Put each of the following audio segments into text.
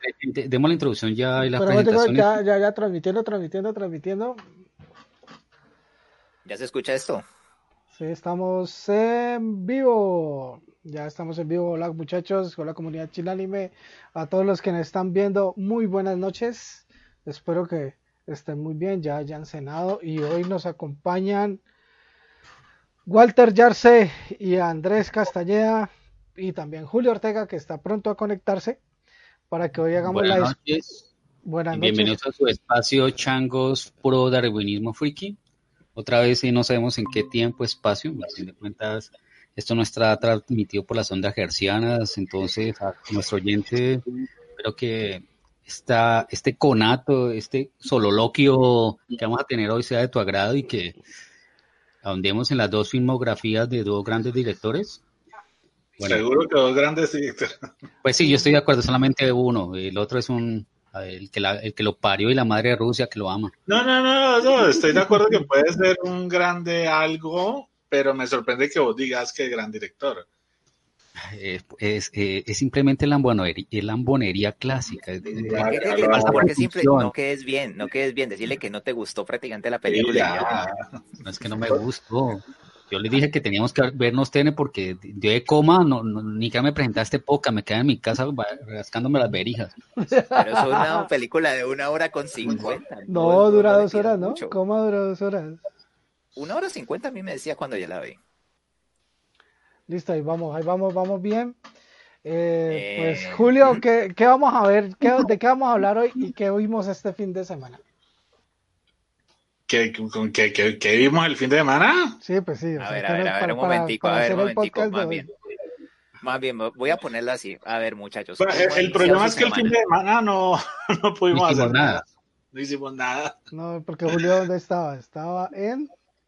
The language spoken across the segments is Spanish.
demos la introducción ya y las Pero presentaciones. ya transmitiendo. ¿Ya se escucha esto? Sí, estamos en vivo. Ya estamos en vivo. Hola muchachos, hola comunidad Chilánime. A todos los que nos están viendo, muy buenas noches. Espero que estén muy bien, ya hayan cenado. Y hoy nos acompañan Walter Yarce y Andrés Castañeda. Y también Julio Ortega, que está pronto a conectarse para que hoy hagamos Buenas noches. Buenas Y noches. bienvenidos a su espacio Changos Pro Darwinismo Friki. Otra vez no sabemos en qué tiempo, espacio, a fin de cuentas, esto no está transmitido por las ondas hercianas, entonces a nuestro oyente, espero que este conato, este sololoquio que vamos a tener hoy sea de tu agrado y que ahondemos en las dos filmografías de dos grandes directores. Bueno, seguro que dos grandes directores. Pues sí, yo estoy de acuerdo, solamente uno, el otro es el que lo parió y la madre de Rusia que lo ama. No, estoy de acuerdo que puede ser un grande algo, pero me sorprende que vos digas que gran director. Es simplemente lambonería clásica. No quedes bien, decirle que no te gustó prácticamente la película. No es que no me gustó. Yo le dije que teníamos que vernos TN porque yo de coma, ni que me presentaste poca, me quedé en mi casa rascándome las berijas. Pero es una película de 1h50. No, dura 2 horas, ¿no? Mucho. ¿Cómo dura 2 horas? 1h50 a mí me decía cuando ya la vi. Listo, ahí vamos bien. Pues Julio, ¿qué vamos a ver? ¿De qué vamos a hablar hoy y qué vimos este fin de semana? ¿Qué vimos el fin de semana? Sí, pues sí. A ver, un momentico, Más bien, voy a ponerlo así. A ver, muchachos. El problema es que el fin de semana no pudimos hacer nada. No hicimos nada. No, porque Julio, ¿dónde estaba? Estaba en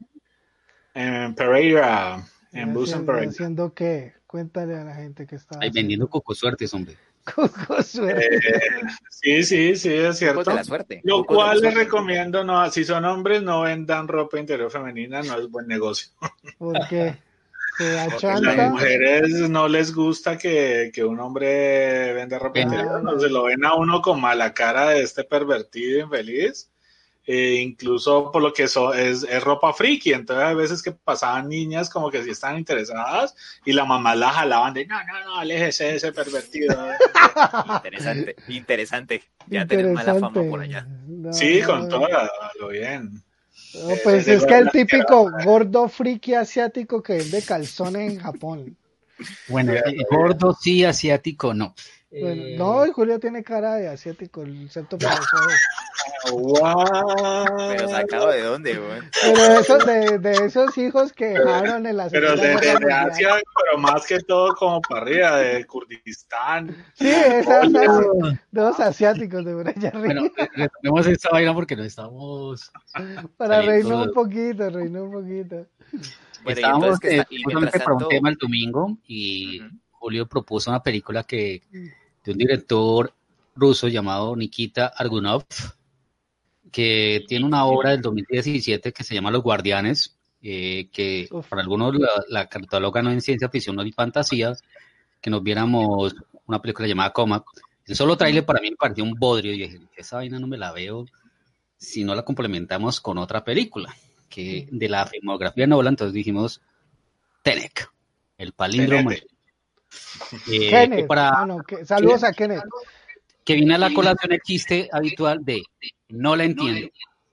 Pereira, en Busan, Pereira. ¿Haciendo qué? Cuéntale a la gente que estaba vendiendo coco suertes, hombre. Coco suerte. Sí, es cierto. De la suerte. Lo cual les recomiendo, no, si son hombres, no vendan ropa interior femenina, no es buen negocio. ¿Por qué? A las mujeres no les gusta que un hombre venda ropa interior, no se lo ven a uno con mala cara de este pervertido infeliz. Incluso por lo que es ropa friki, entonces hay veces que pasaban niñas como que sí estaban interesadas y la mamá la jalaban de no, aléjese de ese pervertido. Interesante, ya tenés mala fama por allá. Sí, con todo lo bien. No, pues es que el típico gordo friki asiático que vende calzones en Japón. Bueno, gordo sí, asiático no. Bueno, no, Julio tiene cara de asiático, excepto por los ojos. ¡Wow! ¿Pero sacado de dónde, güey? Pero de esos hijos que dejaron en la Pero de Asia, pero más que todo como para arriba, de Kurdistán. Sí, esas de los asiáticos de por allá arriba. Bueno, retomemos esta vaina porque no estamos... Para reírnos un poquito. Bueno, estábamos para un tema el domingo y... Julio propuso una película de un director ruso llamado Nikita Argunov, que tiene una obra del 2017 que se llama Los Guardianes, que para algunos la catalogan en ciencia ficción y fantasía, que nos viéramos una película llamada Coma. El solo trailer para mí me pareció un bodrio y dije, esa vaina no me la veo si no la complementamos con otra película, que de la filmografía de Nolan, entonces dijimos Tenet, el palíndromo. Kenneth, saludos a Kenneth. Que viene a la colación el chiste habitual de no la entiendo.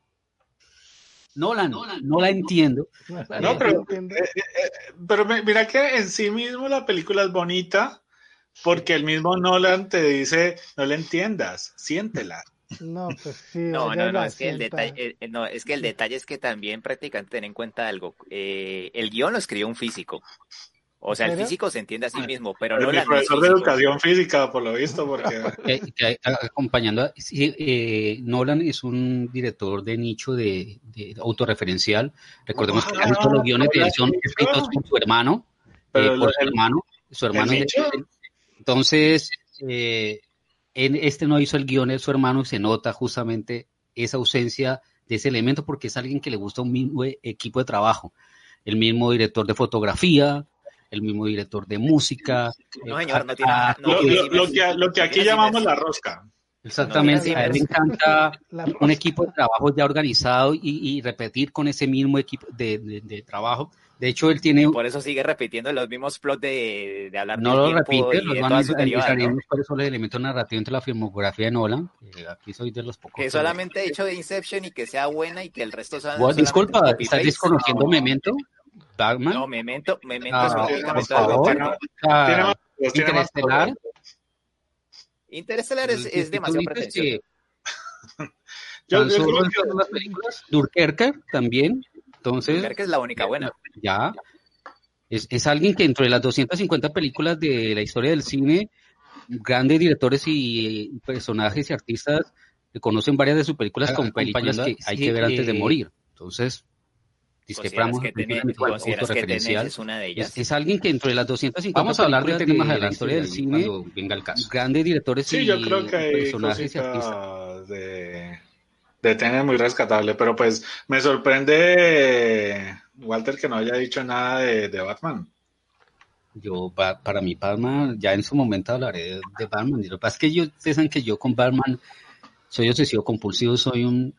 No la entiendo. No, pero mira que en sí mismo la película es bonita porque el mismo Nolan te dice no la entiendas, siéntela. No, pues sí. No, es que el detalle es que también prácticamente ten en cuenta algo. El guión lo escribió un físico. O sea, el físico se entiende a sí mismo, pero no el profesor de educación física, por lo visto, porque... acompañando, Nolan es un director de nicho de autorreferencial. Recordemos que todos los guiones de él son escritos por su hermano, su hermano. Entonces, no hizo el guion de su hermano, se nota justamente esa ausencia de ese elemento porque es alguien que le gusta un mismo equipo de trabajo, el mismo director de fotografía, el mismo director de música. No, señor, no tiene nada. No, lo que aquí llamamos la rosca. Exactamente, a él le encanta un equipo de trabajo ya organizado y repetir con ese mismo equipo de trabajo. De hecho, él tiene... Por eso sigue repitiendo los mismos plots de hablar no del lo tiempo repite, y los de van todas sus derivadas, ¿no? cuáles son los elementos narrativos entre la filmografía de Nolan. Aquí soy de los pocos. Que solamente he hecho de Inception y que sea buena y que el resto sea disculpa, ¿estás desconociendo Memento? ¿Batman? No, Memento es por favor. Interestelar. Interestelar es demasiado pretencioso. Yo creo que las películas. Dunkerque también. Entonces, Dunkerque es la única buena. Ya. Es alguien que entre las 250 películas de la historia del cine, grandes directores y personajes y artistas que conocen varias de sus películas con películas que hay que ver antes de morir. Entonces, discrepamos. ¿Consideras que Tenet es una de ellas? Es alguien que entre las 250 vamos a hablar de más de la historia del cine, cuando venga el caso. Grandes directores y yo creo que hay personajes y artistas de Tenet muy rescatable, pero pues me sorprende, Walter, que no haya dicho nada de Batman. Para mí Batman, ya en su momento hablaré de Batman. Lo que pasa es que ustedes saben que yo con Batman soy obsesivo compulsivo, soy un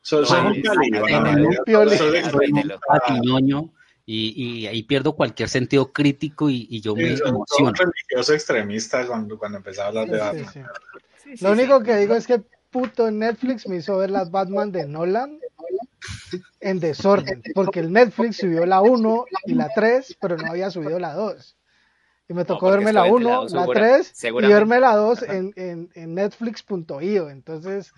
patiñoño y ahí pierdo cualquier sentido crítico y yo me emociono. Un religioso extremista cuando empezaba a hablar de Batman. Lo único que digo es que puto Netflix me hizo ver las Batman de Nolan en desorden, porque el Netflix subió la 1 y la 3, pero no había subido la 2. Y me tocó verme la 1, la 3 y verme la 2 en netflix.io. Entonces,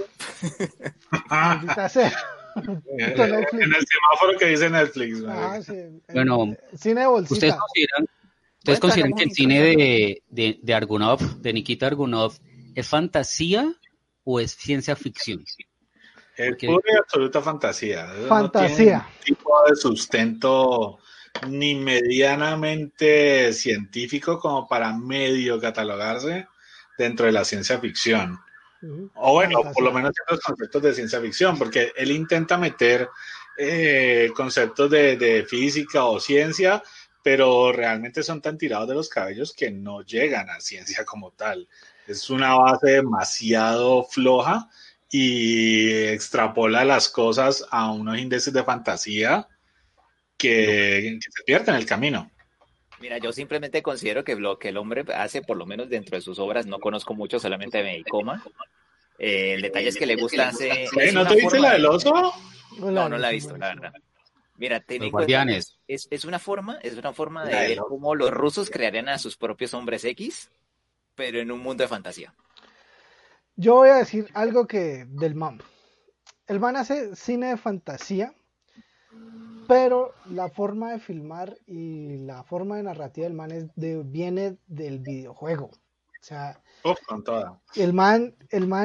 maldita sea. En el semáforo que dice Netflix. Bueno, cine de bolsita. ¿Ustedes consideran que el cine de Argunov, de Nikita Argunov, es fantasía o es ciencia ficción? Es pura y absoluta fantasía. Fantasía. No tiene un tipo de sustento ni medianamente científico como para medio catalogarse dentro de la ciencia ficción. O bueno, por lo menos en los conceptos de ciencia ficción, porque él intenta meter conceptos de física o ciencia, pero realmente son tan tirados de los cabellos que no llegan a ciencia como tal. Es una base demasiado floja y extrapola las cosas a unos índices de fantasía que se pierden en el camino. Mira, yo simplemente considero que lo que el hombre hace, por lo menos dentro de sus obras, no conozco mucho, solamente me coma. El detalle es que le gusta hacer... ¿No te viste la del oso? No la he visto, la verdad. Mira, Los Guardianes. Es una forma de ver cómo los rusos crearían a sus propios hombres X, pero en un mundo de fantasía. Yo voy a decir algo del man. El man hace cine de fantasía, pero la forma de filmar y la forma de narrativa del man viene del videojuego. O sea, con toda. El man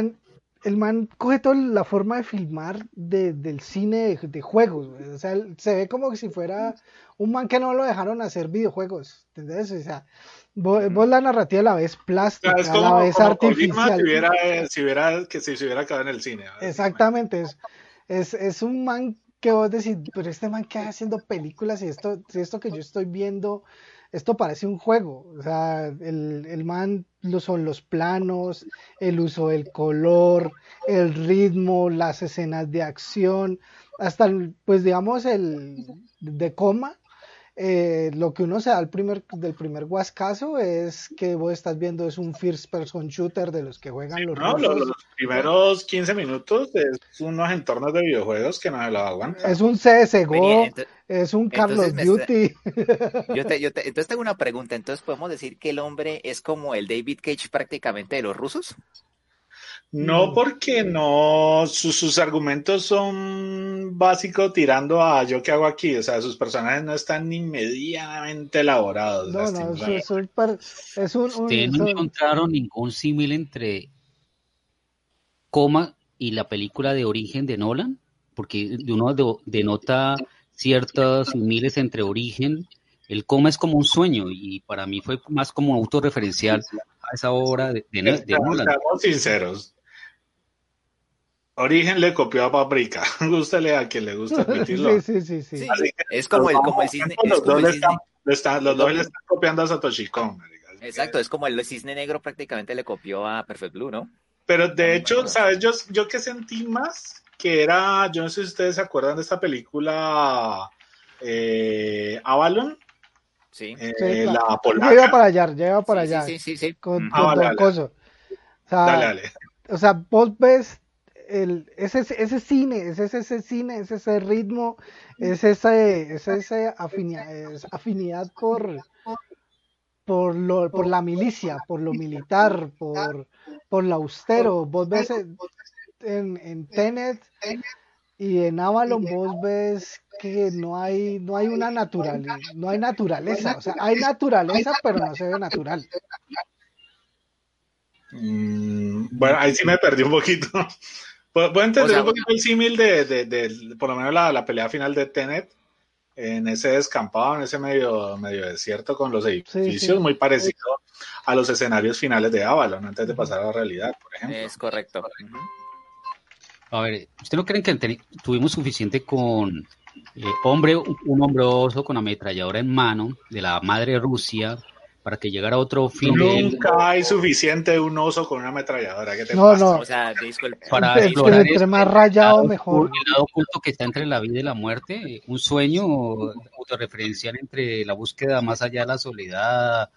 coge toda la forma de filmar del cine de juegos. O sea, se ve como si fuera un man que no lo dejaron hacer videojuegos. ¿Entendés? O sea, vos la narrativa la ves plástica, la ves artificial. Si hubiera quedado en el cine. Exactamente. Es un man que vos decís, pero este man que haciendo películas y esto que yo estoy viendo, esto parece un juego. O sea, el man son los planos, el uso del color, el ritmo, las escenas de acción, hasta pues digamos el de coma. Lo que uno se da del primer guascazo es que vos estás viendo es un first person shooter de los que juegan los rusos. Los primeros 15 minutos es unos entornos de videojuegos que no se los aguantan. Es un CSGO, es un Call of Duty. Entonces tengo una pregunta. Entonces podemos decir que el hombre es como el David Cage prácticamente de los rusos. No, porque no, sus argumentos son básicos tirando a yo qué hago aquí, o sea, sus personajes no están ni medianamente elaborados. No, Ustedes no encontraron ningún símil entre Coma y la película de Origen de Nolan, porque uno denota ciertos símiles entre Origen. El Coma es como un sueño y para mí fue más como autorreferencial a esa obra de Nolan. Seamos sinceros. Origen le copió a Paprika. Gústele a quien le gusta admitirlo. Sí. Sí, es como el cisne. Los dos le están copiando a Satoshi Kon. Exacto, es como el cisne negro prácticamente le copió a Perfect Blue, ¿no? Pero de hecho, ¿sabes? Yo que sentí más que era, yo no sé si ustedes se acuerdan de esta película Avalon. Sí. Claro. La polaca. Ya iba para allá. Sí. Con Don Coso. O sea, dale. O sea, vos ves ese cine, es ese ritmo, es esa afinidad por la milicia, por lo militar, por lo austero. Vos ves en Tenet y en Avalon, vos ves que no hay naturaleza. O sea, hay naturaleza, pero no se ve natural. Bueno, ahí sí me perdí un poquito. Puedo entender un poquito el símil de por lo menos la pelea final de Tenet en ese descampado, en ese medio desierto con los edificios, muy parecido a los escenarios finales de Avalon antes de pasar a la realidad, por ejemplo. Es correcto. A ver, ¿usted no creen que tuvimos suficiente con un hombre oso con ametralladora en mano de la madre Rusia para que llegara otro fin? Nunca hay suficiente un oso con una ametralladora. ¿Qué te pasa? No. O sea, para explorar entre más rayado, mejor. El lado oculto que está entre la vida y la muerte, un sueño autorreferencial entre la búsqueda más allá de la soledad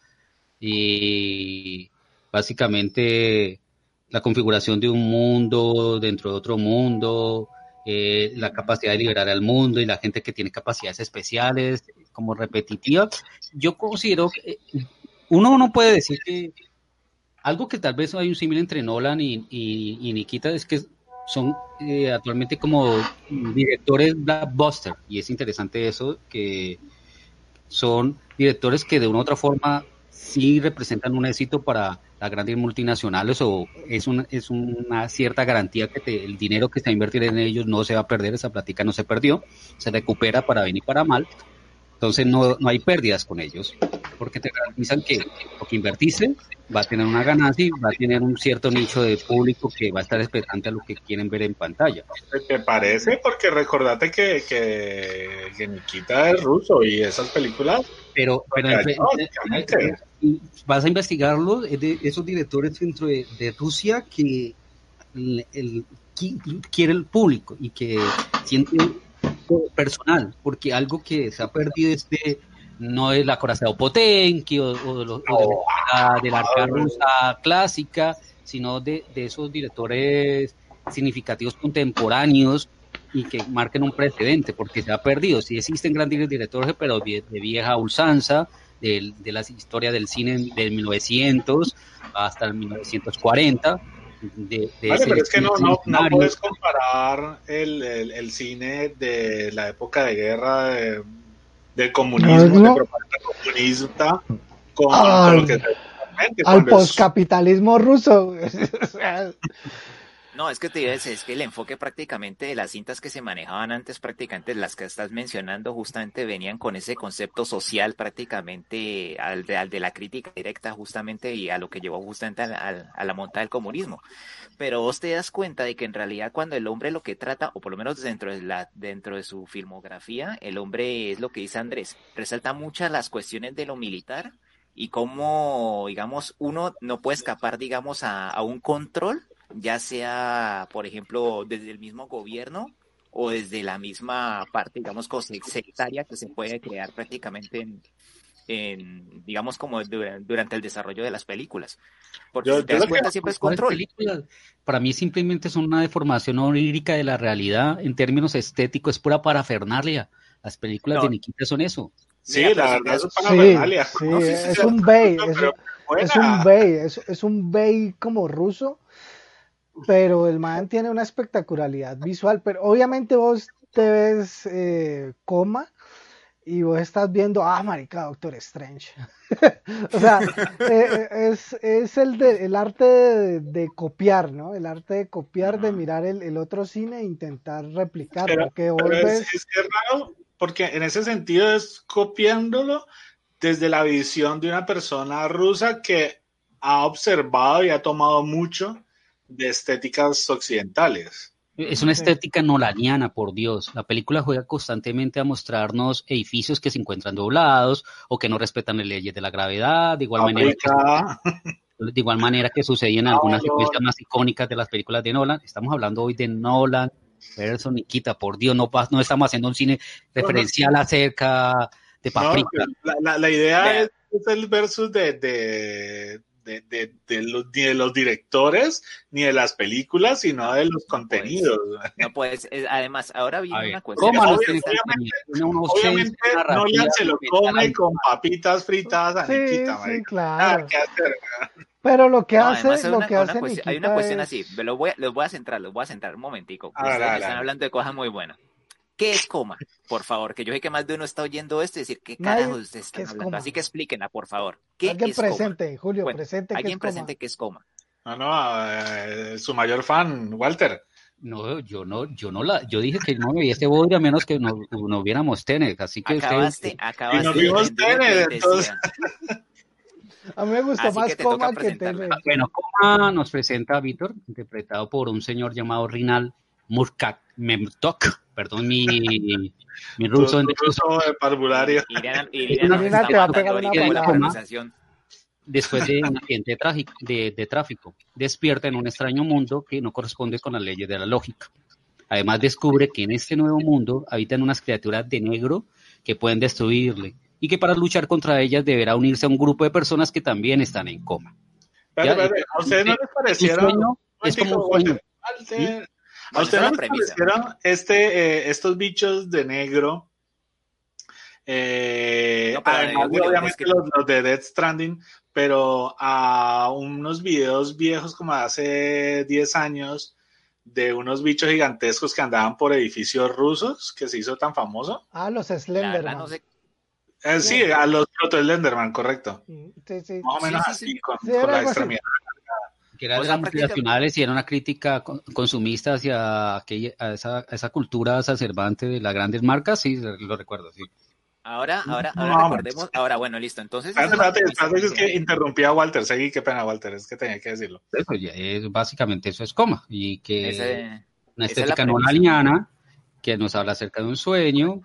y básicamente la configuración de un mundo dentro de otro mundo, la capacidad de liberar al mundo y la gente que tiene capacidades especiales como repetitivas. Yo considero que uno no puede decir que algo que tal vez hay un símil entre Nolan y Nikita es que son actualmente como directores blockbuster, y es interesante eso, que son directores que de una u otra forma sí representan un éxito para las grandes multinacionales, o es una cierta garantía que el dinero que está invertido en ellos no se va a perder, esa plática no se perdió, se recupera para bien y para mal. Entonces no hay pérdidas con ellos, porque te garantizan que lo que invertiste va a tener una ganancia y va a tener un cierto nicho de público que va a estar expectante a lo que quieren ver en pantalla. ¿Te parece? Porque recordate que Nikita es ruso y esas películas... Pero vas a investigarlo, de esos directores dentro de Rusia que quiere el público y que siente personal, porque algo que se ha perdido no es la corazón Potenki o de la arca rusa clásica, sino de esos directores significativos contemporáneos y que marquen un precedente, porque se ha perdido. Sí existen grandes directores, pero de vieja usanza, de la historia del cine del 1900 hasta el 1940. Vale, pero es que no puedes comparar el cine de la época de guerra del comunismo, de propaganda comunista, con lo que al poscapitalismo ruso. No, es que te iba a decir, es que el enfoque prácticamente de las cintas que se manejaban antes, prácticamente las que estás mencionando, justamente venían con ese concepto social prácticamente al de la crítica directa justamente, y a lo que llevó justamente a la montada del comunismo. Pero vos te das cuenta de que en realidad cuando el hombre lo que trata, o por lo menos dentro de su filmografía, el hombre es lo que dice Andrés, resalta muchas las cuestiones de lo militar y cómo, digamos, uno no puede escapar, digamos, a un control, ya sea, por ejemplo, desde el mismo gobierno o desde la misma parte, digamos, sectaria que se puede crear prácticamente digamos, como durante el desarrollo de las películas. Porque si te das cuenta, siempre es control. Para mí simplemente son una deformación onírica de la realidad en términos estéticos, es pura parafernalia. Las películas de Nikita son eso. Sí, la verdad es parafernalia. Sí, es un Bay, es un Bay como ruso, pero el man tiene una espectacularidad visual. Pero obviamente vos te ves Coma y vos estás viendo, marica, Doctor Strange. O sea, es el arte de copiar, ¿no? El arte de copiar, de mirar el otro cine e intentar replicar. Pero es raro, porque en ese sentido es copiándolo desde la visión de una persona rusa que ha observado y ha tomado mucho de estéticas occidentales. Es una estética nolaniana, por Dios. La película juega constantemente a mostrarnos edificios que se encuentran doblados o que no respetan las leyes de la gravedad, de igual manera que sucedía en algunas secuencias más icónicas de las películas de Nolan. Estamos hablando hoy de Nolan versus Nikita, por Dios, no estamos haciendo un cine referencial acerca de Paprika. La idea es el versus ni de los directores ni de las películas, sino de los contenidos. Además, ahora viene una cuestión. Obviamente Nolan se lo come con papitas fritadas a Nikita. Sí, claro. ¿Qué hacer? Pero lo que hace Nikita hay una cuestión así. Los voy a centrar un momentico. Ustedes están hablando de cosas muy buenas. ¿Qué es coma? Por favor, que yo sé que más de uno está oyendo esto y decir, ¿qué carajos ustedes están hablando? Así que explíquenla, por favor. ¿Qué es presente, coma? Julio, bueno, presente. Alguien presente qué es coma. Su mayor fan, Walter. No, yo dije que no me viese bodrio a menos que no viéramos Tenet, así que acabaste y nos vimos Tenet, entonces. A mí me gustó así más Coma que Tenet. Bueno, Coma nos presenta a Víctor, interpretado por un señor llamado Rinal Memtok, perdón mi ruso. Tu ruso de parvulario. Irina te va a pegar una pronunciación. Después de un accidente de tráfico, despierta en un extraño mundo que no corresponde con las leyes de la lógica. Además descubre que en este nuevo mundo habitan unas criaturas de negro que pueden destruirle y que para luchar contra ellas deberá unirse a un grupo de personas que también están en coma. ¿A ustedes no les parecieron? Es como un sueño. ¿A ustedes no les parecieron estos bichos de negro? Además de obviamente los de Death Stranding, pero a unos videos viejos como hace 10 años de unos bichos gigantescos que andaban por edificios rusos, que se hizo tan famoso. Los Slenderman. Sí, a los Proto-Slenderman, correcto. Sí. Más o menos así, con la extremidad. Que eran multinacionales y era una crítica consumista hacia esa cultura exacerbante de las grandes marcas, sí, lo recuerdo, sí. Ahora recordemos, bueno, listo, entonces... Espérate, es que interrumpí a Walter, seguí, qué pena, Walter, es que tenía que decirlo. Básicamente eso es Coma, y que una estética nolaniana que nos habla acerca de un sueño,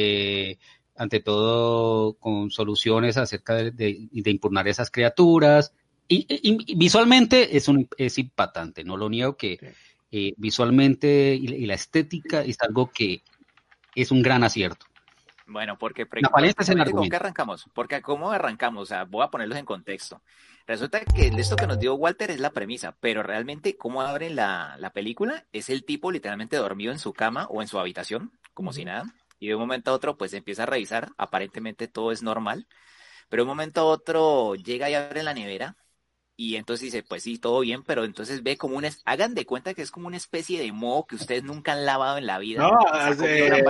ante todo con soluciones acerca de impugnar esas criaturas, y visualmente es impactante, no lo niego que visualmente y la estética es algo que es un gran acierto. Bueno, porque ¿con qué arrancamos? Porque ¿cómo arrancamos? O sea, voy a ponerlos en contexto. Resulta que esto que nos dio Walter es la premisa, pero realmente cómo abren la película es el tipo literalmente dormido en su cama o en su habitación, como si nada, y de un momento a otro pues empieza a revisar, aparentemente todo es normal, pero de un momento a otro llega y abre la nevera, y entonces dice, pues sí, todo bien, pero entonces ve como hagan de cuenta que es como una especie de moho que ustedes nunca han lavado en la vida. No, sí,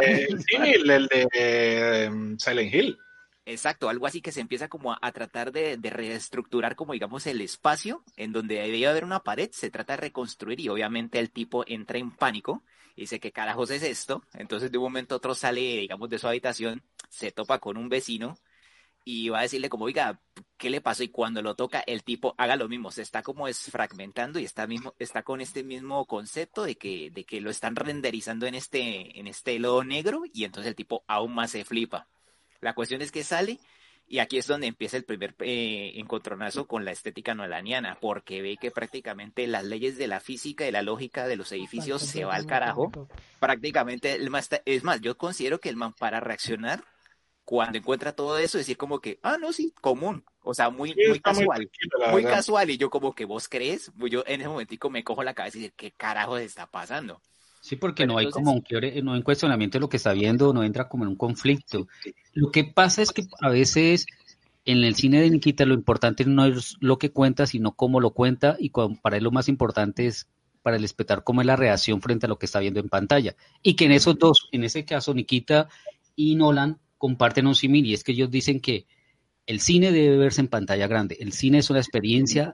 el de Silent Hill. Exacto, algo así que se empieza como a tratar de reestructurar como digamos el espacio en donde debía haber una pared, se trata de reconstruir y obviamente el tipo entra en pánico y dice, ¿qué carajos es esto? Entonces de un momento a otro sale, digamos, de su habitación, se topa con un vecino y va a decirle como, oiga, ¿qué le pasó? Y cuando lo toca, el tipo haga lo mismo, se está como desfragmentando y está con este mismo concepto de que lo están renderizando en este lodo negro y entonces el tipo aún más se flipa. La cuestión es que sale y aquí es donde empieza el primer encontronazo con la estética nolaniana, porque ve que prácticamente las leyes de la física y la lógica de los edificios se va al carajo. Prácticamente, es más, yo considero que el man para reaccionar cuando encuentra todo eso, decir como que, no, sí, común, o sea, muy casual, muy casual, y yo como que vos crees, yo en ese momentico me cojo la cabeza y digo, ¿qué carajo está pasando? Sí, porque no hay como no hay cuestionamiento de lo que está viendo, no entra como en un conflicto. Lo que pasa es que a veces en el cine de Nikita lo importante no es lo que cuenta, sino cómo lo cuenta, y para él lo más importante es para el espectador cómo es la reacción frente a lo que está viendo en pantalla. Y que en esos dos, en ese caso Nikita y Nolan, comparten un símil, y es que ellos dicen que el cine debe verse en pantalla grande. El cine es una experiencia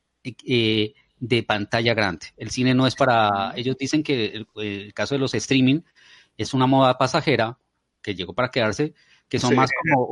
de pantalla grande. El cine no es para... Ellos dicen que el caso de los streaming es una moda pasajera que llegó para quedarse, que son más como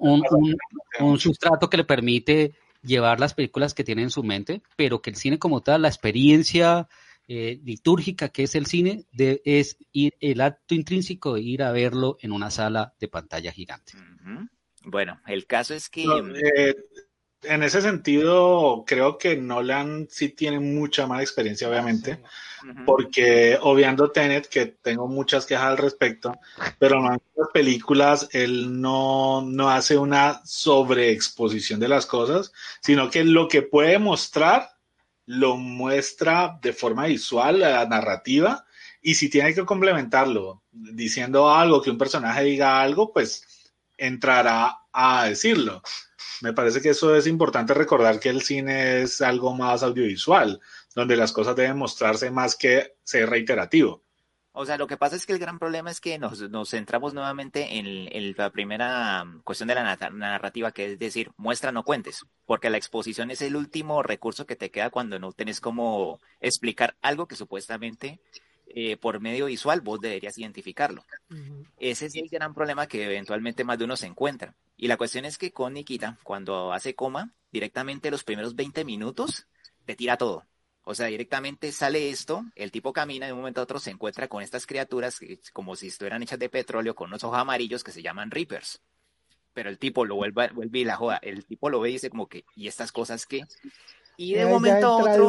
un sustrato que le permite llevar las películas que tiene en su mente, pero que el cine como tal, la experiencia litúrgica que es el cine, es el acto intrínseco de ir a verlo en una sala de pantalla gigante. Bueno, el caso es que... en ese sentido, creo que Nolan sí tiene mucha más experiencia, obviamente, porque obviando Tenet, que tengo muchas quejas al respecto, pero en las películas él no hace una sobreexposición de las cosas, sino que lo que puede mostrar lo muestra de forma visual, narrativa, y si tiene que complementarlo diciendo algo, que un personaje diga algo, pues entrará a decirlo. Me parece que eso es importante recordar, que el cine es algo más audiovisual, donde las cosas deben mostrarse más que ser reiterativo. O sea, lo que pasa es que el gran problema es que nos centramos nuevamente en la primera cuestión de la narrativa, que es decir, muestra, no cuentes, porque la exposición es el último recurso que te queda cuando no tenés cómo explicar algo que supuestamente por medio visual vos deberías identificarlo. Ese es el gran problema que eventualmente más de uno se encuentra. Y la cuestión es que con Nikita, cuando hace coma, directamente los primeros 20 minutos te tira todo. O sea, directamente sale esto, el tipo camina, de un momento a otro se encuentra con estas criaturas como si estuvieran hechas de petróleo, con unos ojos amarillos que se llaman Reapers. Pero el tipo lo vuelve y la joda, el tipo lo ve y dice como que, ¿y estas cosas qué? Y de un momento a otro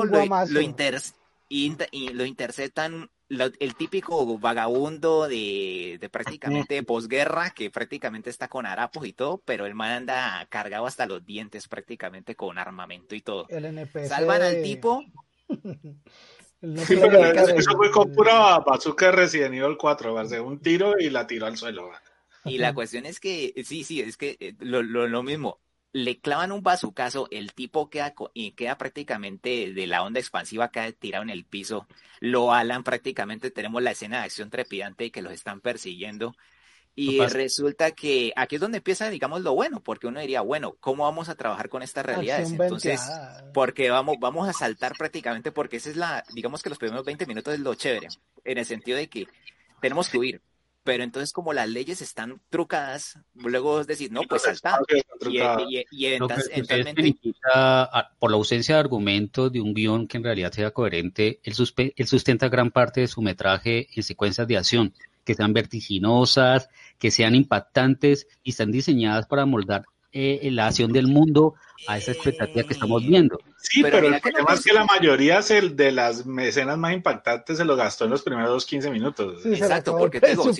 lo interceptan el típico vagabundo de prácticamente posguerra, que prácticamente está con harapos y todo, pero el man anda cargado hasta los dientes prácticamente con armamento y todo. El NPC... Salvan al tipo. Sí, pero eso fue con pura bazooka Resident Evil 4, va a ser un tiro y la tiró al suelo. Y la cuestión es que, sí, es que lo mismo. Le clavan un bazucazo, el tipo queda prácticamente de la onda expansiva, queda tirado en el piso, lo alan prácticamente, tenemos la escena de acción trepidante de que los están persiguiendo, y resulta que aquí es donde empieza, digamos, lo bueno, porque uno diría, bueno, ¿cómo vamos a trabajar con estas realidades? Entonces, porque vamos a saltar prácticamente, porque esa es digamos que los primeros 20 minutos es lo chévere, en el sentido de que tenemos que huir. Pero entonces como las leyes están trucadas, luego vos decís, no, pues salta. Y eventualmente... Por la ausencia de argumentos de un guión que en realidad sea coherente, él sustenta gran parte de su metraje en secuencias de acción, que sean vertiginosas, que sean impactantes y están diseñadas para moldar la acción del mundo a esa expectativa que estamos viendo. Sí, pero el problema es que la mayoría de las escenas más impactantes se lo gastó en los primeros 15 minutos. Sí, exacto, porque te digo, si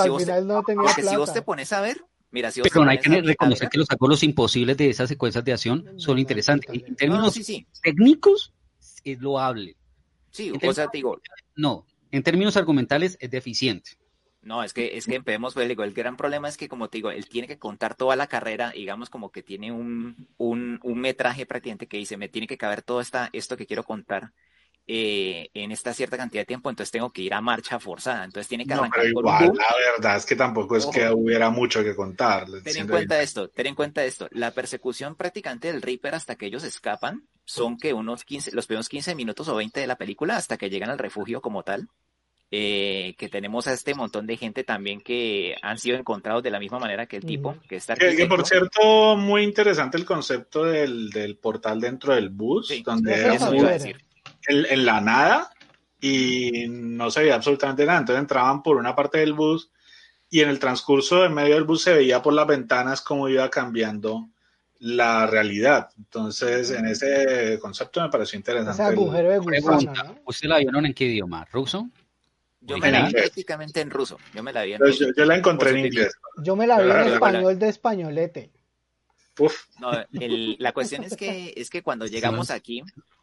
vos te pones a ver, mira, si vos pero no hay que reconocer que los ángulos imposibles de esas secuencias de acción son interesantes. En términos técnicos, es loable. Sí, o sea, te digo... No, en términos argumentales es deficiente. No, es que empecemos, pues, digo, el gran problema es que, como te digo, él tiene que contar toda la carrera, digamos, como que tiene un metraje prácticamente que dice, me tiene que caber todo esto que quiero contar en esta cierta cantidad de tiempo, entonces tengo que ir a marcha forzada, entonces tiene que arrancar pero igual, la verdad es que tampoco es que hubiera mucho que contar. Ten en cuenta esto, la persecución prácticamente del Reaper hasta que ellos escapan son que los primeros 15 minutos o 20 de la película hasta que llegan al refugio como tal. Que tenemos a este montón de gente también que han sido encontrados de la misma manera que el tipo, que está que por cierto, muy interesante el concepto del portal dentro del bus, donde eso iba a decir. En la nada y no se veía absolutamente nada, entonces entraban por una parte del bus y en el transcurso en medio del bus se veía por las ventanas cómo iba cambiando la realidad. Entonces, en ese concepto me pareció interesante. Ese agujero de gusano, ¿no? ¿Usted la vieron en qué idioma? ¿Ruso? Yo me la vi prácticamente en ruso. Yo la encontré en inglés. Yo me la vi en español de españolete. Uf. No, la cuestión es que cuando llegamos aquí,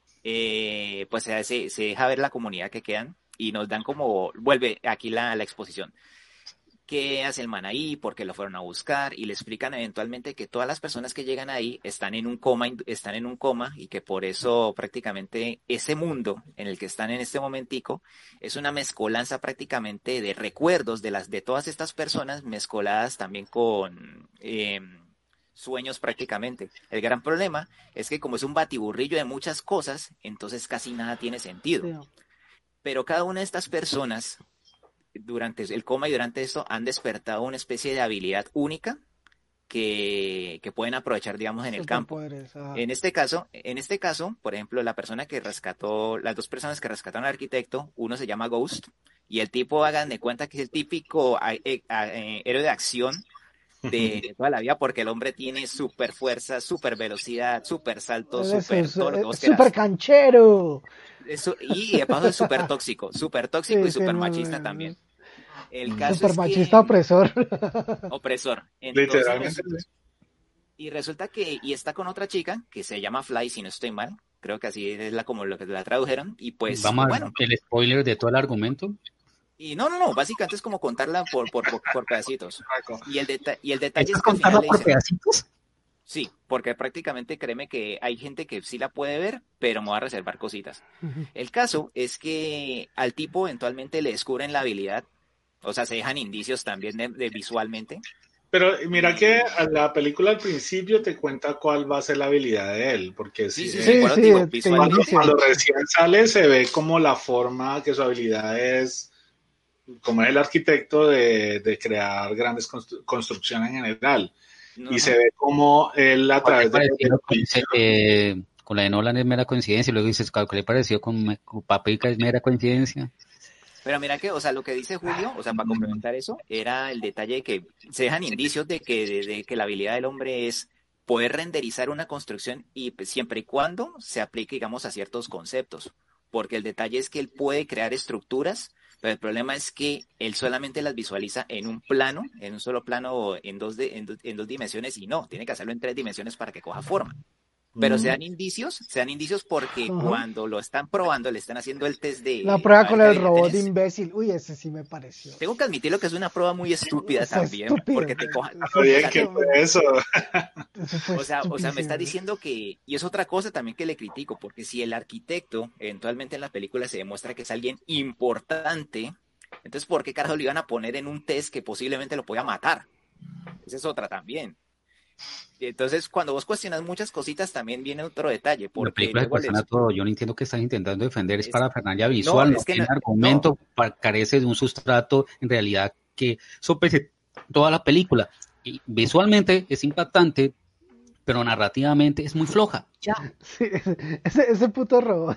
pues se deja ver la comunidad que quedan y nos dan como, vuelve aquí la exposición. ¿Qué hace el man ahí? ¿Por qué lo fueron a buscar? Y le explican eventualmente que todas las personas que llegan ahí están en un coma y que por eso prácticamente ese mundo en el que están en este momentico es una mezcolanza prácticamente de recuerdos de todas estas personas mezcoladas también con sueños prácticamente. El gran problema es que como es un batiburrillo de muchas cosas, entonces casi nada tiene sentido. Sí. Pero cada una de estas personas durante el coma y durante esto han despertado una especie de habilidad única que pueden aprovechar, digamos, en el campo. En este caso, por ejemplo, las dos personas que rescataron al arquitecto, uno se llama Ghost, y el tipo, hagan de cuenta que es el típico héroe de acción de toda la vida, porque el hombre tiene super fuerza, super velocidad, super salto, todo lo que vos quieras. Super canchero. Y de paso es súper tóxico y súper machista también. El caso super es machista opresor. Opresor. Entonces, Literalmente. y resulta que está con otra chica que se llama Fly, si no estoy mal. Creo que así es como lo que la tradujeron. Y pues, vamos a ver el spoiler de todo el argumento. Y no, básicamente es como contarla por pedacitos. Y el detalle es que contarla por pedacitos? Sí, porque prácticamente créeme que hay gente que sí la puede ver, pero me va a reservar cositas. El caso es que al tipo eventualmente le descubren la habilidad, o sea, se dejan indicios también de visualmente. Pero mira que a la película al principio te cuenta cuál va a ser la habilidad de él, porque cuando recién sale se ve como la forma que su habilidad es, como es el arquitecto, de crear grandes construcciones en general. Y se ve como él a través de... con la de Nolan es mera coincidencia, y luego dices, ¿qué le pareció con Paprika es mera coincidencia? Pero mira que, o sea, lo que dice Julio, o sea, para complementar eso, era el detalle de que se dejan indicios de que la habilidad del hombre es poder renderizar una construcción y pues, siempre y cuando se aplique, digamos, a ciertos conceptos. Porque el detalle es que él puede crear estructuras, pero el problema es que él solamente las visualiza en un plano, en un solo plano, en dos dimensiones, y no, tiene que hacerlo en 3 dimensiones para que coja forma. Pero se dan indicios porque cuando lo están probando, le están haciendo el test de... La prueba con el robot imbécil. Uy, ese sí me pareció. Tengo que admitirlo que es una prueba muy estúpida también. Estúpido. Porque te cojan... Oye, ¿qué fue eso? O sea, me está diciendo que... Y es otra cosa también que le critico, porque si el arquitecto, eventualmente en la película se demuestra que es alguien importante, entonces ¿por qué carajo lo iban a poner en un test que posiblemente lo pueda matar? Esa es otra también. Entonces, cuando vos cuestionas muchas cositas, también viene otro detalle. Porque la película cuestiona todo. Yo no entiendo que estás intentando defender. Es para Fernández visual, no tiene argumento, carece de un sustrato, en realidad, que sopese toda la película. Y visualmente es impactante, pero narrativamente es muy floja. Ya. Sí, ese puto robot.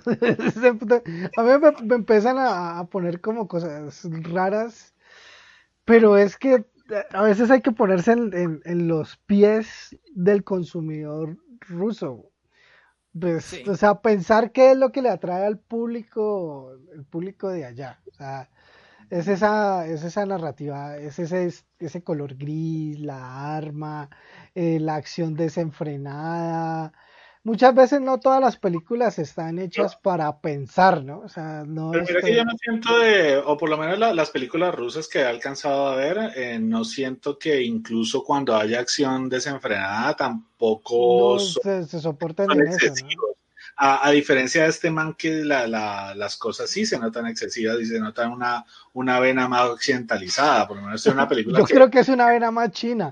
A mí me empiezan a poner como cosas raras, pero es que a veces hay que ponerse en los pies del consumidor ruso. Pues, sí. O sea, pensar qué es lo que le atrae al público, el público de allá. O sea, es esa narrativa, es ese color gris, la arma, la acción desenfrenada. Muchas veces no todas las películas están hechas para pensar, ¿no? O sea, no. Pero mira que yo no siento o por lo menos las películas rusas que he alcanzado a ver, no siento que incluso cuando haya acción desenfrenada tampoco no se soportan en eso, ¿no? A diferencia de este man que las cosas sí se notan excesivas y se nota una vena más occidentalizada, por lo menos en una película. Yo creo que es una vena más china.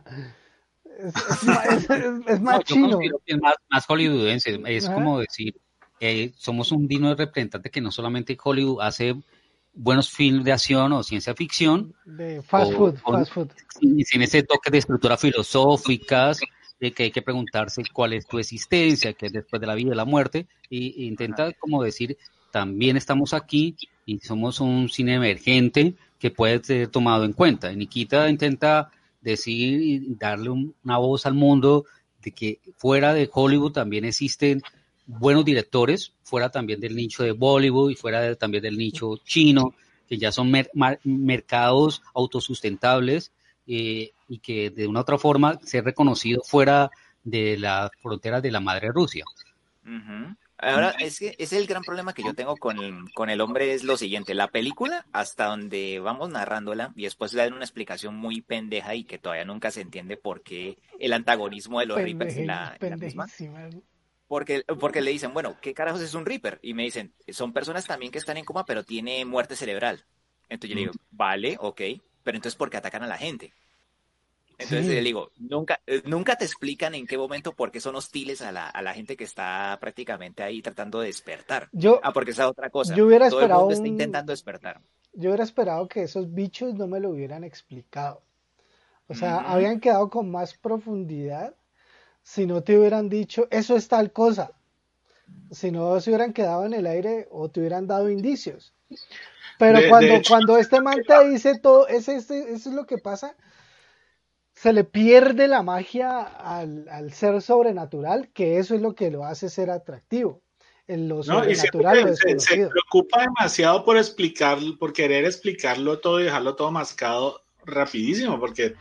Es más chino. Yo considero que es más hollywoodense. Es como decir, somos un digno representante que no solamente Hollywood hace buenos films de acción o ciencia ficción. De fast food. Sin ese toque de estructuras filosóficas, de que hay que preguntarse cuál es tu existencia, qué es después de la vida y la muerte, y intenta como decir, también estamos aquí y somos un cine emergente que puede ser tomado en cuenta. Y Nikita intenta decir y darle una voz al mundo de que fuera de Hollywood también existen buenos directores, fuera también del nicho de Bollywood y fuera también del nicho chino, que ya son mercados autosustentables y que de una u otra forma ser reconocido fuera de las fronteras de la madre Rusia. Uh-huh. Ahora, es que es el gran problema que yo tengo con el hombre es lo siguiente, la película, hasta donde vamos narrándola, y después le dan una explicación muy pendeja y que todavía nunca se entiende por qué el antagonismo de los Reapers y la misma. Porque le dicen, bueno, ¿qué carajos es un Reaper? Y me dicen, son personas también que están en coma, pero tiene muerte cerebral. Entonces yo le digo, vale, ok, pero entonces ¿por qué atacan a la gente? Entonces le digo, nunca te explican en qué momento por qué son hostiles a la gente que está prácticamente ahí tratando de despertar. Porque esa es otra cosa. Yo hubiera todo esperado el mundo está intentando despertar. Yo hubiera esperado que esos bichos no me lo hubieran explicado. O sea, habían quedado con más profundidad si no te hubieran dicho, eso es tal cosa. Si no se hubieran quedado en el aire o te hubieran dado indicios. Pero cuando este man te dice todo, eso es lo que pasa, se le pierde la magia al ser sobrenatural, que eso es lo que lo hace ser atractivo. En lo sobrenatural, y se preocupa demasiado por querer explicarlo todo y dejarlo todo mascado rapidísimo, porque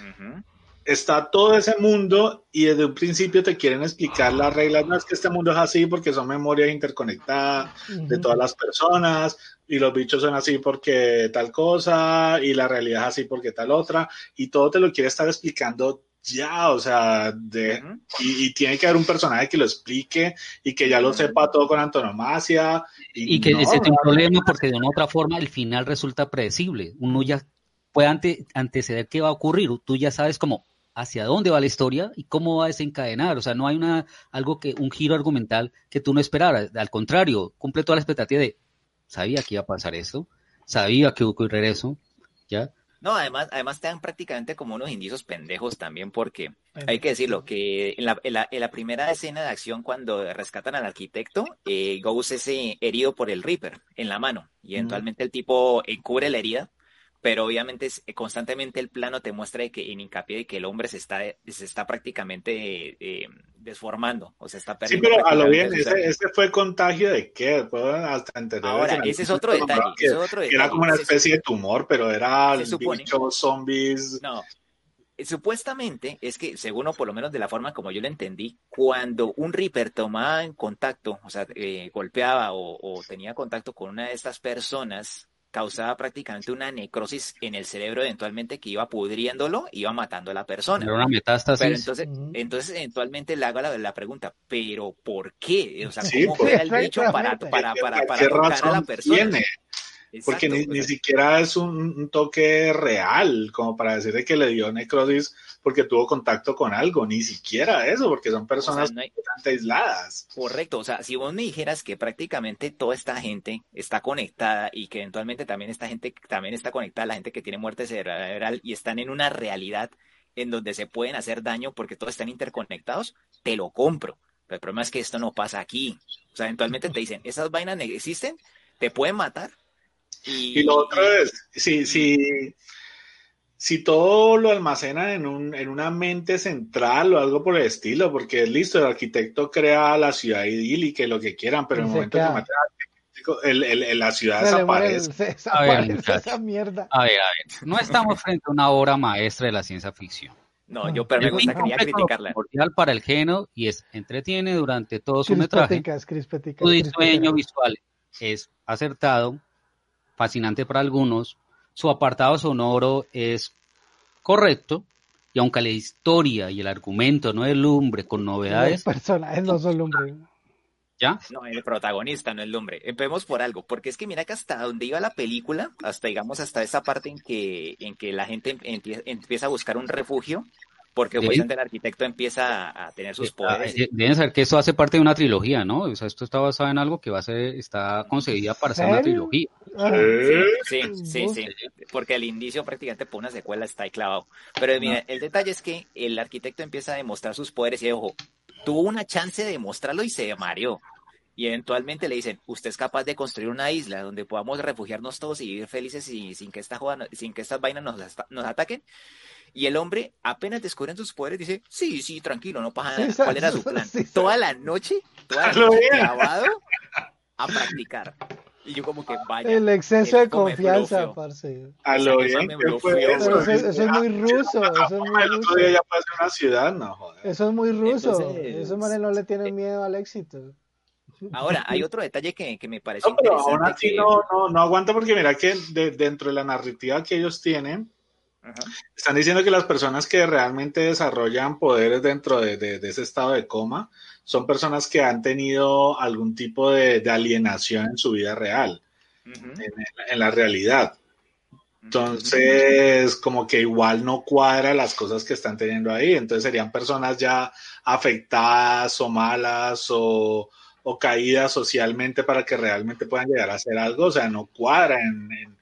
está todo ese mundo y desde un principio te quieren explicar las reglas. No es que este mundo es así porque son memorias interconectadas de todas las personas y los bichos son así porque tal cosa y la realidad es así porque tal otra, y todo te lo quiere estar explicando ya, o sea, y tiene que haber un personaje que lo explique y que ya lo sepa todo con antonomasia. Y que ese es un problema porque de una u otra forma el final resulta predecible. Uno ya puede anteceder qué va a ocurrir. Tú ya sabes cómo hacia dónde va la historia y cómo va a desencadenar. O sea, no hay un giro argumental que tú no esperaras. Al contrario, cumple toda la expectativa de sabía que iba a pasar eso, sabía que iba a ocurrir eso, ¿ya? No, además te dan prácticamente como unos indicios pendejos también, porque hay que decirlo, que en la primera escena de acción, cuando rescatan al arquitecto, Ghost es herido por el Reaper en la mano, y eventualmente el tipo cubre la herida, pero obviamente constantemente el plano te muestra en hincapié de que el hombre se está prácticamente desformando, o sea, está perdiendo. Sí, pero a lo bien, ese fue contagio de qué, puedo hasta entender. Ahora, ese es otro detalle. Era como una especie de tumor, pero era bichos, zombies. No. Supuestamente es que, según o por lo menos de la forma como yo lo entendí, cuando un Reaper tomaba en contacto, o sea, golpeaba o tenía contacto con una de estas personas, causaba prácticamente una necrosis en el cerebro eventualmente que iba pudriéndolo, iba matando a la persona. Era una metástasis. Pero entonces eventualmente le hago la pregunta, ¿pero por qué? O sea, ¿cómo era el bicho para tocar a la persona? Tiene? Porque ni siquiera es un toque real, como para decirle que le dio necrosis porque tuvo contacto con algo, ni siquiera eso, porque son personas bastante aisladas. Correcto, o sea, si vos me dijeras que prácticamente toda esta gente está conectada y que eventualmente también esta gente también está conectada, la gente que tiene muerte cerebral y están en una realidad en donde se pueden hacer daño porque todos están interconectados, te lo compro. Pero el problema es que esto no pasa aquí. O sea, eventualmente te dicen, esas vainas existen, te pueden matar. Y lo otro es, si todo lo almacenan en una mente central o algo por el estilo, porque listo, el arquitecto crea la ciudad idílica y lo que quieran, pero en el momento que matan al arquitecto, la ciudad desaparece. A ver, esa mierda. A ver, no estamos frente a una obra maestra de la ciencia ficción. No, yo pero me gustaría criticarla. Cordial para el género y entretiene durante todo su metraje. Su diseño visual es acertado, fascinante para algunos, su apartado sonoro es correcto, y aunque la historia y el argumento no deslumbre con novedades... Los personajes no son lumbre. ¿Ya? No, el protagonista no es lumbre. Empecemos por algo, porque es que mira que hasta donde iba la película, hasta esa parte en que la gente empieza a buscar un refugio, porque pues el arquitecto empieza a tener sus poderes. Deben saber que esto hace parte de una trilogía, ¿no? O sea, esto está basado en algo que está concebida para ser una trilogía. Sí, porque al inicio prácticamente por una secuela está ahí clavado. Pero mira, el detalle es que el arquitecto empieza a demostrar sus poderes y, ojo, tuvo una chance de demostrarlo y se mareó. Y eventualmente le dicen, usted es capaz de construir una isla donde podamos refugiarnos todos y vivir felices y sin que estas vainas nos ataquen. Y el hombre, apenas descubren sus poderes, dice, sí, tranquilo, no pasa nada. ¿Cuál era su plan? Toda la noche clavado a practicar. Y yo como que vaya. El exceso de confianza, parce. A lo bien que fue eso. Eso es muy ruso. Eso es muy ruso. El otro día ya pasé una ciudad, no joder. Eso es muy ruso. Esos manes no le tienen miedo al éxito. Ahora, hay otro detalle que me parece pero interesante. Aún así no aguanta porque mira que dentro de la narrativa que ellos tienen, están diciendo que las personas que realmente desarrollan poderes dentro de ese estado de coma son personas que han tenido algún tipo de alienación en su vida real, en la realidad. Entonces, como que igual no cuadra las cosas que están teniendo ahí. Entonces serían personas ya afectadas o malas o caídas socialmente para que realmente puedan llegar a hacer algo. O sea, no cuadra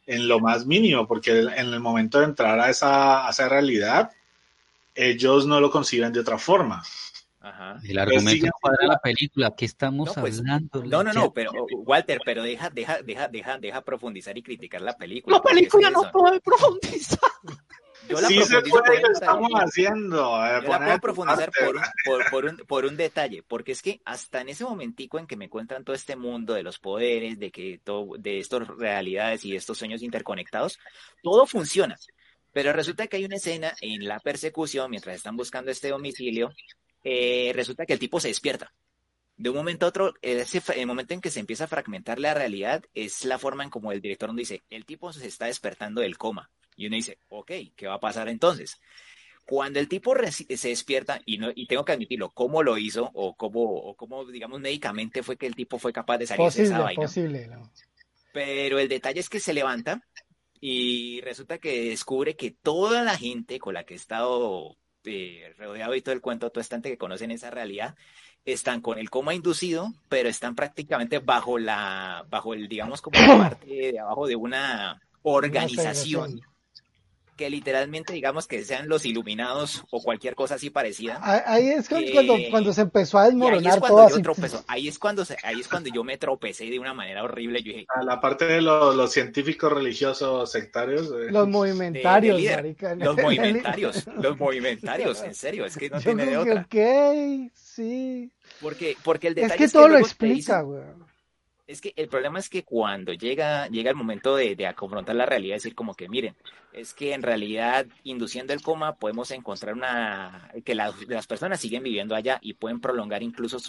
en lo más mínimo, porque en el momento de entrar a esa realidad, ellos no lo conciben de otra forma. Ajá. El argumento no cuadra la película, ¿qué estamos hablando? No, pero Walter, pero deja profundizar y criticar la película. La película no puede profundizar. Yo la sí se puede, lo estamos haciendo. Yo la puedo profundizar por un detalle, porque es que hasta en ese momentico en que me cuentan todo este mundo de los poderes, de estas realidades y de estos sueños interconectados, todo funciona. Pero resulta que hay una escena en la persecución, mientras están buscando este domicilio, resulta que el tipo se despierta. De un momento a otro, el momento en que se empieza a fragmentar la realidad es la forma en como el director nos dice, el tipo se está despertando del coma. Y uno dice, ok, ¿qué va a pasar entonces? Cuando el tipo se despierta, y tengo que admitirlo, cómo lo hizo, o cómo, digamos, médicamente fue que el tipo fue capaz de salirse de esa vaina. Posible, ¿no? Pero el detalle es que se levanta y resulta que descubre que toda la gente con la que ha estado rodeado y todo el cuento, toda esta gente que conocen esa realidad, están con el coma inducido, pero están prácticamente bajo el, digamos, como la parte de abajo de una organización que literalmente, digamos, que sean los iluminados o cualquier cosa así parecida. Ahí es cuando se empezó a desmoronar todo así. Ahí es cuando yo me tropecé de una manera horrible. Yo dije, la parte de los científicos religiosos sectarios. Los movimentarios, marica. Los movimentarios, en serio, es que no tiene de otra. Ok, sí. Porque el detalle es que todo lo explica, güey. Es que el problema es que cuando llega el momento de confrontar la realidad, decir como que miren, es que en realidad induciendo el coma podemos encontrar que las personas siguen viviendo allá y pueden prolongar incluso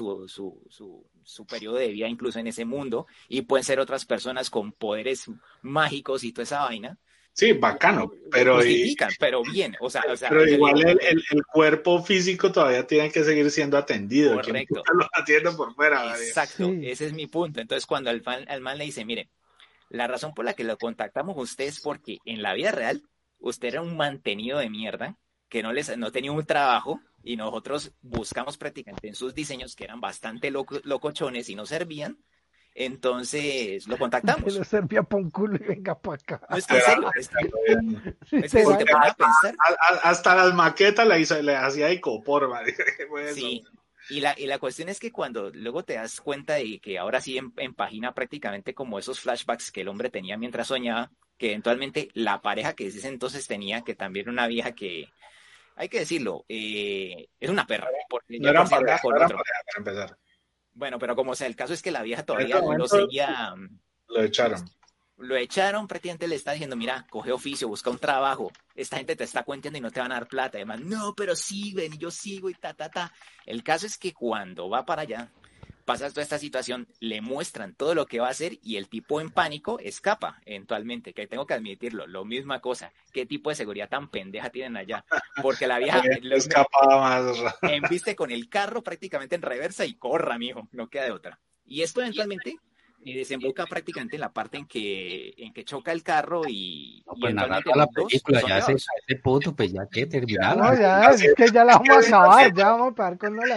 su periodo de vida incluso en ese mundo y pueden ser otras personas con poderes mágicos y toda esa vaina. Sí, bacano, pero pero bien, o sea, pero igual el cuerpo físico todavía tiene que seguir siendo atendido. Correcto. Lo atiende por fuera. Exacto, sí. Ese es mi punto. Entonces, cuando al man le dice, mire, la razón por la que lo contactamos a usted es porque en la vida real usted era un mantenido de mierda que no tenía un trabajo y nosotros buscamos prácticamente en sus diseños que eran bastante locochones y no servían. Entonces lo contactamos. Que lo servía para un culo y venga para acá. No, es que en serio. Es que si te pones a pensar. Hasta las maquetas le hacía icopor, sí. Y la cuestión es que cuando luego te das cuenta de que ahora sí empagina prácticamente como esos flashbacks que el hombre tenía mientras soñaba, que eventualmente la pareja que desde entonces tenía, que también era una vieja que, hay que decirlo, era una perra. Porque no era pareja para empezar. Bueno, pero como sea, el caso es que la vieja todavía lo seguía. Lo echaron. Lo echaron, prácticamente le está diciendo, mira, coge oficio, busca un trabajo. Esta gente te está cuenteando y no te van a dar plata. Además, no, pero sí, ven, y yo sigo y ta. El caso es que cuando va para allá, pasa toda esta situación, le muestran todo lo que va a hacer y el tipo en pánico escapa eventualmente, que tengo que admitirlo, lo misma cosa. ¿Qué tipo de seguridad tan pendeja tienen allá? Porque la vieja escapaba más. Embiste con el carro prácticamente en reversa y corra, mijo, no queda de otra. Y esto eventualmente desemboca prácticamente en la parte en que choca el carro y eventualmente la película ya a ese punto, pues ya que terminar. No, ya, es que ya la vamos a acabar, ya vamos a parar con Nolan.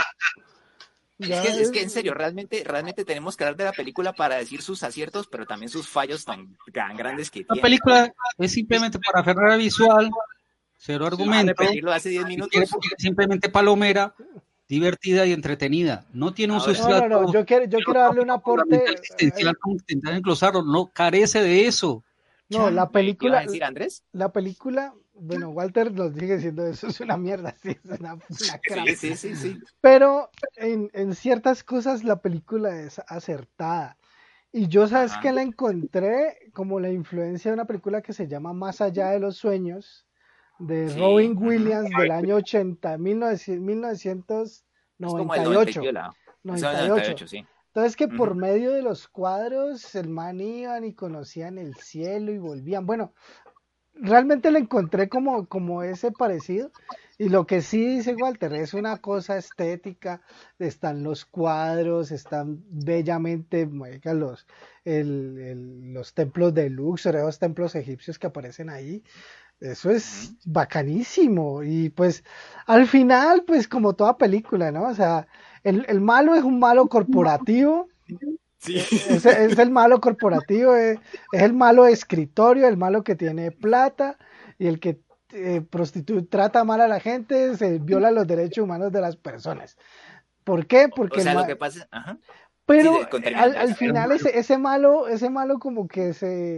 Es que en serio, realmente tenemos que hablar de la película para decir sus aciertos, pero también sus fallos tan grandes que tiene. La película es simplemente para ferrar visual, cero argumento. Repetirlo hace 10 minutos. Simplemente palomera, divertida y entretenida. No tiene un sustrato. No, yo quiero darle un aporte. Intentar enclosarlo, no carece de eso. No, la película. ¿Qué iba a decir, Andrés? La película. Bueno, Walter nos sigue diciendo eso, es una mierda, sí, es una crack. Sí. Pero en ciertas cosas la película es acertada. Y yo, ¿sabes qué? La encontré como la influencia de una película que se llama Más allá de los sueños, de Robin Williams, del año 1998. Es como el 98, sí. Entonces que por medio de los cuadros el man iban y conocían el cielo y volvían. Bueno, realmente le encontré como ese parecido. Y lo que sí dice Walter es una cosa estética, están los cuadros, están bellamente los templos de Luxor, los templos egipcios que aparecen ahí. Eso es bacanísimo. Y pues al final, pues como toda película, ¿no? O sea, el malo es un malo corporativo Sí. Es el malo corporativo, es el malo de escritorio, el malo que tiene plata y el que trata mal a la gente, se viola los derechos humanos de las personas. ¿Por qué? Porque O sea, lo que pasa, ajá. pero Sí, termina, al Andrés. final ese malo como que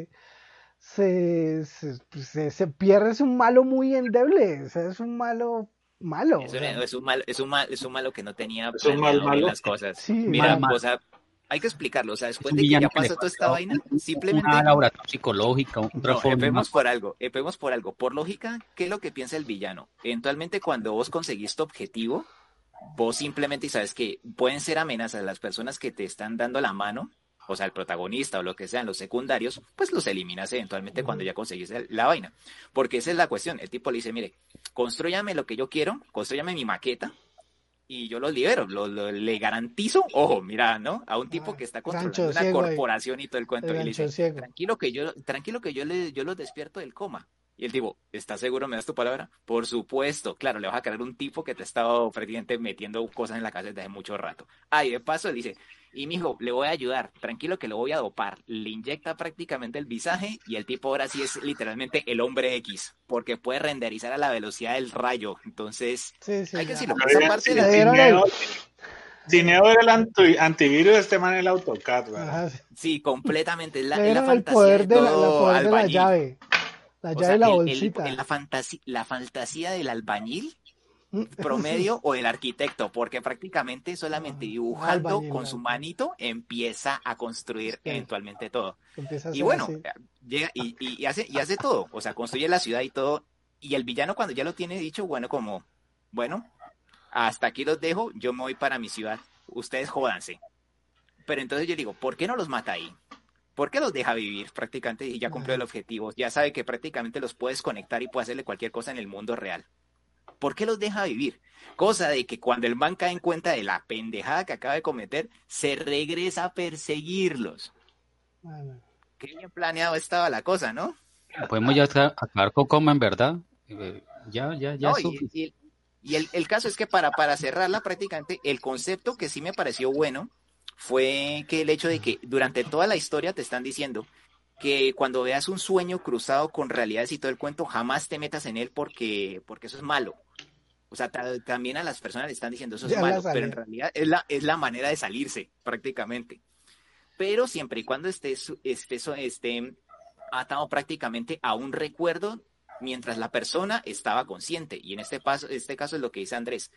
se pierde, es un malo muy endeble, o sea, es un malo malo. Es O sea, es un malo que no tenía Es un mal planeado bien malo. las cosas. sí, Mira, mal, o sea, hay que explicarlo. O sea, es después un de que ya villano que le pasó toda esta falta vaina, una simplemente elaboración psicológica, un no, trasfondo. empecemos por algo. Por lógica, ¿qué es lo que piensa el villano? Eventualmente, cuando vos conseguís tu objetivo, vos simplemente, y sabes que pueden ser amenazas las personas que te están dando la mano, o sea, el protagonista o lo que sean los secundarios, pues los eliminas eventualmente cuando ya conseguís la vaina. Porque esa es la cuestión. El tipo le dice, mire, constrúyame lo que yo quiero, constrúyame mi maqueta, y yo los libero, le garantizo, ojo, mira, ¿no? A un tipo que está controlando gancho una ciego ahí, corporación y todo el cuento, el y le gancho dice, ciego. tranquilo que yo los despierto del coma. Y el tipo, ¿estás seguro? ¿Me das tu palabra? Por supuesto, claro, le vas a creer un tipo que te ha estado prácticamente metiendo cosas en la cabeza desde hace mucho rato. Ah, y de paso le dice, y mijo, le voy a ayudar, tranquilo que lo voy a dopar. Le inyecta prácticamente el visaje y el tipo ahora sí es literalmente el hombre X, porque puede renderizar a la velocidad del rayo. Entonces, Sí, sí, hay que ya. decirlo, esa parte de Le la... dieron el... Si Neo era el antivirus, este man el AutoCAD, ¿verdad? Ajá, sí. Sí, completamente, Le es la dieron el fantasía poder de de la todo poder de la albañil. llave. La O llave y sea, la bolsita. la fantasía del albañil Sí. promedio o el arquitecto, porque prácticamente solamente dibujando Albañil, con su manito empieza a construir sí, eventualmente todo. empieza a Y ser bueno, así. llega y hace todo, o sea, construye la ciudad y todo. Y el villano cuando ya lo tiene dicho, bueno, como, bueno, hasta aquí los dejo, yo me voy para mi ciudad, ustedes jódanse. Pero entonces yo digo, ¿por qué no los mata ahí? ¿Por qué los deja vivir prácticamente y ya cumplió el objetivo? Ya sabe que prácticamente los puedes conectar y puede hacerle cualquier cosa en el mundo real. ¿Por qué los deja vivir? Cosa de que cuando el man cae en cuenta de la pendejada que acaba de cometer, se regresa a perseguirlos. Bueno, Qué bien planeado estaba la cosa, ¿no? Podemos ya acabar con coma, en verdad. Ya No, es suficiente. y el caso es que para cerrarla prácticamente, el concepto que sí me pareció bueno fue que el hecho de que durante toda la historia te están diciendo que cuando veas un sueño cruzado con realidades y todo el cuento, jamás te metas en él porque eso es malo. O sea, también a las personas le están diciendo eso es ya la malo, pero en salió. realidad es la manera de salirse prácticamente. Pero siempre y cuando esté atado prácticamente a un recuerdo mientras la persona estaba consciente. Y en este caso es lo que dice Andrés.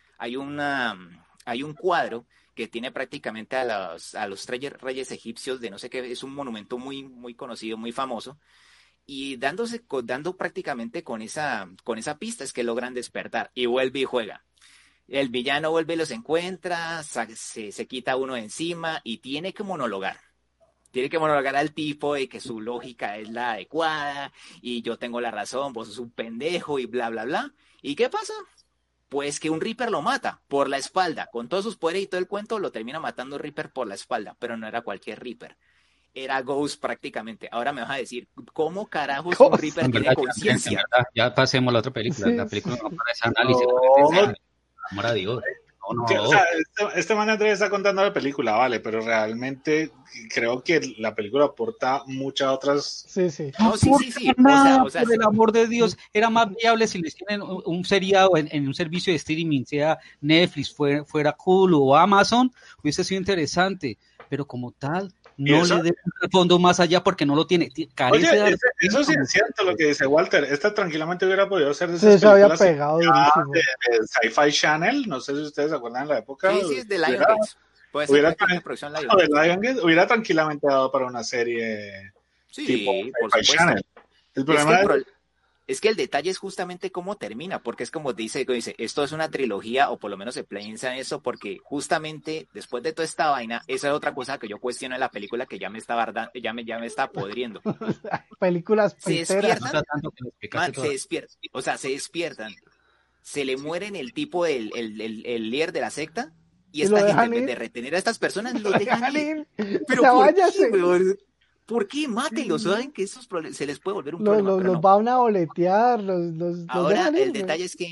Hay un cuadro que tiene prácticamente a los reyes egipcios de no sé qué, es un monumento muy, muy conocido, muy famoso. Y dando prácticamente con esa pista es que logran despertar y vuelve y juega. El villano vuelve y los encuentra, se quita uno de encima y tiene que monologar. Tiene que monologar al tipo de que su lógica es la adecuada y yo tengo la razón, vos sos un pendejo y bla, bla, bla. ¿Y qué pasa? Pues que un Reaper lo mata por la espalda. Con todos sus poderes y todo el cuento, lo termina matando Reaper por la espalda. Pero no era cualquier Reaper. Era Ghost prácticamente. Ahora me vas a decir, ¿cómo carajos un Reaper En tiene verdad, conciencia? ya pasemos a la otra película. Sí, La sí. película no para ese análisis. No, Amor a Dios. No, o sea, este man Andrés está contando la película, vale, pero realmente creo que la película aporta muchas otras. Sí, sí. No, sí. Nada, O sea, por el amor de Dios, era más viable si les tienen un seriado en un servicio de streaming, sea Netflix, fuera Hulu o Amazon, hubiese sido interesante, pero como tal, no le den un fondo más allá porque no lo tiene. Carece Oye, de eso sí es cierto lo que dice Walter. Esta tranquilamente hubiera podido ser de Sí, esas se había películas pegado durísimo. de Sci-Fi Channel. No sé si ustedes se acuerdan de la época. sí, es de Lionsgate. Puede ser cualquier producción Lionsgate. Hubiera tranquilamente dado para una serie tipo Sí, por Sci-Fi supuesto. Channel. El Y problema es que el detalle es justamente cómo termina, porque es como dice, esto es una trilogía, o por lo menos se piensa en eso, porque justamente después de toda esta vaina, esa es otra cosa que yo cuestiono en la película que ya me está ya me está podriendo. Películas Se piteras. despiertan, o sea, se despiertan, se le mueren el tipo, el líder de la secta, y Y lo esta gente, dejan en vez ir. de retener a estas personas, Lo los dejan dejan ir. ir. ¿Pero Ya por váyase. qué, weón? ¿Por qué? Mátelos, saben que se les puede volver un problema, pero Los no. van a boletear, los Ahora, dejan ir, el güey. detalle es que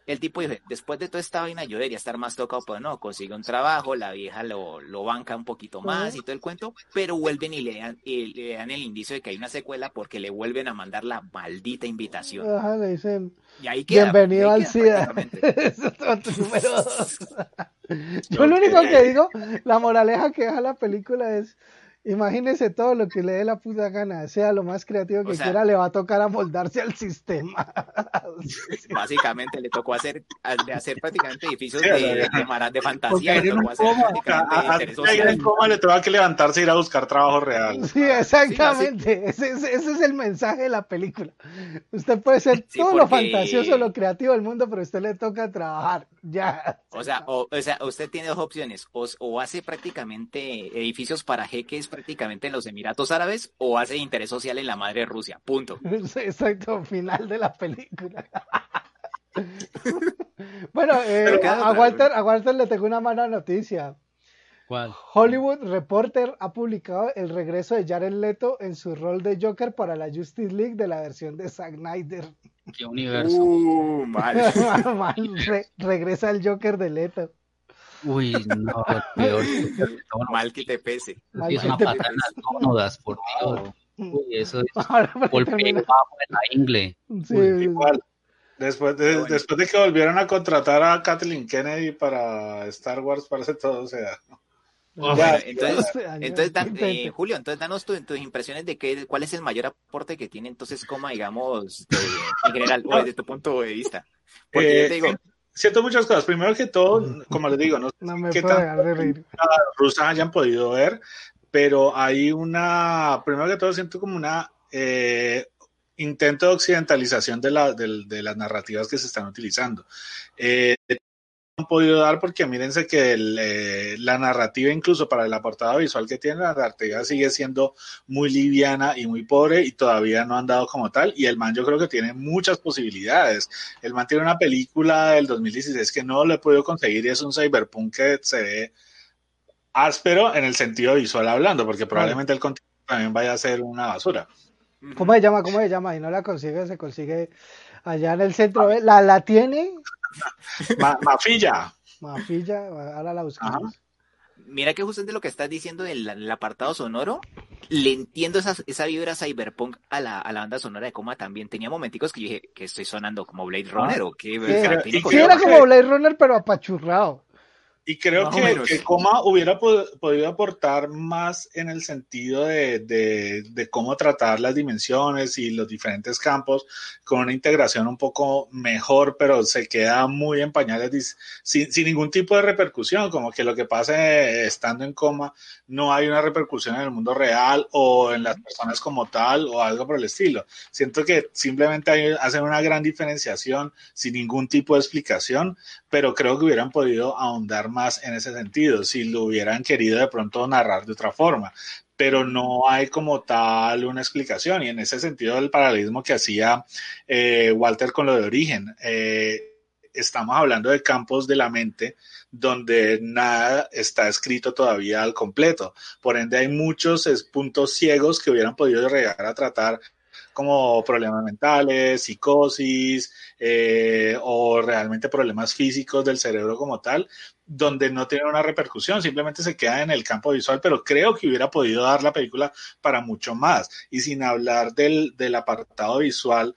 el tipo dijo, después de toda esta vaina yo debería estar más tocado, pero no, consigue un trabajo, la vieja lo banca un poquito más y todo el cuento, pero vuelven y le dan el indicio de que hay una secuela porque le vuelven a mandar la maldita invitación. Ajá, le dicen, Y ahí queda, bienvenido ahí al queda SIDA. prácticamente. Eso es todo tu número 2. Yo lo único que digo, la moraleja que deja la película es, imagínese todo lo que le dé la puta gana, sea lo más creativo que quiera, le va a tocar amoldarse al sistema. Básicamente le tocó hacer prácticamente edificios de fantasía, le tocó hacer prácticamente interés social. En coma le toca que levantarse e ir a buscar trabajo real. Sí, exactamente, sí, ese es el mensaje de la película. Usted puede ser todo lo fantasioso, lo creativo del mundo, pero a usted le toca trabajar, ya. O sea, usted tiene dos opciones, o hace prácticamente edificios para jeques prácticamente en los Emiratos Árabes, o hace interés social en la madre Rusia, punto. Exacto, final de la película. Bueno, a Walter le tengo una mala noticia. ¿Cuál? Hollywood Reporter ha publicado el regreso de Jared Leto en su rol de Joker para la Justice League de la versión de Zack Snyder. ¿Qué universo? Mal. Regresa el Joker de Leto. Uy, no, peor. Mal que te pese. Es una patada en las nónodas, por Dios. Uy, eso es golpeo bajo en la ingle. Sí. Igual. Después de que volvieron a contratar a Kathleen Kennedy para Star Wars, parece todo, o sea. Bueno, entonces Julio, entonces danos tus impresiones de cuál es el mayor aporte que tiene entonces Coma, digamos, en general, o desde tu punto de vista. Porque yo te digo, siento muchas cosas. Primero que todo, como les digo, no sé qué tan rusas hayan podido ver, pero hay primero que todo siento como una intento de occidentalización de las narrativas que se están utilizando. Han podido dar porque mírense que la narrativa, incluso para la portada visual que tiene, la narrativa sigue siendo muy liviana y muy pobre y todavía no han dado como tal, y el man yo creo que tiene muchas posibilidades. El man tiene una película del 2016 que no lo he podido conseguir y es un cyberpunk que se ve áspero en el sentido visual hablando, porque probablemente el contenido también vaya a ser una basura. ¿Cómo se llama? Y no la consigue, se consigue allá en el centro. ¿La tiene? Mafilla, ahora la buscamos. Ajá. Mira que justamente lo que estás diciendo del apartado sonoro, le entiendo esa vibra cyberpunk a la banda sonora de Coma también. Tenía momenticos que yo dije, que estoy sonando como Blade Runner o qué. Sí, era como Blade Runner, pero apachurrado. Y creo que Coma hubiera podido aportar más en el sentido de cómo tratar las dimensiones y los diferentes campos con una integración un poco mejor, pero se queda muy en pañales sin ningún tipo de repercusión, como que lo que pase estando en Coma no hay una repercusión en el mundo real o en las personas como tal o algo por el estilo. Siento que simplemente hacen una gran diferenciación sin ningún tipo de explicación, pero creo que hubieran podido ahondar más en ese sentido, si lo hubieran querido de pronto narrar de otra forma, pero no hay como tal una explicación, y en ese sentido el paralelismo que hacía Walter con lo de Origen, estamos hablando de campos de la mente donde nada está escrito todavía al completo, por ende hay muchos puntos ciegos que hubieran podido llegar a tratar como problemas mentales, psicosis o realmente problemas físicos del cerebro como tal, donde no tiene una repercusión, simplemente se queda en el campo visual, pero creo que hubiera podido dar la película para mucho más. Y sin hablar del apartado visual,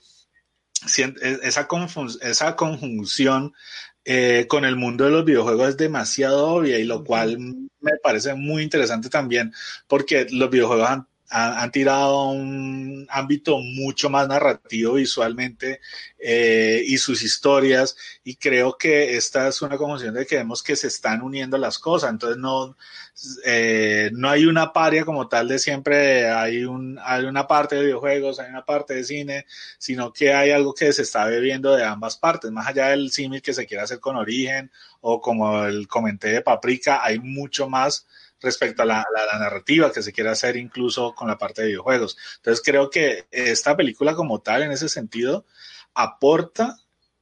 esa conjunción con el mundo de los videojuegos es demasiado obvia, y lo cual me parece muy interesante también, porque los videojuegos han tirado a un ámbito mucho más narrativo visualmente y sus historias, y creo que esta es una conjunción de que vemos que se están uniendo las cosas, entonces no hay una paria como tal de siempre hay una parte de videojuegos, hay una parte de cine, sino que hay algo que se está bebiendo de ambas partes, más allá del símil que se quiere hacer con Origen o como el comenté de Paprika, hay mucho más respecto a la narrativa que se quiere hacer incluso con la parte de videojuegos. Entonces creo que esta película como tal, en ese sentido, aporta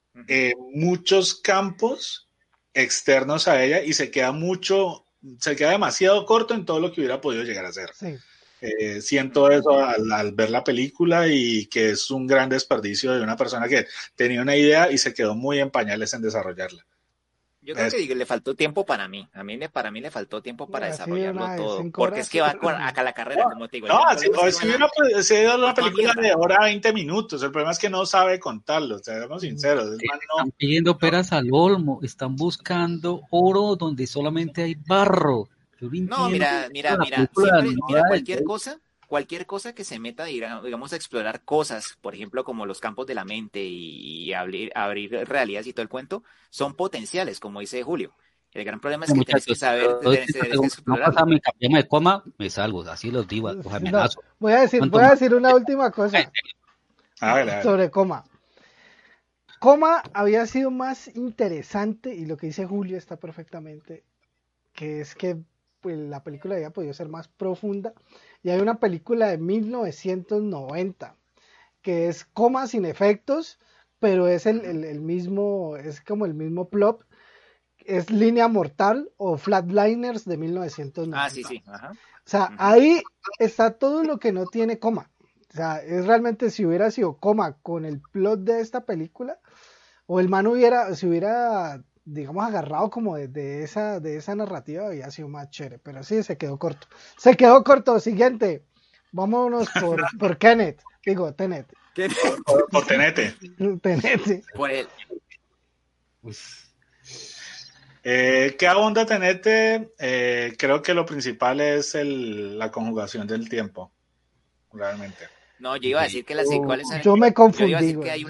muchos campos externos a ella y se queda demasiado corto en todo lo que hubiera podido llegar a ser. Sí. Siento eso al ver la película y que es un gran desperdicio de una persona que tenía una idea y se quedó muy en pañales en desarrollarla. Yo creo que le faltó tiempo para mí. Para mí le faltó tiempo para desarrollarlo todo. Porque es que va acá la carrera, como te digo. No, si es una película de hora 20 minutos. El problema es que no sabe contarlo, seamos sinceros. Están pidiendo peras al olmo, están buscando oro donde solamente hay barro. No, mira, cualquier cosa que se meta, digamos, a explorar cosas, por ejemplo, como los campos de la mente y abrir realidades y todo el cuento, son potenciales, como dice Julio. El gran problema es que tienes que saber, tienes que explorar. No, mi cambiamos de coma, me salgo, así los digo, los amenazo. No, voy a decir una última cosa sobre Coma. Coma había sido más interesante, y lo que dice Julio está perfectamente, que es que pues, la película había podido ser más profunda. Y hay una película de 1990 que es Coma sin efectos, pero es el mismo, es como el mismo plot. Es Línea Mortal o Flatliners de 1990. Ah, sí. Ajá. O sea, ahí está todo lo que no tiene Coma. O sea, es realmente si hubiera sido Coma con el plot de esta película, o el man se hubiera, digamos, agarrado como de esa narrativa, había sido más chévere. Pero sí, se quedó corto. Siguiente. Vámonos por Tenet. Digo, Tenet. Por Tenete. Tenet. Por él. ¿Qué abunda Tenete? Creo que lo principal es la conjugación del tiempo, realmente. No, yo iba a decir que yo me confundí. Yo iba a decir que hay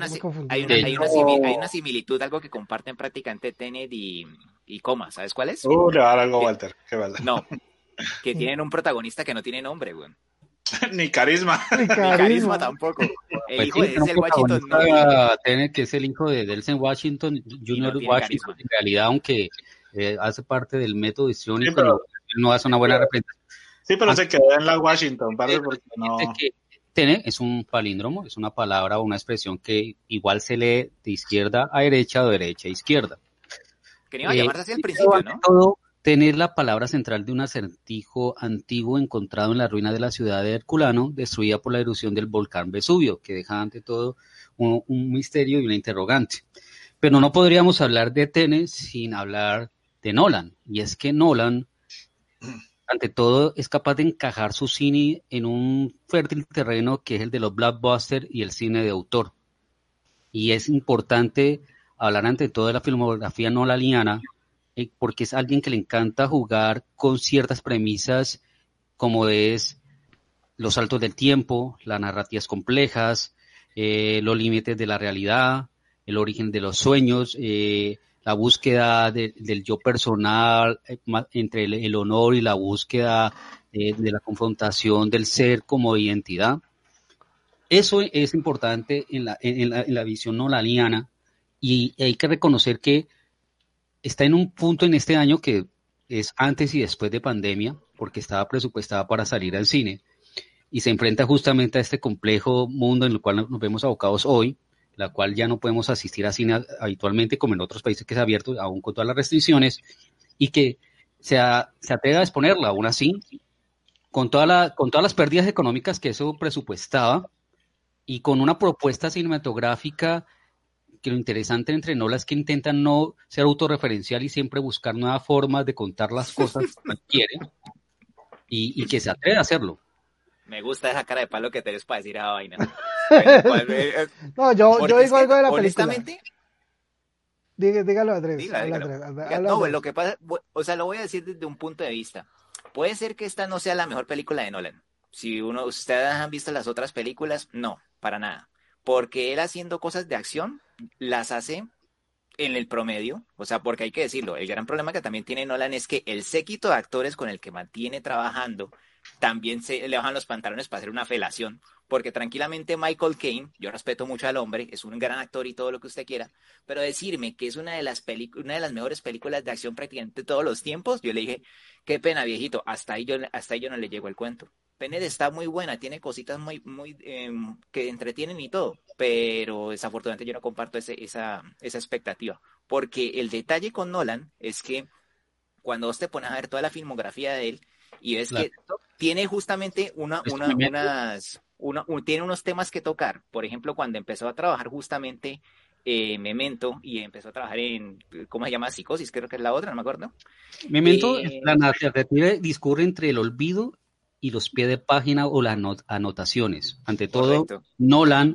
una similitud, algo que comparten prácticamente Tenet y Coma. ¿Sabes cuál es? Le va a dar algo, Walter. Qué verdad. No, que tienen un protagonista que no tiene nombre, güey. Ni carisma. Ni carisma tampoco. El hijo de Denzel Washington Tenet, que es el hijo de Denzel Washington, Junior Washington, en realidad, aunque hace parte del método histriónico, pero no hace una buena representación. Sí, pero se quedó en la Washington, porque no... Tenet es un palíndromo, es una palabra o una expresión que igual se lee de izquierda a derecha o de derecha a izquierda. Que iba a llamarse así al principio, ¿no? Todo, tener la palabra central de un acertijo antiguo encontrado en la ruina de la ciudad de Herculano, destruida por la erupción del volcán Vesubio, que deja ante todo un misterio y una interrogante. Pero no podríamos hablar de Tenet sin hablar de Nolan, y es que Nolan, ante todo, es capaz de encajar su cine en un fértil terreno que es el de los blockbusters y el cine de autor. Y es importante hablar ante todo de la filmografía nolaniana, porque es alguien que le encanta jugar con ciertas premisas como es los saltos del tiempo, las narrativas complejas, los límites de la realidad, el origen de los sueños, la búsqueda del yo personal entre el honor y la búsqueda de la confrontación del ser como identidad. Eso es importante en la visión nolaniana, y hay que reconocer que está en un punto en este año que es antes y después de pandemia, porque estaba presupuestada para salir al cine, y se enfrenta justamente a este complejo mundo en el cual nos vemos abocados hoy, la cual ya no podemos asistir a cine habitualmente como en otros países que se ha abierto, aún con todas las restricciones, y que se atreve a exponerla, aún así, con todas las pérdidas económicas que eso presupuestaba, y con una propuesta cinematográfica que lo interesante entre Nolan es que intentan no ser autorreferencial y siempre buscar nuevas formas de contar las cosas que quiere, y que se atreve a hacerlo. Me gusta esa cara de palo que tenés para decir a vaina. No, yo digo algo de la película. Honestamente, dígalo, Andrés. No, lo que pasa, o sea, lo voy a decir desde un punto de vista. Puede ser que esta no sea la mejor película de Nolan. Si ustedes han visto las otras películas, no, para nada. Porque él haciendo cosas de acción, las hace en el promedio, o sea, porque hay que decirlo, el gran problema que también tiene Nolan es que el séquito de actores con el que mantiene trabajando también le bajan los pantalones para hacer una felación, porque tranquilamente Michael Caine, yo respeto mucho al hombre, es un gran actor y todo lo que usted quiera, pero decirme que es una de las mejores películas de acción prácticamente de todos los tiempos, yo le dije, qué pena, viejito, hasta ahí yo no le llego el cuento. Tenet está muy buena, tiene cositas muy que entretienen y todo, pero desafortunadamente yo no comparto esa expectativa, porque el detalle con Nolan es que cuando vos te pones a ver toda la filmografía de él y ves que tiene justamente tiene unos temas que tocar. Por ejemplo, cuando empezó a trabajar justamente Memento y empezó a trabajar en, ¿cómo se llama? Psicosis, creo que es la otra, no me acuerdo. Memento, la narrativa discurre entre el olvido y los pies de página o las anotaciones. Ante todo, correcto. Nolan,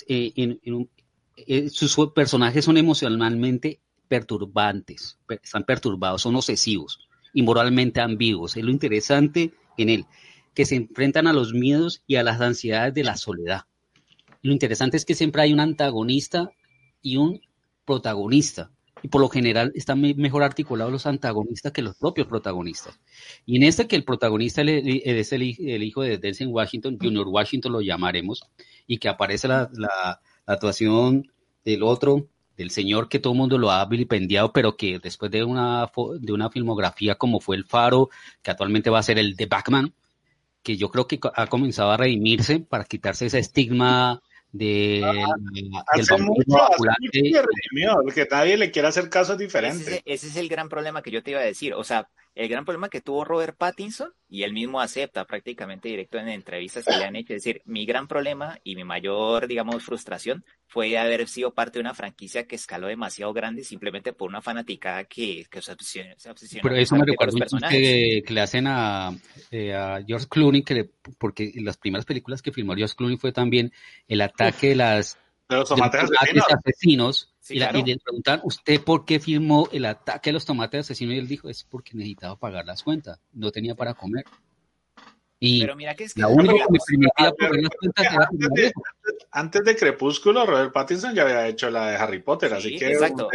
sus personajes son emocionalmente perturbantes, están perturbados, son obsesivos y moralmente ambiguos. Es lo interesante en él, que se enfrentan a los miedos y a las ansiedades de la soledad. Lo interesante es que siempre hay un antagonista y un protagonista. Y por lo general están mejor articulados los antagonistas que los propios protagonistas. Y en este que el protagonista es el hijo de Denzel Washington, Junior Washington lo llamaremos, y que aparece la actuación del señor que todo el mundo lo ha vilipendiado, pero que después de una filmografía como fue El Faro, que actualmente va a ser el de Batman, que yo creo que ha comenzado a redimirse para quitarse ese estigma del vampirismo porque nadie le quiere hacer caso diferente. Ese es el gran problema que yo te iba a decir. O sea, el gran problema que tuvo Robert Pattinson, y él mismo acepta prácticamente directo en entrevistas que le han hecho, es decir, mi gran problema y mi mayor, digamos, frustración fue haber sido parte de una franquicia que escaló demasiado grande simplemente por una fanaticada que se obsesionó. Pero eso me recuerda un chiste que le hacen a George Clooney, porque en las primeras películas que filmó George Clooney fue también el ataque de los tomates asesinos. Sí, claro. Y le preguntan, ¿usted por qué filmó el ataque a los tomates asesinos? Y él dijo, es porque necesitaba pagar las cuentas, no tenía para comer. Y pero mira que es que la única que me permitía pagar las cuentas era antes de Crepúsculo, Robert Pattinson ya había hecho la de Harry Potter, sí, así que... Exacto.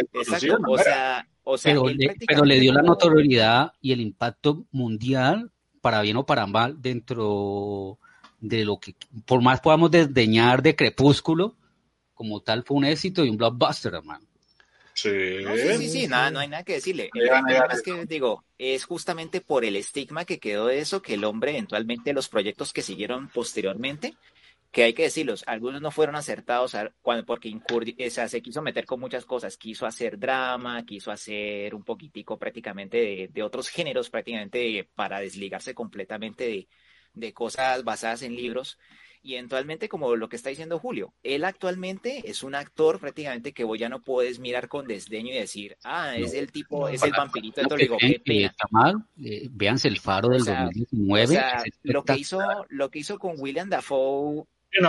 O sea pero le dio la notoriedad y el impacto mundial, para bien o para mal, dentro de lo que, por más podamos desdeñar de Crepúsculo, como tal fue un éxito y un blockbuster, hermano. Sí. Sí, nada, no hay nada que decirle. El problema es que, digo, es justamente por el estigma que quedó de eso que el hombre eventualmente, los proyectos que siguieron posteriormente, que hay que decirlos, algunos no fueron acertados porque se quiso meter con muchas cosas, quiso hacer drama, quiso hacer un poquitico prácticamente de otros géneros prácticamente para desligarse completamente de cosas basadas en libros. Y eventualmente, como lo que está diciendo Julio, él actualmente es un actor prácticamente que vos ya no puedes mirar con desdeño y decir, es el tipo, es el vampirito. Entonces digo, qué pena. Está mal, véanse El Faro del 2019. O sea, lo que hizo con William Dafoe,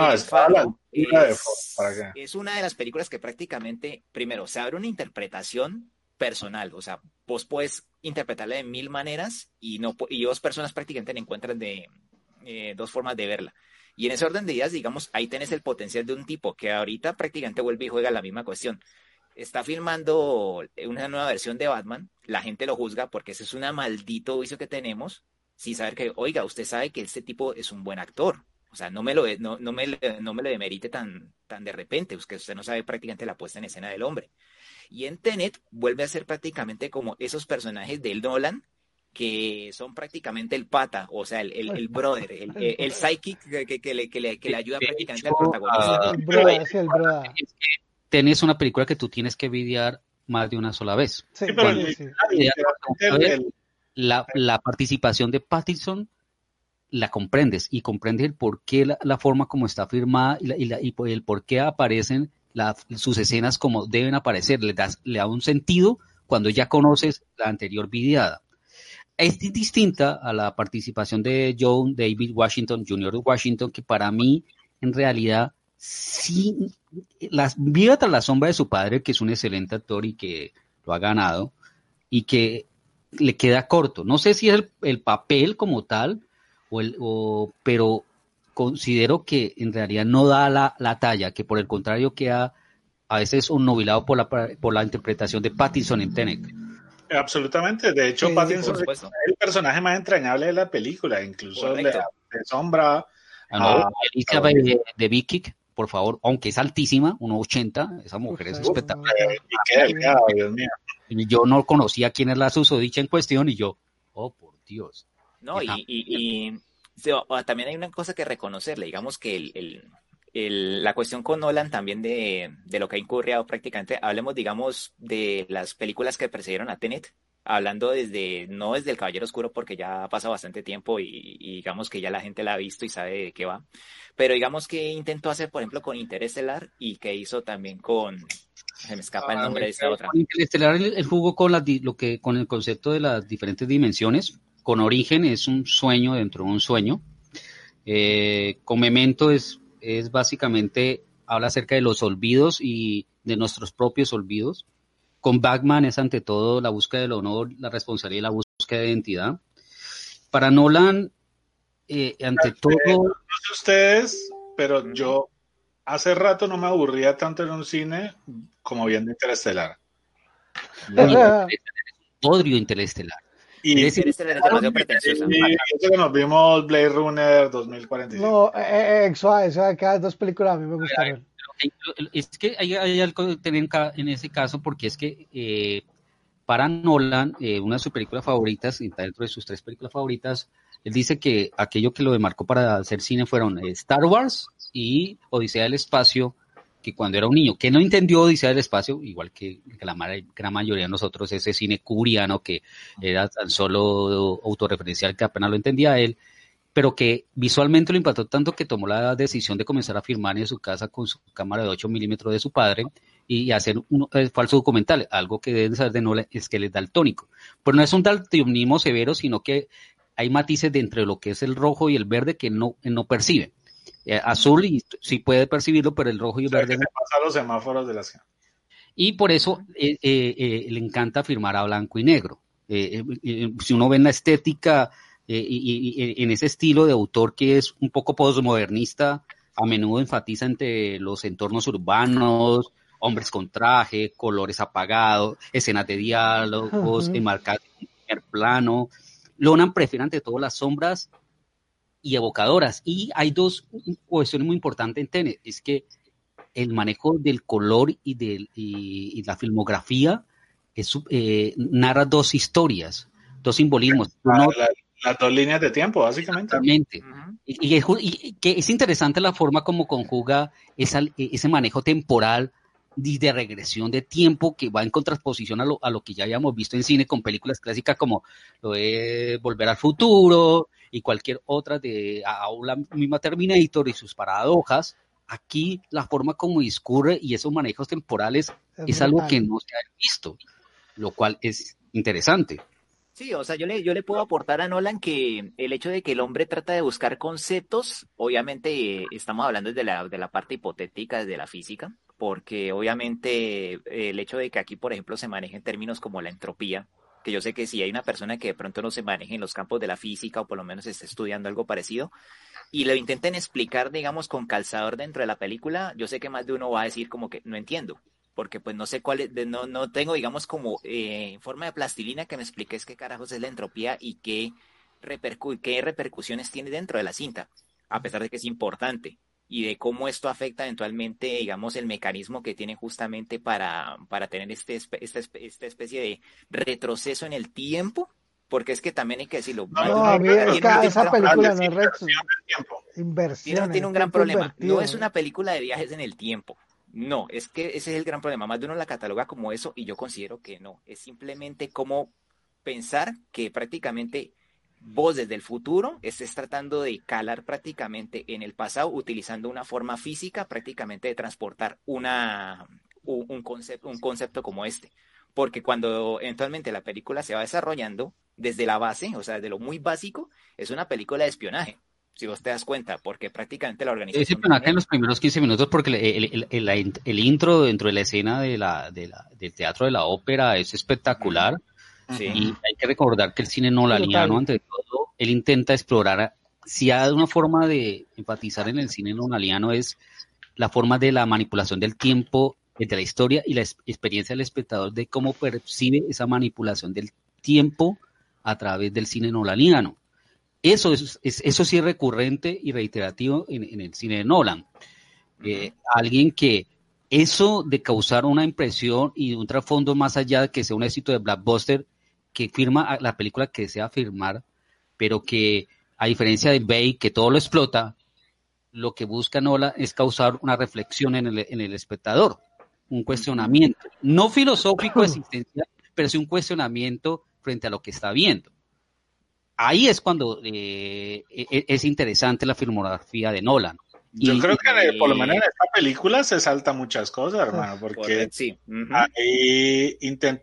es una de las películas que prácticamente, primero, se abre una interpretación personal. O sea, vos puedes interpretarla de 1000 maneras y dos personas prácticamente encuentran dos formas de verla. Y en ese orden de ideas, digamos, ahí tenés el potencial de un tipo que ahorita prácticamente vuelve y juega la misma cuestión. Está filmando una nueva versión de Batman, la gente lo juzga porque ese es un maldito vicio que tenemos, sin saber que, oiga, usted sabe que este tipo es un buen actor. O sea, no me lo demerite tan de repente, es que usted no sabe prácticamente la puesta en escena del hombre. Y en Tenet vuelve a ser prácticamente como esos personajes del Nolan, que son prácticamente el pata, o sea, el brother, el psychic que le ayuda prácticamente al protagonista. El brother. Tenés una película que tú tienes que videar más de una sola vez. Sí, la participación de Pattinson la comprendes y comprendes el por qué la forma como está firmada y el por qué aparecen sus escenas como deben aparecer. Le da un sentido cuando ya conoces la anterior videada. Es distinta a la participación de John David Washington, Jr. Washington, que para mí, en realidad, sí, vive tras la sombra de su padre, que es un excelente actor y que lo ha ganado, y que le queda corto. No sé si es el papel como tal, pero considero que en realidad no da la talla, que por el contrario queda a veces obnubilado por la interpretación de Pattinson en Tenet. Absolutamente, de hecho Pattinson es el personaje más entrañable de la película, incluso de sombra. Alicia de Vicky, por favor, aunque es altísima, 1.80, esa mujer es espectacular. Dios mío. Yo no conocía quién es la susodicha en cuestión y yo, oh por Dios. No, también hay una cosa que reconocerle, digamos que la cuestión con Nolan también de lo que ha incurrido prácticamente, hablemos digamos de las películas que precedieron a Tenet, hablando no desde El Caballero Oscuro, porque ya ha pasado bastante tiempo y digamos que ya la gente la ha visto y sabe de qué va, pero digamos que intentó hacer, por ejemplo, con Interestelar y que hizo también se me escapa el nombre de esta otra. Con Interestelar él jugó con con el concepto de las diferentes dimensiones. Con Origen es un sueño dentro de un sueño. Con Memento es básicamente habla acerca de los olvidos y de nuestros propios olvidos. Con Batman es ante todo la búsqueda del honor, la responsabilidad y la búsqueda de identidad. Para Nolan, ante todo... No sé ustedes, pero yo hace rato no me aburría tanto en un cine como viendo Interestelar. Odio Interestelar. Y Interestelar es demasiado pretenciosa. Y eso que nos vimos Blade Runner 2045. No, suave, que las dos películas a mí me gustaron. Es que hay algo que tener en ese caso, porque es que para Nolan, una de sus películas favoritas, dentro de sus 3 películas favoritas, él dice que aquello que lo demarcó para hacer cine fueron Star Wars y Odisea del Espacio, que cuando era un niño, que no entendió Odisea del Espacio, igual que la gran mayoría de nosotros, ese cine kubriano que era tan solo autorreferencial que apenas lo entendía él, pero que visualmente lo impactó tanto que tomó la decisión de comenzar a filmar en su casa con su cámara de 8 milímetros de su padre y hacer un falso documental. Algo que deben saber de Nolan es que él es daltónico. Pero no es un daltonismo severo, sino que hay matices de lo que es el rojo y el verde que no percibe. Azul y sí puede percibirlo, pero el rojo y el verde no. Pasa los semáforos de la ciudad. Y por eso le encanta filmar a blanco y negro. Si uno ve en la estética y en ese estilo de autor que es un poco postmodernista, a menudo enfatiza entre los entornos urbanos, hombres con traje, colores apagados, escenas de diálogos, enmarcadas en primer plano. Nolan prefiere ante todo las sombras y evocadoras. Y hay 2 cuestiones muy importantes en Tenet, es que el manejo del color y la filmografía narra 2 historias, 2 simbolismos. Las 2 líneas de tiempo, básicamente. Exactamente. Y que es interesante la forma como conjuga ese manejo temporal y de regresión de tiempo que va en contraposición a lo que ya habíamos visto en cine con películas clásicas como lo de Volver al Futuro y cualquier otra de la misma Terminator y sus paradojas. Aquí la forma como discurre y esos manejos temporales es algo que no se ha visto, lo cual es interesante. Sí, o sea, yo le puedo aportar a Nolan que el hecho de que el hombre trata de buscar conceptos, obviamente estamos hablando de la parte hipotética, desde la física, porque obviamente el hecho de que aquí, por ejemplo, se manejen términos como la entropía, que yo sé que si hay una persona que de pronto no se maneje en los campos de la física o por lo menos esté estudiando algo parecido, y lo intenten explicar, digamos, con calzador dentro de la película, yo sé que más de uno va a decir como que no entiendo. Porque pues no sé cuál es, no tengo, digamos, como en forma de plastilina que me expliques qué carajos es la entropía y qué repercusiones tiene dentro de la cinta, a pesar de que es importante, y de cómo esto afecta eventualmente, digamos, el mecanismo que tiene justamente para tener esta especie de retroceso en el tiempo, porque es que también hay que decirlo. A mí esa película no es inversión. Tiene un gran problema, no es una película de viajes en el tiempo. No, es que ese es el gran problema. Más de uno la cataloga como eso y yo considero que no. Es simplemente como pensar que prácticamente vos desde el futuro estés tratando de calar prácticamente en el pasado utilizando una forma física prácticamente de transportar un concepto como este. Porque cuando eventualmente la película se va desarrollando desde la base, o sea, desde lo muy básico, es una película de espionaje. Si vos te das cuenta, porque prácticamente la organización... Ese personaje en los primeros 15 minutos, porque el intro dentro de la escena del teatro de la ópera es espectacular. Sí. Y hay que recordar que el cine nolaniano, ante todo, él intenta explorar, si hay una forma de enfatizar en el cine nolaniano es la forma de la manipulación del tiempo, de la historia y la experiencia del espectador de cómo percibe esa manipulación del tiempo a través del cine nolaniano. Eso sí es recurrente y reiterativo en el cine de Nolan. Alguien que eso de causar una impresión y un trasfondo más allá de que sea un éxito de blockbuster, que firma la película que desea firmar, pero que a diferencia de Bay, que todo lo explota, lo que busca Nolan es causar una reflexión en el espectador, un cuestionamiento, no filosófico existencial, pero sí un cuestionamiento frente a lo que está viendo. Ahí es cuando es interesante la filmografía de Nolan. Yo creo que por lo menos en esta película se salta muchas cosas, hermano, porque sí. ahí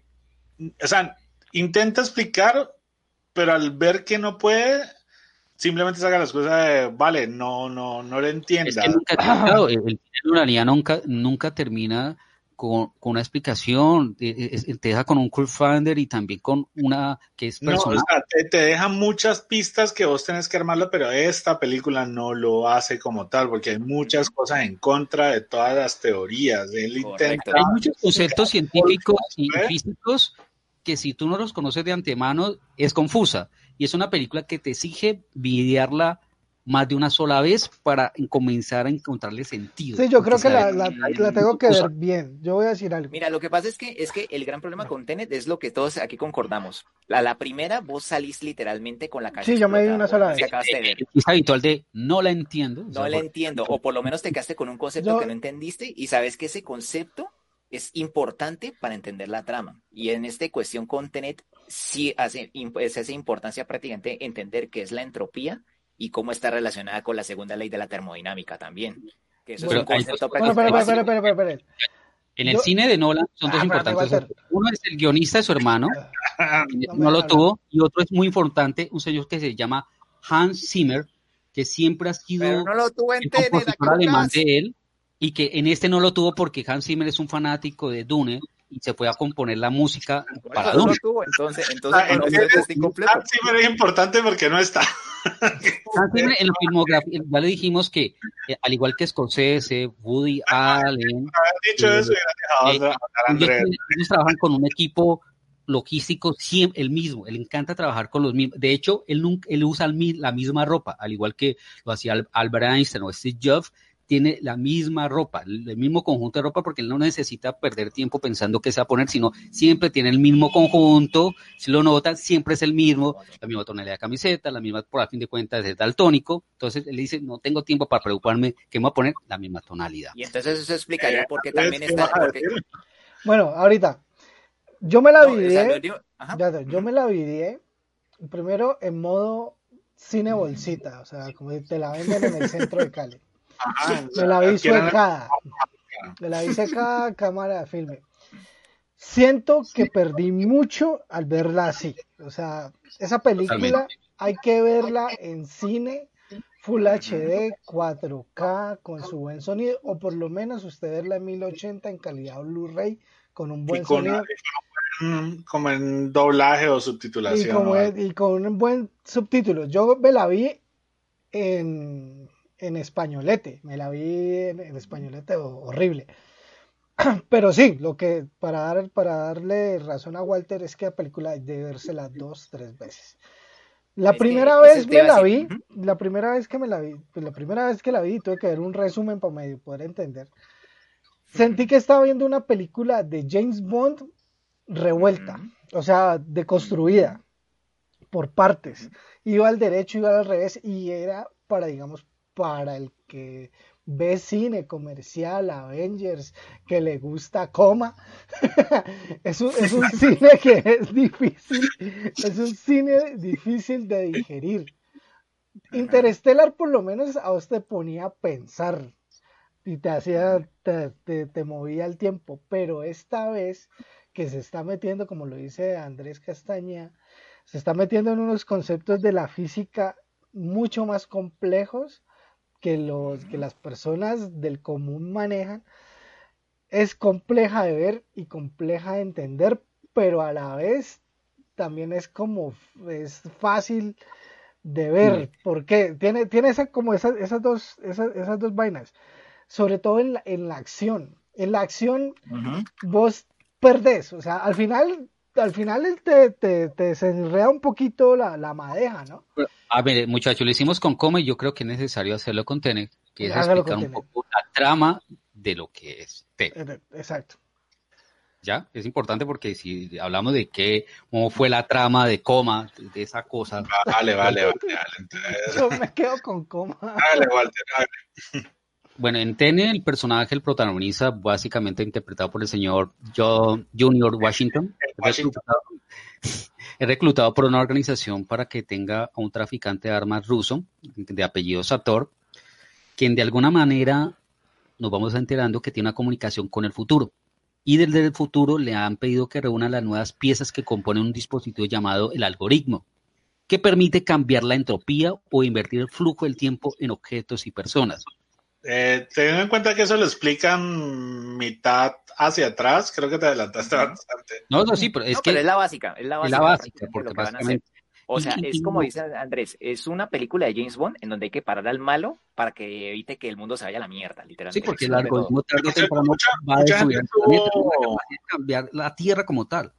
intenta explicar, pero al ver que no puede, simplemente saca las cosas de, vale, no lo entienda. Es que claro, el cine nolaniano nunca termina con una explicación, te deja con un crowdfunder y también con una que es personal. No, o sea, te deja muchas pistas que vos tenés que armarlo, pero esta película no lo hace como tal, porque hay muchas cosas en contra de todas las teorías. Él intenta... Hay muchos conceptos científicos y físicos que si tú no los conoces de antemano es confusa, y es una película que te exige videarla más de una sola vez para comenzar a encontrarle sentido. Sí, yo creo que la tengo que ver bien. Yo voy a decir algo. Mira, lo que pasa es que el gran problema con Tenet es lo que todos aquí concordamos. La primera, vos salís literalmente con la cabeza. Sí, yo me vi una sola vez. Es habitual de no la entiendo. No la entiendo, o por lo menos te quedaste con un concepto que no entendiste y sabes que ese concepto es importante para entender la trama. Y en esta cuestión con Tenet sí hace importancia prácticamente entender qué es la entropía y cómo está relacionada con la segunda ley de la termodinámica también. Que eso es un concepto Espera. En el cine de Nolan son dos importantes. Uno es el guionista de su hermano, no lo tuvo, y otro es muy importante, un señor que se llama Hans Zimmer, que siempre ha sido el compositor alemán de él, y que en este no lo tuvo porque Hans Zimmer es un fanático de Dune, y se fue a componer la música para Dune. Entonces es incompleto. Hans Zimmer es importante porque no está. Hans Zimmer en la filmografía, ya le dijimos que al igual que Scorsese, Woody Allen, ellos trabajan con un equipo logístico siempre el mismo, él encanta trabajar con los mismos, de hecho él usa la misma ropa, al igual que lo hacía Albert Einstein o Steve Jobs, tiene la misma ropa, el mismo conjunto de ropa, porque él no necesita perder tiempo pensando qué se va a poner, sino siempre tiene el mismo conjunto, si lo notan, siempre es el mismo, la misma tonalidad de camiseta, la misma, por a fin de cuentas es daltónico, entonces él dice, no tengo tiempo para preocuparme qué me voy a poner, la misma tonalidad. Y entonces eso explicaría por qué también está... Bueno, ahorita, yo me la videé, yo me la videé, primero en modo cine bolsita, o sea, como te la venden en el centro de Cali. Me la vi suecada. Cámara de filme. Siento que perdí mucho al verla así. O sea, esa película hay que verla en cine, Full HD, 4K, con su buen sonido, o por lo menos usted verla en 1080 en calidad Blu-ray, con un buen sonido. Como en doblaje o subtitulación. Y con un buen subtítulo. Yo me la vi en españolete, me la vi en españolete horrible. Pero sí, lo que para darle razón a Walter es que la película hay de vérsela 2-3 veces. La primera vez que la vi, tuve que ver un resumen para medio poder entender. Sentí que estaba viendo una película de James Bond revuelta, o sea, deconstruida por partes. Iba al derecho, iba al revés, y era para el que ve cine comercial, Avengers, que le gusta coma. es un cine que es difícil de digerir. Interstellar por lo menos a vos te ponía a pensar y te movía el tiempo, pero esta vez que se está metiendo, como lo dice Andrés Castañeda, se está metiendo en unos conceptos de la física mucho más complejos que las personas del común manejan. Es compleja de ver y compleja de entender, pero a la vez también es fácil de ver, porque tiene esas dos vainas, sobre todo en la acción. En la acción vos perdés, o sea, al final te desenreda un poquito la madeja, ¿no? A ver, muchachos, lo hicimos con coma y yo creo que es necesario hacerlo con Tenet, que es explicar un poco la trama de lo que es Tenet. Exacto. ¿Ya? Es importante porque si hablamos de cómo fue la trama de coma, de esa cosa. Vale. Yo me quedo con coma. Dale, Walter. Bueno, en Tenet el personaje, el protagonista, básicamente interpretado por el señor Junior Washington. es reclutado por una organización para que tenga a un traficante de armas ruso, de apellido Sator, quien de alguna manera nos vamos enterando que tiene una comunicación con el futuro. Y desde el futuro le han pedido que reúna las nuevas piezas que componen un dispositivo llamado el algoritmo, que permite cambiar la entropía o invertir el flujo del tiempo en objetos y personas. Teniendo en cuenta que eso lo explican mitad hacia atrás, creo que te adelantaste bastante. No, sí, pero pero es la básica. Es la básica porque lo que van a hacer. O sea, es como dice Andrés, es una película de James Bond en donde hay que parar al malo para que evite que el mundo se vaya a la mierda, literalmente. Sí, porque el algoritmo tarde o temprano va a destruir el planeta, cambiar la Tierra como tal.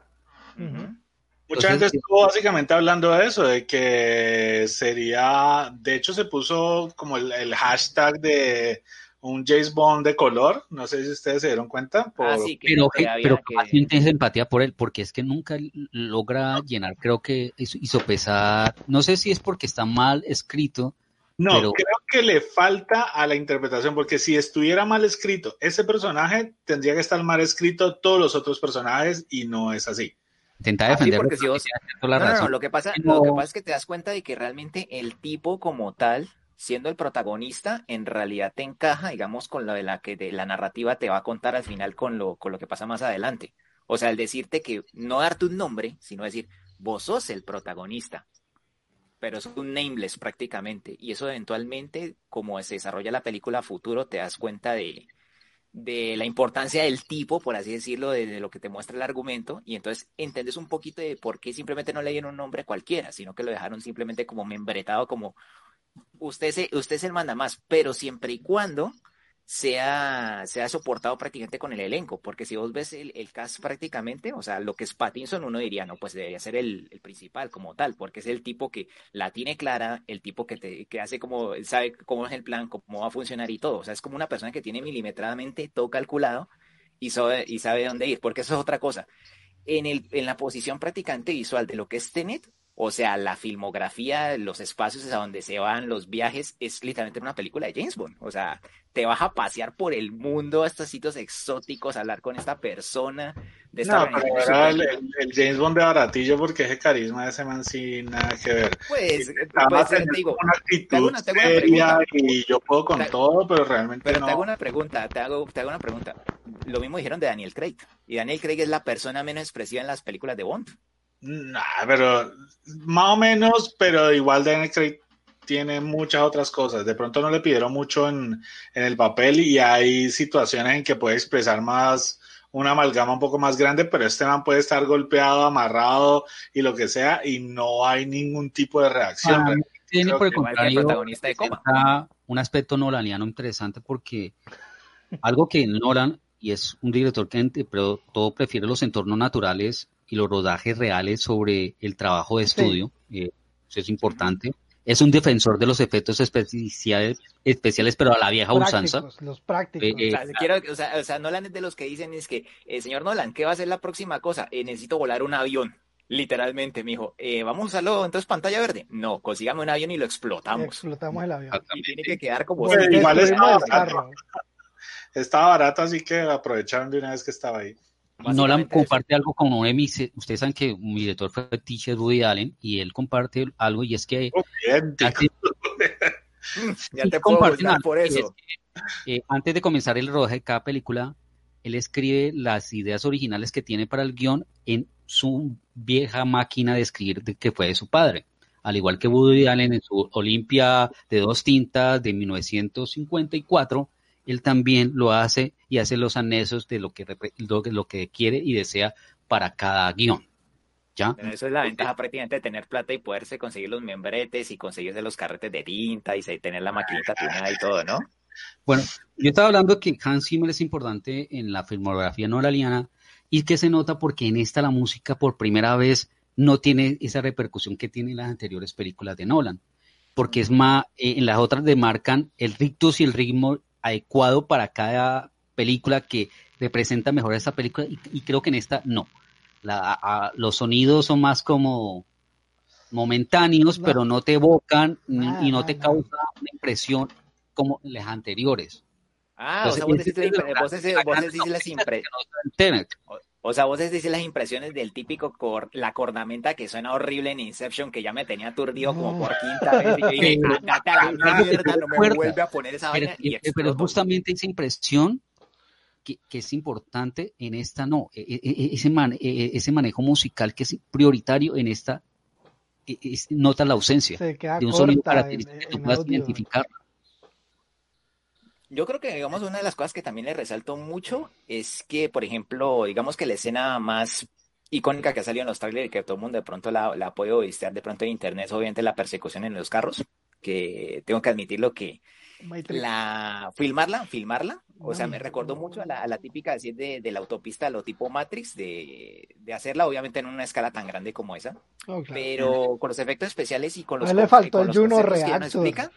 Mucha gente estuvo básicamente hablando de eso, de que sería, de hecho se puso como el hashtag de un James Bond de color, no sé si ustedes se dieron cuenta. Sí, pero sientes empatía por él, porque es que nunca logra llenar, creo que hizo pesar, no sé si es porque está mal escrito. No, pero creo que le falta a la interpretación, porque si estuviera mal escrito ese personaje, tendría que estar mal escrito todos los otros personajes y no es así. Intenta defender porque si vos... No, lo que pasa es que te das cuenta de que realmente el tipo como tal, siendo el protagonista, en realidad te encaja, digamos, con lo de la narrativa te va a contar al final con lo que pasa más adelante. O sea, el decirte que no darte un nombre, sino decir, vos sos el protagonista, pero es un nameless prácticamente. Y eso eventualmente, como se desarrolla la película a futuro, te das cuenta de la importancia del tipo, por así decirlo, de lo que te muestra el argumento, y entonces entiendes un poquito de por qué simplemente no le dieron un nombre cualquiera, sino que lo dejaron simplemente como membretado, como usted es el mandamás, pero siempre y cuando sea soportado prácticamente con el elenco, porque si vos ves el cast prácticamente, o sea, lo que es Pattinson, uno diría, no, pues debería ser el principal como tal, porque es el tipo que la tiene clara, el tipo que hace como, sabe cómo es el plan, cómo va a funcionar y todo, o sea, es como una persona que tiene milimetradamente todo calculado y sabe dónde ir, porque eso es otra cosa. En la posición prácticamente visual de lo que es Tenet, o sea, la filmografía, los espacios a donde se van, los viajes, es literalmente una película de James Bond. O sea, te vas a pasear por el mundo a estos sitios exóticos, a hablar con esta persona. De esta pero era el James Bond de baratillo, porque ese carisma de ese man sí nada que ver. Pues te digo, una actitud seria y yo puedo con todo, pero realmente pero no. Te hago una pregunta. Lo mismo dijeron de Daniel Craig. Y Daniel Craig es la persona menos expresiva en las películas de Bond. Nah, pero más o menos, pero igual Daniel Craig tiene muchas otras cosas. De pronto no le pidieron mucho en el papel y hay situaciones en que puede expresar más, una amalgama un poco más grande, pero este man puede estar golpeado, amarrado y lo que sea y no hay ningún tipo de reacción. Tiene por el contrario un aspecto nolaniano interesante, porque algo que Nolan, y es un director que pero todo prefiere los entornos naturales y los rodajes reales sobre el trabajo de estudio, eso es importante. Es un defensor de los efectos especiales, pero a la vieja usanza. Los prácticos. O sea, Nolan es de los que dicen es que, señor Nolan, ¿qué va a ser la próxima cosa? Necesito volar un avión. Literalmente, mijo. ¿Vamos a usarlo entonces pantalla verde? No, consigamos un avión y lo explotamos. Explotamos el avión. Y tiene que quedar como... Bueno, igual estaba barato, así que aprovecharon de una vez que estaba ahí. Nolan comparte algo con uno de mis... Ustedes saben que mi director fetiche es Woody Allen, y él comparte algo, y es que... Ya te puedo gustar por eso. Antes de comenzar el rodaje de cada película, él escribe las ideas originales que tiene para el guión en su vieja máquina de escribir que fue de su padre. Al igual que Woody Allen en su Olimpia de 2 tintas de 1954, él también lo hace y hace los anexos de lo que quiere y desea para cada guión. ¿Ya? Pero eso es la ventaja prácticamente de tener plata y poderse conseguir los membretes y conseguirse los carretes de tinta y tener la maquinita tuneada y todo, ¿no? Bueno, yo estaba hablando de que Hans Zimmer es importante en la filmografía nolaniana, y que se nota porque en esta la música por primera vez no tiene esa repercusión que tiene en las anteriores películas de Nolan, porque es más, en las otras demarcan el rictus y el ritmo adecuado para cada película que representa mejor esa película, y creo que en esta no. Los sonidos son más como momentáneos, pero no te evocan y no te causan una impresión como las anteriores. Entonces, o sea, vos decís las impresiones. O sea, vos decís las impresiones del típico la cornamenta que suena horrible en Inception, que ya me tenía aturdido como por quinta vez, y yo dije, andate a la mierda, no me vuelve a poner esa vaina, y pero es explotó. justamente esa impresión que es importante en esta, no, ese manejo musical que es prioritario en esta, nota la ausencia de un sonido característico que tú puedas identificar. Yo creo que, digamos, una de las cosas que también le resalto mucho es que, por ejemplo, digamos que la escena más icónica que ha salido en los trailers y que todo el mundo de pronto la ha podido vistear de pronto en internet es obviamente la persecución en los carros, que tengo que admitirlo que filmarla, o sea, me recordó mucho a la típica decir de la autopista, lo tipo Matrix, de hacerla obviamente en una escala tan grande como esa, claro. Pero con los efectos especiales y con los, le faltó con el los Juno conceptos que ya nos Reactor. explica,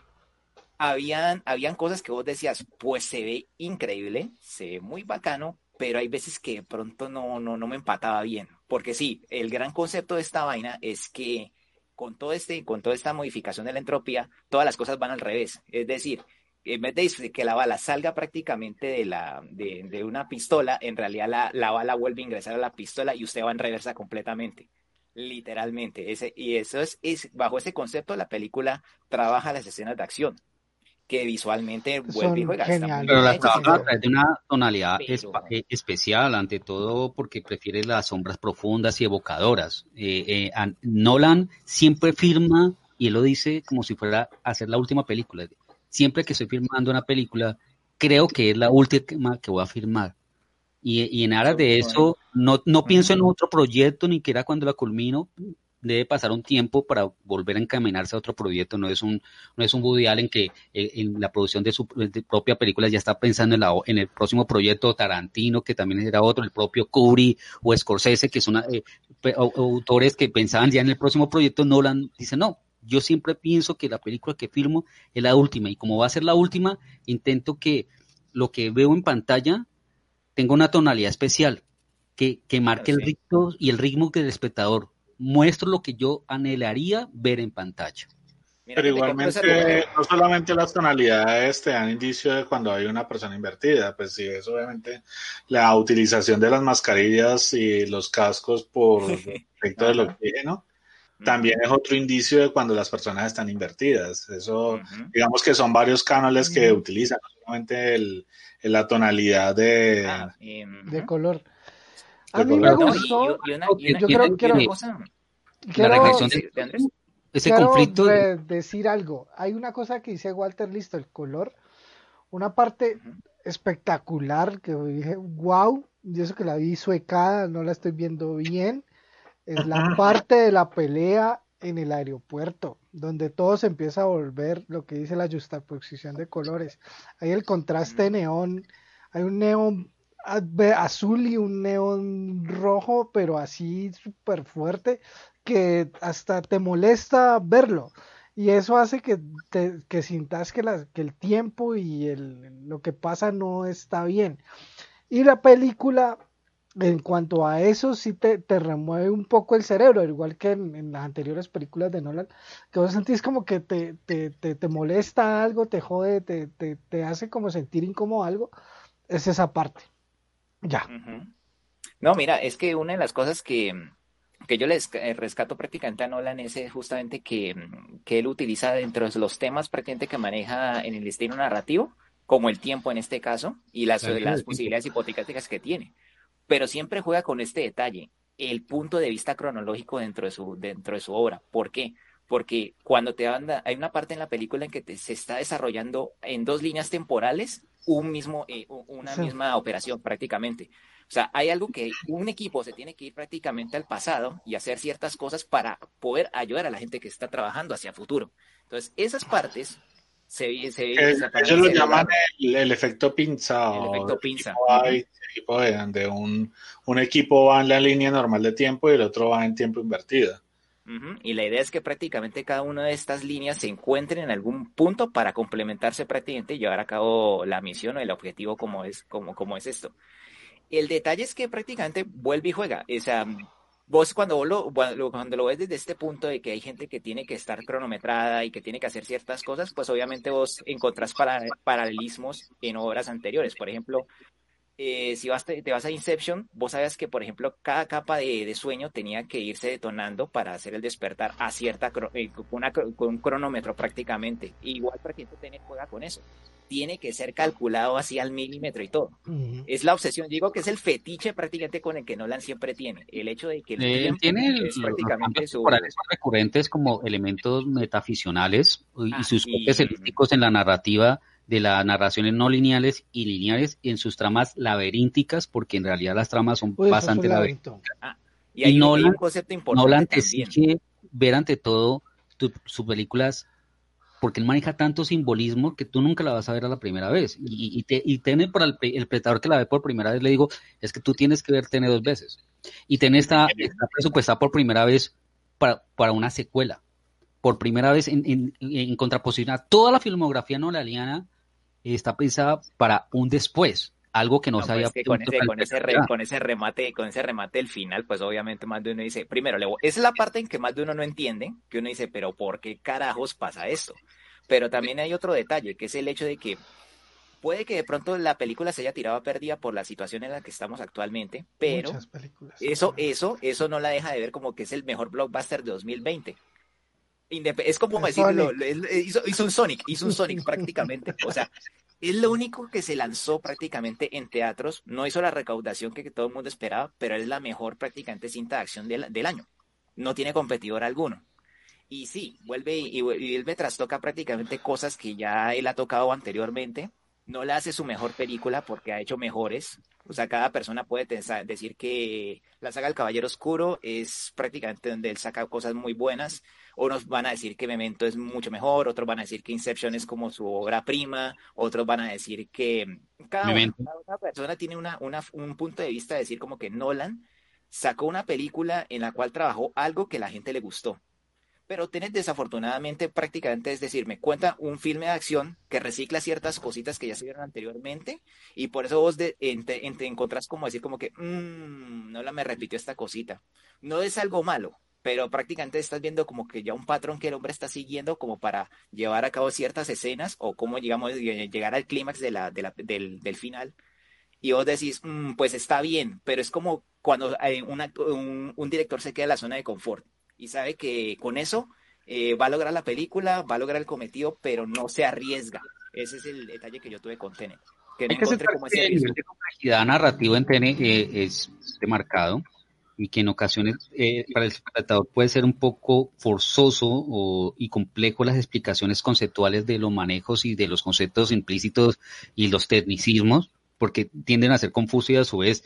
habían cosas que vos decías, pues se ve increíble, se ve muy bacano, pero hay veces que de pronto no me empataba bien. Porque sí, el gran concepto de esta vaina es que con toda esta modificación de la entropía, todas las cosas van al revés. Es decir, en vez de que la bala salga prácticamente de una pistola, en realidad la bala vuelve a ingresar a la pistola y usted va en reversa completamente. Literalmente. Y eso es bajo ese concepto la película trabaja las escenas de acción, que visualmente vuelve y juega. Pero la trabaja a través de una tonalidad especial, ante todo porque prefiere las sombras profundas y evocadoras. Nolan siempre firma, y él lo dice como si fuera a hacer la última película. Siempre que estoy filmando una película, creo que es la última que voy a filmar. Y en aras de eso, no pienso en otro proyecto, ni siquiera cuando la culmino. Debe pasar un tiempo para volver a encaminarse a otro proyecto. No es un Woody Allen que en la producción de su propia película ya está pensando en el próximo proyecto. Tarantino, que también era otro, el propio Kubrick o Scorsese, que son autores que pensaban ya en el próximo proyecto. Nolan dice, no, yo siempre pienso que la película que filmo es la última, y como va a ser la última, intento que lo que veo en pantalla tenga una tonalidad especial, que marque el ritmo y el ritmo del espectador. Muestro lo que yo anhelaría ver en pantalla. Pero igualmente, no solamente las tonalidades te dan indicio de cuando hay una persona invertida, pues sí, es obviamente la utilización de las mascarillas y los cascos por efecto del oxígeno, también es otro indicio de cuando las personas están invertidas. Eso, digamos que son varios cánones que utilizan, no solamente la tonalidad de color. A de mí color. me gustó. Yo quiero la reacción de Andrés. Ese conflicto decir algo. Hay una cosa que dice Walter, listo, el color, una parte espectacular que dije, wow, y eso que la vi suecada, no la estoy viendo bien, es la parte de la pelea en el aeropuerto, donde todo se empieza a volver lo que dice la juxtaposición de colores. Hay el contraste neón, hay un neón azul y un neón rojo, pero así súper fuerte, que hasta te molesta verlo. Y eso hace que sintas que el tiempo y lo que pasa no está bien. Y la película, en cuanto a eso, sí te remueve un poco el cerebro, igual que en las anteriores películas de Nolan, que vos sentís como que te molesta algo, te jode, te hace como sentir incómodo algo, es esa parte. Ya. No, mira, es que una de las cosas que yo les rescato prácticamente a Nolan es justamente que él utiliza dentro de los temas prácticamente que maneja en el estilo narrativo, como el tiempo en este caso, y las posibilidades hipotéticas que tiene. Pero siempre juega con este detalle, el punto de vista cronológico dentro de su obra. ¿Por qué? Porque cuando hay una parte en la película en que se está desarrollando en dos líneas temporales una misma operación prácticamente. O sea, hay algo que un equipo se tiene que ir prácticamente al pasado y hacer ciertas cosas para poder ayudar a la gente que está trabajando hacia futuro. Entonces, esas partes ellos lo llaman el efecto pinza. El efecto pinza. Donde un equipo va en la línea normal de tiempo y el otro va en tiempo invertido. Y la idea es que prácticamente cada una de estas líneas se encuentren en algún punto para complementarse prácticamente y llevar a cabo la misión o el objetivo como es esto. El detalle es que prácticamente vuelve y juega. O sea, vos cuando lo ves desde este punto de que hay gente que tiene que estar cronometrada y que tiene que hacer ciertas cosas, pues obviamente vos encontrás paralelismos en obras anteriores. Por ejemplo, si te vas a Inception, vos sabes que, por ejemplo, cada capa de sueño tenía que irse detonando para hacer el despertar a con un cronómetro prácticamente. Igual prácticamente Tenet juega con eso. Tiene que ser calculado así al milímetro y todo. Es la obsesión, digo que es el fetiche prácticamente con el que Nolan siempre tiene. El hecho de que el tiene es prácticamente los temporales recurrentes como elementos metaficcionales y sus toques elípticos en la narrativa, de las narraciones no lineales y lineales, y en sus tramas laberínticas, porque en realidad las tramas son bastante laberínticas. Y hay un concepto importante Nolan te exige ver ante todo sus películas, porque él maneja tanto simbolismo que tú nunca la vas a ver a la primera vez. Y Tenet, para el espectador que la ve por primera vez, le digo, es que tú tienes que ver Tenet 2 veces. Y Tenet está presupuestada por primera vez para una secuela. Por primera vez en contraposición a toda la filmografía nolaniana, está pensada para un después, algo que no se había con ese remate del final, pues obviamente más de uno dice, primero, esa es la parte en que más de uno no entiende, que uno dice, pero ¿por qué carajos pasa esto? Pero también hay otro detalle, que es el hecho de que puede que de pronto la película se haya tirado a pérdida por la situación en la que estamos actualmente, pero eso no la deja de ver como que es el mejor blockbuster de 2020. Es como decirlo, hizo un Sonic prácticamente, o sea, es lo único que se lanzó prácticamente en teatros, no hizo la recaudación que todo el mundo esperaba, pero es la mejor prácticamente cinta de acción del año, no tiene competidor alguno, y sí, vuelve y él me trastoca prácticamente cosas que ya él ha tocado anteriormente, no le hace su mejor película porque ha hecho mejores, o sea, cada persona puede decir que la saga El Caballero Oscuro es prácticamente donde él saca cosas muy buenas. Unos van a decir que Memento es mucho mejor, otros van a decir que Inception es como su obra prima, otros van a decir que cada persona tiene un punto de vista de decir como que Nolan sacó una película en la cual trabajó algo que a la gente le gustó. Pero Tenet desafortunadamente prácticamente, es decir, me cuenta un filme de acción que recicla ciertas cositas que ya se vieron anteriormente y por eso vos te encontrás como decir como que Nolan me repitió esta cosita. No es algo malo, pero prácticamente estás viendo como que ya un patrón que el hombre está siguiendo como para llevar a cabo ciertas escenas o cómo digamos llegar al clímax del final. Y vos decís, pues está bien, pero es como cuando un director se queda en la zona de confort y sabe que con eso va a lograr la película, va a lograr el cometido, pero no se arriesga. Ese es el detalle que yo tuve con Tenet. Que no encontré como ese riesgo. El nivel de complejidad narrativa en Tenet es demarcado y que en ocasiones para el espectador puede ser un poco forzoso y complejo las explicaciones conceptuales de los manejos y de los conceptos implícitos y los tecnicismos, porque tienden a ser confusos y a su vez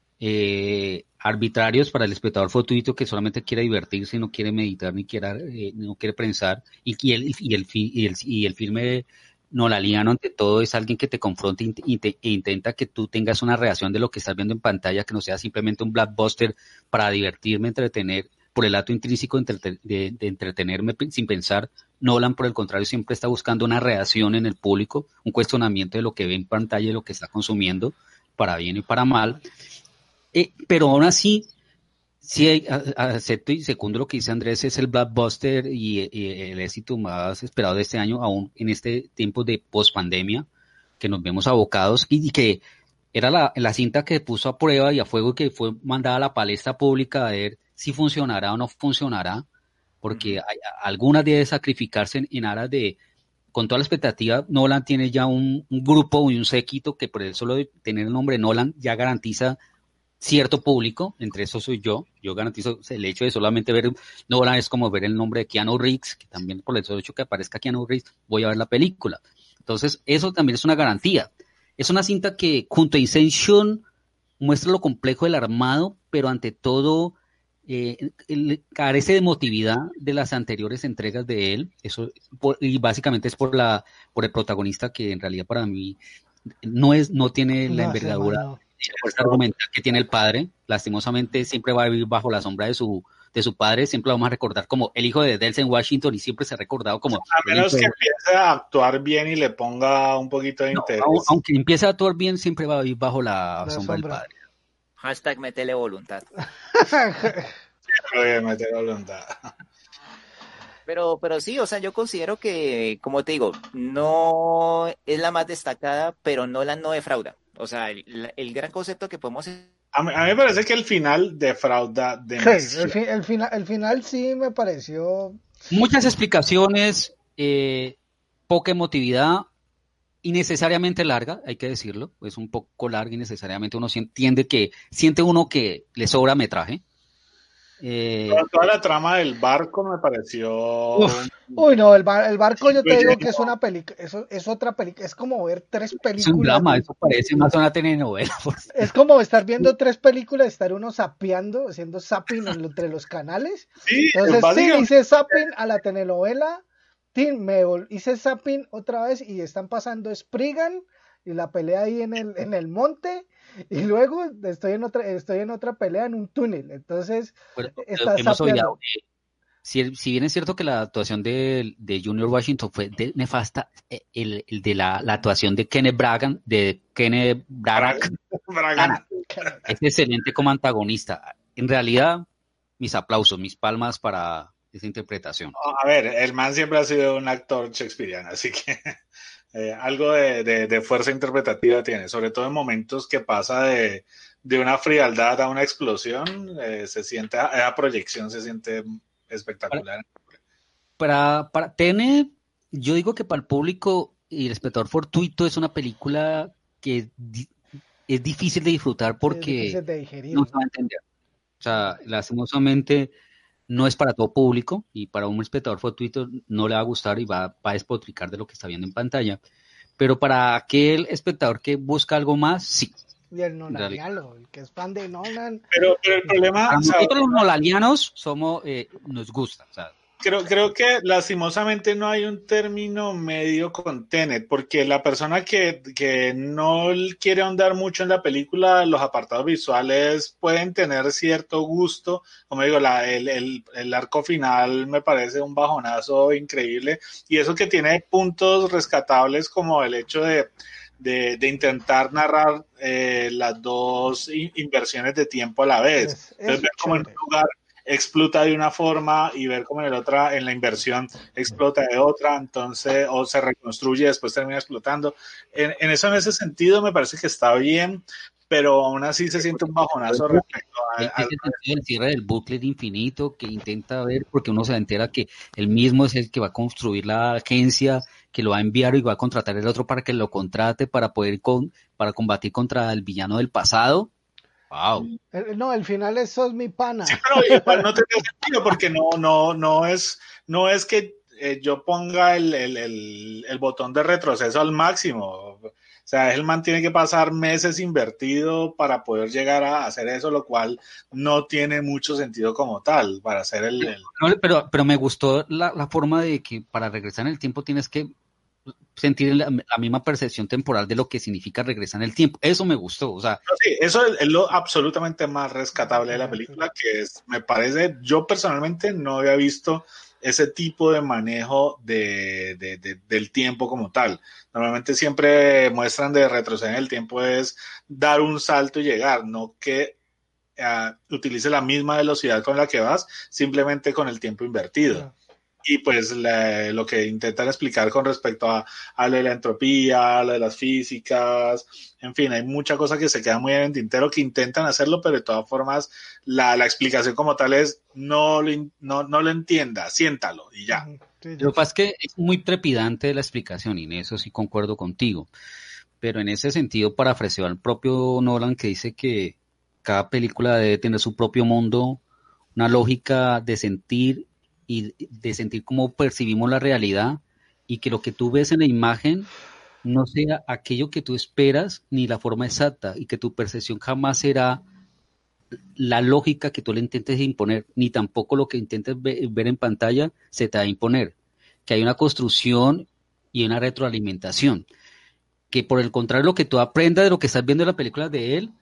arbitrarios para el espectador fortuito que solamente quiere divertirse, no quiere meditar ni no quiere pensar, y el filme nolaniano ante todo es alguien que te confronta e intenta que tú tengas una reacción de lo que estás viendo en pantalla, que no sea simplemente un blockbuster para divertirme, entretener, por el acto intrínseco de entretenerme sin pensar. Nolan, por el contrario, siempre está buscando una reacción en el público, un cuestionamiento de lo que ve en pantalla y de lo que está consumiendo, para bien y para mal. Pero aún así, sí acepto y segundo lo que dice Andrés, es el blockbuster y el éxito más esperado de este año, aún en este tiempo de post-pandemia, que nos vemos abocados y que era la cinta que puso a prueba y a fuego y que fue mandada a la palestra pública a ver si funcionará o no funcionará, porque algunas debe sacrificarse en aras de, con toda la expectativa. Nolan tiene ya un grupo y un séquito que por el solo de tener el nombre Nolan ya garantiza cierto público, entre eso soy yo garantizo el hecho de solamente ver Nolan es como ver el nombre de Keanu Reeves, que también por el solo hecho que aparezca Keanu Reeves voy a ver la película. Entonces eso también es una garantía. Es una cinta que junto a Inception muestra lo complejo del armado, pero ante todo carece de emotividad de las anteriores entregas de él. Eso y básicamente es por el protagonista, que en realidad para mí no tiene la envergadura argumental que tiene el padre. Lastimosamente siempre va a vivir bajo la sombra de su padre. Siempre lo vamos a recordar como el hijo de Denzel Washington y siempre se ha recordado como a menos que empiece a actuar bien y le ponga un poquito de interés. Aunque empiece a actuar bien, siempre va a vivir bajo la sombra del padre. Hashtag métele voluntad. Métele voluntad. Pero sí, o sea, yo considero que, como te digo, no es la más destacada, pero Nolan no defrauda. O sea, el gran concepto que podemos... A mí me parece que el final defrauda demasiado. Sí, el final sí me pareció... Muchas explicaciones, poca emotividad, innecesariamente larga, hay que decirlo, es un poco larga, innecesariamente uno siente uno que le sobra metraje. Toda la trama del barco me pareció... Uy, no, el barco yo te digo que es una película, eso es otra película, es como ver 3 películas. Es un drama, eso parece más una telenovela. Es como estar viendo 3 películas, estar uno zapeando, haciendo zapping entre los canales. Sí, entonces sí, hice zapping a la telenovela, hice zapping otra vez y están pasando Spriggan y la pelea ahí en el monte. Y luego estoy en otra pelea en un túnel. Entonces, está sapeando. Si bien es cierto que la actuación de Junior Washington fue nefasta, el de la actuación de Kenneth Branagh, es excelente como antagonista. En realidad, mis aplausos, mis palmas para esa interpretación. A ver, el man siempre ha sido un actor shakespeariano, así que algo de fuerza interpretativa tiene, sobre todo en momentos que pasa de una frialdad a una explosión, se siente, a proyección se siente espectacular. Tiene, yo digo que para el público y el espectador fortuito es una película que es difícil de disfrutar porque no se va a entender. O sea, lastimosamente no es para todo público y para un espectador fortuito no le va a gustar y va a despotricar de lo que está viendo en pantalla. Pero para aquel espectador que busca algo más, sí. Y el nolaniano, el que es fan de Nolan. Pero el problema... Para nosotros los nolanianos nos gusta, o sea, Creo que lastimosamente no hay un término medio con Tenet, porque la persona que no quiere ahondar mucho en la película, los apartados visuales pueden tener cierto gusto. Como digo, el arco final me parece un bajonazo increíble, y eso que tiene puntos rescatables como el hecho de intentar narrar las dos inversiones de tiempo a la vez. Entonces, ver cómo en un lugar explota de una forma y ver cómo en la inversión explota de otra, entonces, o se reconstruye y después termina explotando. En ese sentido me parece que está bien, pero aún así se siente un bajonazo respecto el cierre del bucle de infinito que intenta ver, porque uno se entera que él mismo es el que va a construir la agencia, que lo va a enviar y va a contratar el otro para que lo contrate para poder para combatir contra el villano del pasado. Wow. No, el final es sos mi pana. Sí, pero igual no tiene sentido porque no es que yo ponga el botón de retroceso al máximo. O sea, el man tiene que pasar meses invertido para poder llegar a hacer eso, lo cual no tiene mucho sentido como tal para hacer pero me gustó la forma de que para regresar en el tiempo tienes que sentir la misma percepción temporal de lo que significa regresar en el tiempo. Eso me gustó, o sea. Sí, eso es lo absolutamente más rescatable de la película, que me parece, yo personalmente no había visto ese tipo de manejo del tiempo como tal. Normalmente siempre muestran de retroceder en el tiempo es dar un salto y llegar, no que utilice la misma velocidad con la que vas, simplemente con el tiempo invertido. Y pues lo que intentan explicar con respecto a lo de la entropía, a lo de las físicas, en fin, hay mucha cosa que se queda muy en el tintero, que intentan hacerlo, pero de todas formas la explicación como tal es no lo entienda, siéntalo y ya. Lo que pasa es que es muy trepidante la explicación y en eso sí concuerdo contigo, pero en ese sentido parafraseó al propio Nolan, que dice que cada película debe tener su propio mundo, una lógica de sentir y de sentir cómo percibimos la realidad, y que lo que tú ves en la imagen no sea aquello que tú esperas ni la forma exacta, y que tu percepción jamás será la lógica que tú le intentes imponer, ni tampoco lo que intentes ver en pantalla se te va a imponer, que hay una construcción y una retroalimentación, que por el contrario lo que tú aprendas de lo que estás viendo en las películas de él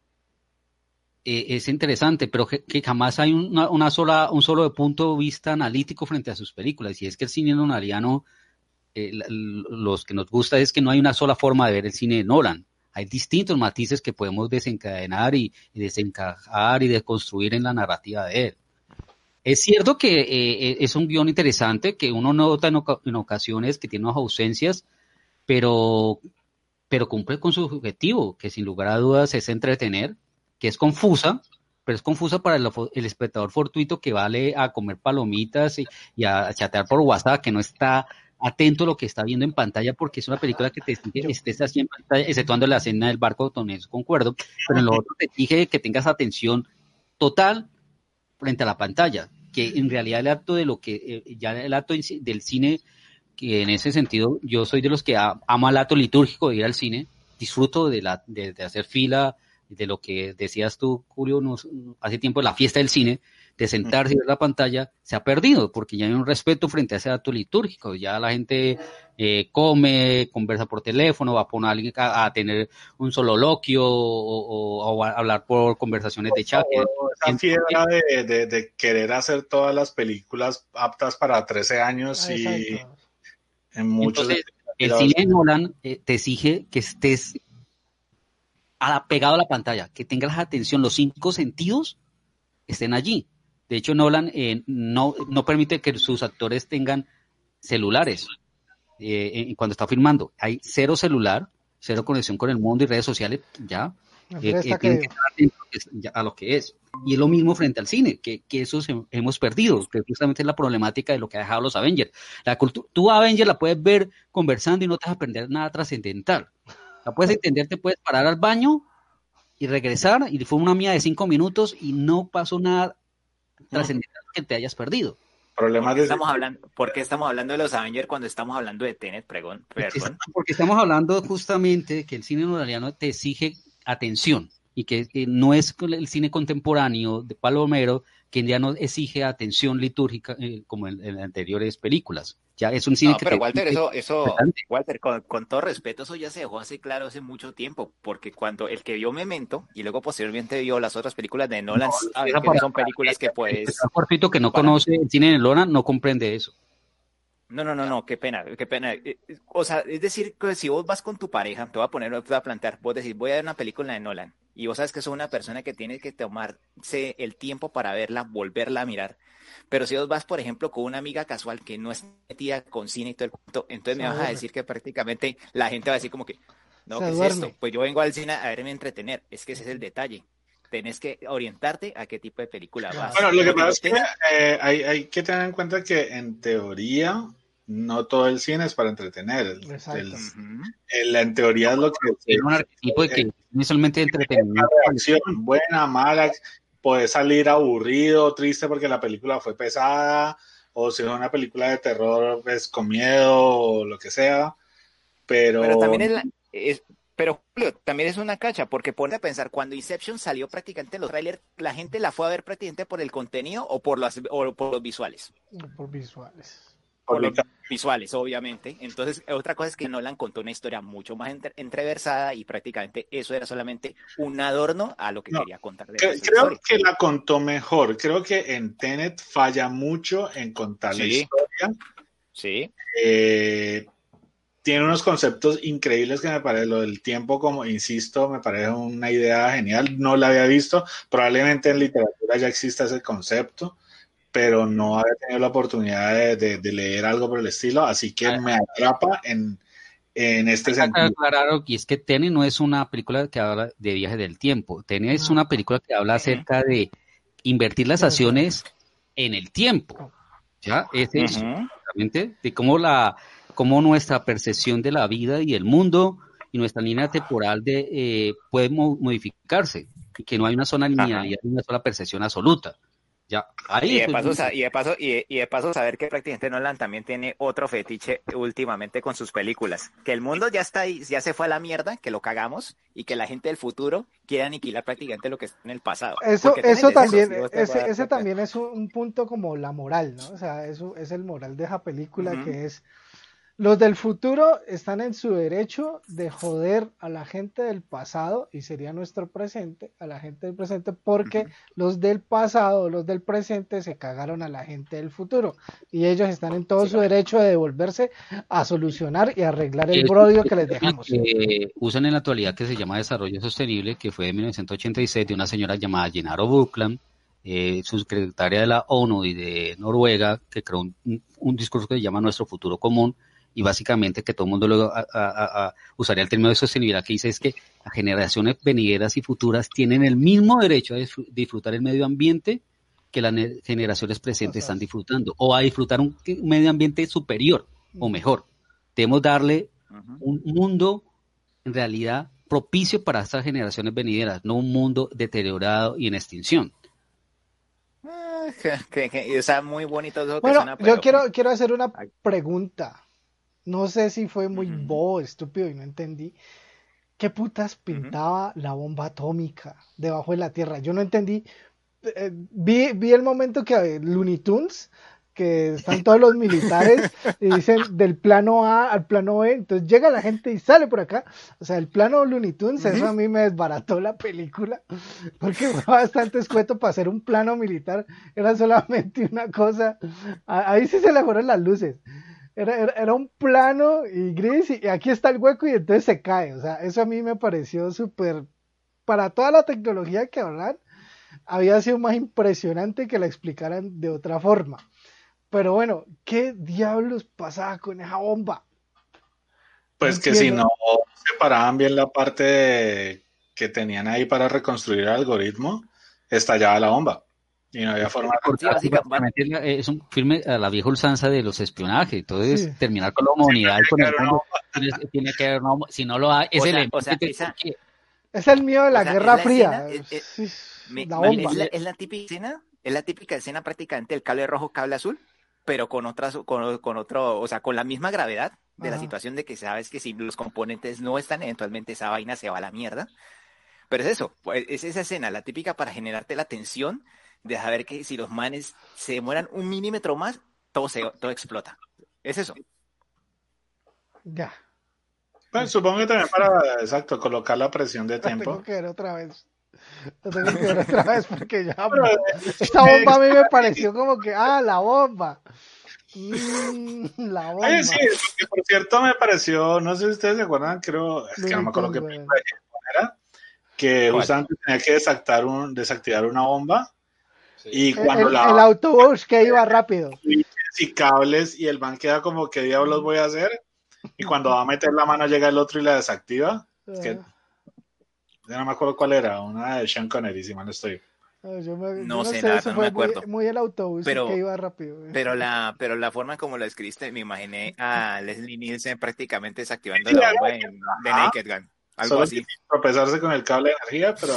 es interesante, pero que jamás hay un solo de punto de vista analítico frente a sus películas. Y es que el cine nolaniano, los que nos gusta es que no hay una sola forma de ver el cine de Nolan. Hay distintos matices que podemos desencadenar y desencajar y deconstruir en la narrativa de él. Es cierto que es un guión interesante, que uno nota en ocasiones que tiene unas ausencias, pero pero cumple con su objetivo, que sin lugar a dudas es entretener, que es confusa, pero es confusa para el espectador fortuito que vale a comer palomitas y a chatear por WhatsApp, que no está atento a lo que está viendo en pantalla, porque es una película que te exige estés así en pantalla, exceptuando la escena del barco, con eso concuerdo, pero en lo otro te exige que tengas atención total frente a la pantalla, que en realidad el acto de lo que, ya el acto del cine, que en ese sentido yo soy de los que ama el acto litúrgico de ir al cine, disfruto de hacer fila, de lo que decías tú, Julio, hace tiempo, la fiesta del cine, de sentarse y ver la pantalla, se ha perdido, porque ya hay un respeto frente a ese acto litúrgico, ya la gente come, conversa por teléfono, va a poner a alguien a tener un sololoquio o a hablar por conversaciones de chat. Esa fiebre de querer hacer todas las películas aptas para 13 años y en muchos... Entonces, el cine de Nolan te exige que estés pegado a la pantalla, que tengas la atención, los 5 sentidos estén allí. De hecho, Nolan no permite que sus actores tengan celulares cuando está filmando. Hay 0 celular, 0 conexión con el mundo y redes sociales, ya. Tienen que estar atentos a lo que es. Y es lo mismo frente al cine, que eso hemos perdido, que justamente es la problemática de lo que ha dejado los Avengers. Tú Avengers la puedes ver conversando y no te vas a aprender nada trascendental. La puedes entender, te puedes parar al baño y regresar, y fue una mía de 5 minutos y no pasó nada trascendental que te hayas perdido. ¿Por qué estamos hablando de los Avengers cuando estamos hablando de Tenet, perdón? Porque estamos hablando justamente de que el cine norteamericano te exige atención, y que no es el cine contemporáneo de Palomero, que ya no exige atención litúrgica como en anteriores películas. Ya es un cine pero Walter, Walter, con todo respeto, eso ya se dejó así claro hace mucho tiempo, porque cuando el que vio Memento y luego posteriormente vio las otras películas de Nolan, que son películas que pues... El cortito que no conoce el cine de Nolan no comprende eso. No, qué pena. O sea, es decir, que si vos vas con tu pareja, te voy a plantear, vos decís, voy a ver una película de Nolan, y vos sabes que sos una persona que tiene que tomarse el tiempo para verla, volverla a mirar. Pero si vos vas, por ejemplo, con una amiga casual que no es metida con cine y todo el punto, entonces me vas a decir que prácticamente la gente va a decir como que, no, ¿qué es esto? Pues yo vengo al cine a verme entretener. Es que ese es el detalle. Tenés que orientarte a qué tipo de película vas. Bueno, lo que pasa es que hay que tener en cuenta que en teoría no todo el cine es para entretener. En teoría es lo que es un arquetipo de que no solamente entretenimiento. Reacción buena, mala, puede salir aburrido, triste porque la película fue pesada, o si es una película de terror, pues con miedo o lo que sea. Pero también pero Julio, también es una cacha, porque ponte a pensar, cuando Inception salió prácticamente en los trailers, la gente la fue a ver prácticamente por el contenido o por los visuales. Por visuales. Por los visuales, obviamente. Entonces, otra cosa es que Nolan contó una historia mucho más entreversada y prácticamente eso era solamente un adorno a lo que quería contar. Creo que la contó mejor. Creo que en Tenet falla mucho en contar la historia. Sí. Tiene unos conceptos increíbles que me parece, lo del tiempo, como insisto, me parece una idea genial. No la había visto. Probablemente en literatura ya exista ese concepto, pero no había tenido la oportunidad de leer algo por el estilo, así que me atrapa en este sentido. Claro, y es que Tenet no es una película que habla de viajes del tiempo. Tenet es una película que habla acerca de invertir las acciones en el tiempo. ¿Ya? Es eso, exactamente, de cómo nuestra percepción de la vida y el mundo y nuestra línea temporal puede modificarse, y que no hay una sola linealidad ni una sola percepción absoluta. Ya, ahí y de paso saber que prácticamente Nolan también tiene otro fetiche últimamente con sus películas, que el mundo ya está ahí, ya se fue a la mierda, que lo cagamos, y que la gente del futuro quiere aniquilar prácticamente lo que está en el pasado. Eso también, ese también es un punto como la moral, ¿no? O sea, eso es el moral de esa película, que es: los del futuro están en su derecho de joder a la gente del pasado, y sería nuestro presente, a la gente del presente, porque los del pasado, los del presente se cagaron a la gente del futuro, y ellos están en todo su derecho de devolverse a solucionar y arreglar el brodio que les dejamos. Usan en la actualidad, que se llama Desarrollo Sostenible, que fue de 1986, de una señora llamada Gennaro Buckland, subsecretaria de la ONU y de Noruega, que creó un discurso que se llama Nuestro Futuro Común, y básicamente que todo el mundo luego usaría el término de sostenibilidad, que dice es que las generaciones venideras y futuras tienen el mismo derecho a disfrutar el medio ambiente que las generaciones presentes están disfrutando, o a disfrutar un medio ambiente superior o mejor. Debemos darle un mundo en realidad propicio para estas generaciones venideras, no un mundo deteriorado y en extinción. O sea, muy bonito eso que bueno, suena, pero... yo quiero hacer una pregunta. No sé si fue muy bobo, estúpido y no entendí. ¿Qué putas pintaba la bomba atómica debajo de la Tierra? Yo no entendí. Vi el momento que Looney Tunes, que están todos los militares y dicen del plano A al plano B, entonces llega la gente y sale por acá. O sea, el plano Looney Tunes, eso a mí me desbarató la película, porque fue bastante escueto para hacer un plano militar, era solamente una cosa, ahí sí se le fueron las luces. Era un plano y gris y aquí está el hueco y entonces se cae. O sea, eso a mí me pareció súper, para toda la tecnología que hablan, había sido más impresionante que la explicaran de otra forma. Pero bueno, ¿qué diablos pasaba con esa bomba? Pues que si no separaban bien la parte que tenían ahí para reconstruir el algoritmo, estallaba la bomba. Y no había forma de... Es un filme a la vieja usanza de los espionajes. Entonces, terminar con la humanidad y con el mundo tiene que haber una bomba. Si no lo hay, es el es el miedo de la Guerra Fría. Es la típica escena prácticamente el cable rojo, cable azul, pero con otro, o sea, con la misma gravedad de la situación de que sabes que si los componentes no están, eventualmente esa vaina se va a la mierda. Pero es eso, pues, es esa escena, la típica para generarte la tensión de saber que si los manes se demoran un milímetro más, todo explota. Es eso. Ya. Bueno, supongo que también para, exacto, colocar la presión de tiempo. Tengo que ver otra vez. Lo tengo que ver otra vez porque ya... esta bomba a mí me pareció como que, la bomba. La bomba. Oye, sí, que por cierto me pareció, no sé si ustedes se acuerdan, creo, es que no me acuerdo qué película era, que justamente tenía que desactivar una bomba. Sí. Y cuando el autobús que iba rápido. Y cables, y el man queda como, ¿qué diablos voy a hacer? Y cuando va a meter la mano llega el otro y la desactiva. Es que yo no me acuerdo cuál era, una de Sean Connery, si mal estoy. No sé, nada, no me acuerdo. Muy el autobús que iba rápido. Pero la forma como lo escribiste, me imaginé a Leslie Nielsen prácticamente desactivando la bomba de Naked Gun. Algo solo así. Tropezarse con el cable de energía, pero...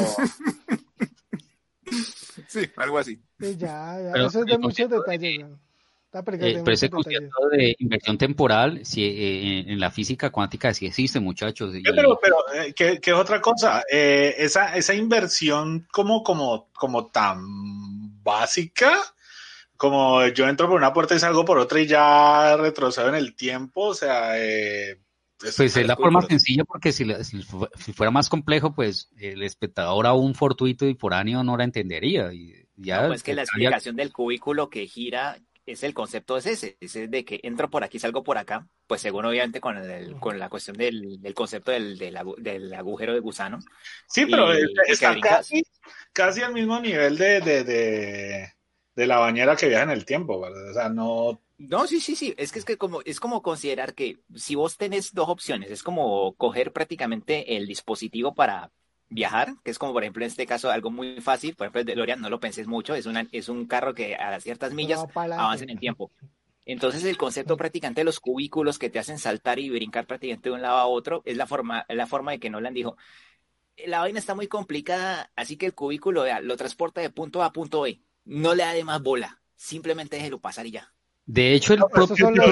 sí, algo así. Sí, pero eso es de muchos detalles. Pero ese concepto de inversión temporal en la física cuántica sí existe, muchachos. Pero ¿qué es otra cosa? Esa inversión como tan básica, como yo entro por una puerta y salgo por otra y ya retrocedo en el tiempo, o sea... pues es la forma sencilla, porque si fuera más complejo, pues el espectador aún fortuito y foráneo no la entendería. Y ya, no, pues que la explicación del cubículo que gira... es el concepto es ese de que entro por aquí, salgo por acá, pues según obviamente con la cuestión del concepto del agujero de gusano. Sí, pero está casi al mismo nivel de la bañera que viaja en el tiempo, ¿verdad? O sea, no... No, sí, es como considerar que si vos tenés dos opciones, es como coger prácticamente el dispositivo para viajar, que es como por ejemplo en este caso algo muy fácil, por ejemplo el DeLorean, no lo penses mucho, es un carro que a ciertas millas avanza en el tiempo. Entonces el concepto prácticamente de los cubículos que te hacen saltar y brincar prácticamente de un lado a otro es la forma de que Nolan dijo, la vaina está muy complicada, así que el cubículo lo transporta de punto A a punto B, no le da de más bola, simplemente déjelo pasar y ya. De hecho, el propio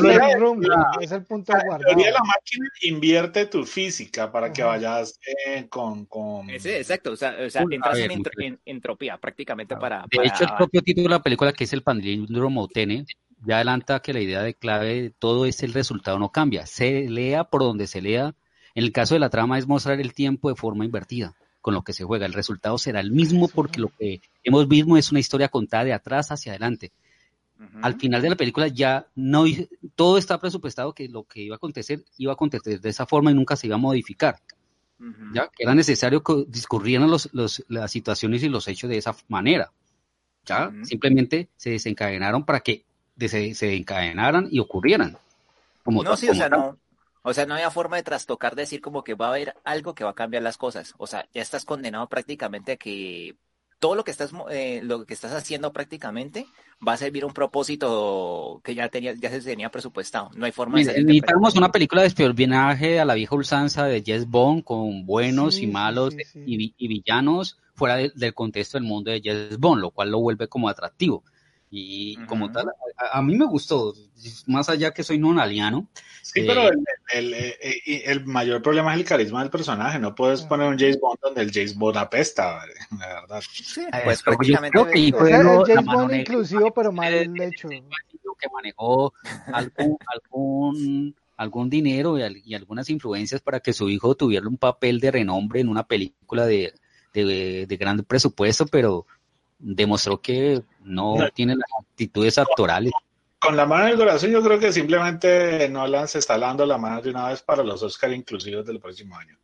es el punto de guardado. La máquina invierte tu física para que vayas con... Exacto, o sea entras en entropía prácticamente De hecho, el propio título de la película, que es el palíndromo Tene, ya adelanta que la idea de clave de todo es el resultado no cambia. Se lea por donde se lea. En el caso de la trama es mostrar el tiempo de forma invertida, con lo que se juega. El resultado será el mismo porque lo que hemos visto es una historia contada de atrás hacia adelante. Al final de la película ya no todo está presupuestado que lo que iba a acontecer de esa forma y nunca se iba a modificar. Ya que era necesario que discurrieran las situaciones y los hechos de esa manera. Ya simplemente se desencadenaron para que se desencadenaran y ocurrieran. No, sí, o sea, no. O sea, no había forma de trastocar, decir como que va a haber algo que va a cambiar las cosas. O sea, ya estás condenado prácticamente a que todo lo que estás haciendo prácticamente va a servir a un propósito que ya se tenía presupuestado. No hay forma de Mire, salir de necesitamos una película de espionaje a la vieja ultranza de James Bond con buenos y Sí, sí, malos sí, sí. y villanos fuera del contexto del mundo de James Bond, lo cual lo vuelve como atractivo. Y como tal, a mí me gustó, más allá que soy nonaliano. Sí, pero el mayor problema es el carisma del personaje. No puedes poner un James Bond donde el James Bond apesta, ¿vale? La verdad. Sí, pues Pero yo prácticamente creo que ahí Es fue el la James mano Bond negra inclusivo, pero mal de hecho. que manejó algún dinero y algunas influencias para que su hijo tuviera un papel de renombre en una película de gran presupuesto, pero demostró que no tiene las actitudes actorales. Con la mano en el corazón, yo creo que simplemente Nolan se está dando la mano de una vez para los Oscar inclusivos del próximo año.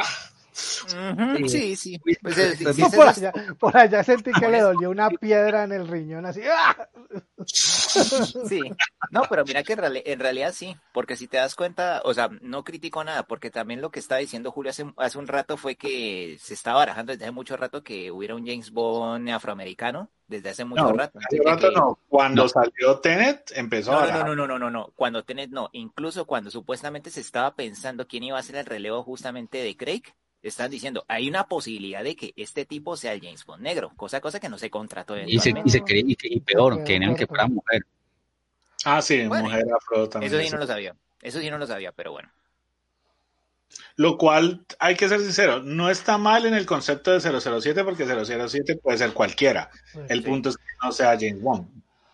Sí. Pues Por allá sentí que le dolió una piedra en el riñón, así. ¡Ah! sí. No, pero mira que en realidad sí, porque si te das cuenta, o sea, no critico nada, porque también lo que estaba diciendo Julio hace un rato fue que se estaba barajando desde hace mucho rato que hubiera un James Bond afroamericano, desde hace mucho rato. Entonces, Cuando salió Tenet, empezó a barajar. No. Cuando Tenet no, incluso cuando supuestamente se estaba pensando quién iba a ser el relevo justamente de Craig, están diciendo, hay una posibilidad de que este tipo sea el James Bond negro, cosa que no se contrató eventualmente. Y peor, querían que fuera mujer. Ah, sí, Bueno, mujer afro también. Eso sí no lo sabía, pero bueno. Lo cual, hay que ser sincero, no está mal en el concepto de 007 porque 007 puede ser cualquiera. El punto es que no sea James Bond.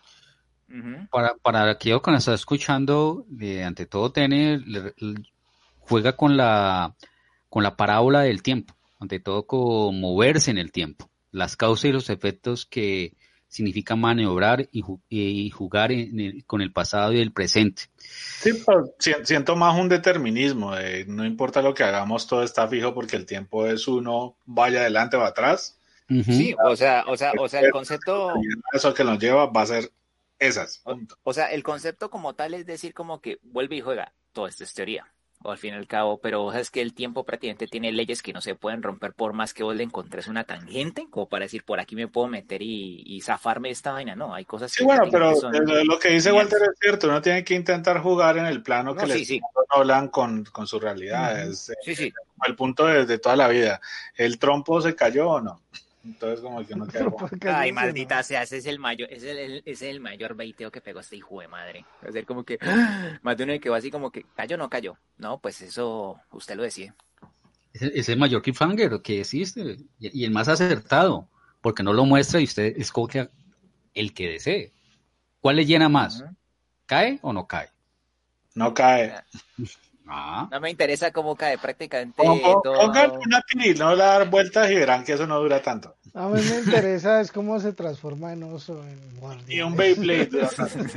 Para aquello que nos está escuchando, ante todo juega con la parábola del tiempo, ante todo con moverse en el tiempo, las causas y los efectos que significa maniobrar y jugar con el pasado y el presente. Sí, pero siento más un determinismo, no importa lo que hagamos, todo está fijo porque el tiempo es uno, vaya adelante o atrás. Sí, o sea, el concepto... Eso que nos lleva va a ser esas. O sea, el concepto como tal es decir como que vuelve y juega, todo esto es teoría, o al fin y al cabo, pero es que el tiempo prácticamente tiene leyes que no se pueden romper por más que vos le encontres una tangente, como para decir por aquí me puedo meter y zafarme de esta vaina, no, hay cosas que... Sí, bueno, pero lo que dice Walter es cierto, uno tiene que intentar jugar en el plano que les hablan con su realidad, es el punto de toda la vida. ¿El trompo se cayó o no? Entonces como que no queda. Ay, maldita sea, ese es el mayor baiteo que pegó este hijo de madre. O sea, como que más de uno que va así como que cayó o no cayó. No, pues eso usted lo decide. Es el mayor cliffhanger que existe y el más acertado, porque no lo muestra y usted escoge el que desee. ¿Cuál le llena más? ¿Cae o no cae? No cae. No me interesa cómo cae prácticamente Pongan una pirinola a dar vueltas y verán que eso no dura tanto. A mí me interesa es cómo se transforma en oso en Guardianes. Y un Beyblade.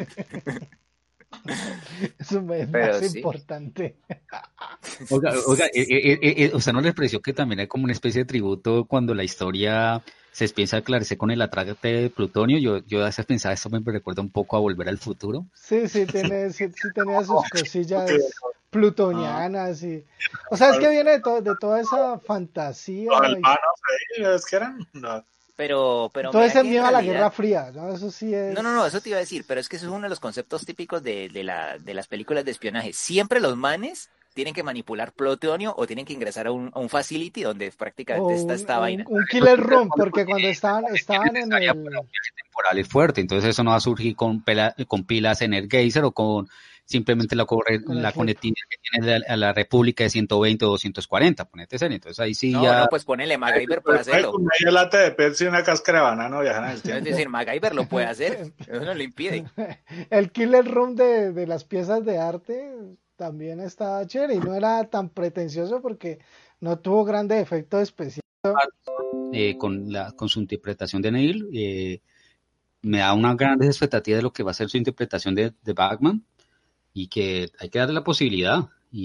Eso me es más importante. Oiga, o sea, ¿no les pareció que también hay como una especie de tributo cuando la historia se empieza a aclarecer con el atraque de plutonio? Yo a veces pensaba, esto me recuerda un poco a Volver al Futuro. Sí, tenía sus cosillas plutonianas y... O sea, es que viene de toda esa fantasía. ¿Es que eran? No. Pero todo ese miedo a la Guerra Fría, ¿no? Eso sí es... No, eso te iba a decir, pero es que eso es uno de los conceptos típicos de las películas de espionaje. Siempre los manes tienen que manipular plutonio o tienen que ingresar a un facility donde prácticamente está esta vaina. Un killer room, porque cuando estaban en el... temporal es fuerte, entonces eso no va a surgir con pilas Energizer o con simplemente la conectividad que tiene a la República de 120 o 240, ponete serio. Entonces ahí sí No, pues ponele, MacGyver puede hacerlo. Con media lata de Pepsi y una cáscara de banano viajan en el tiempo. Es decir, MacGyver lo puede hacer, eso no lo impide. El killer room de las piezas de arte también está chévere y no era tan pretencioso porque no tuvo grandes efectos especiales. Con su interpretación de Neil, me da una gran expectativa de lo que va a ser su interpretación de Batman y que hay que darle la posibilidad.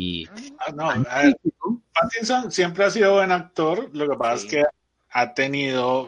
Pattinson siempre ha sido buen actor, lo que pasa es que ha tenido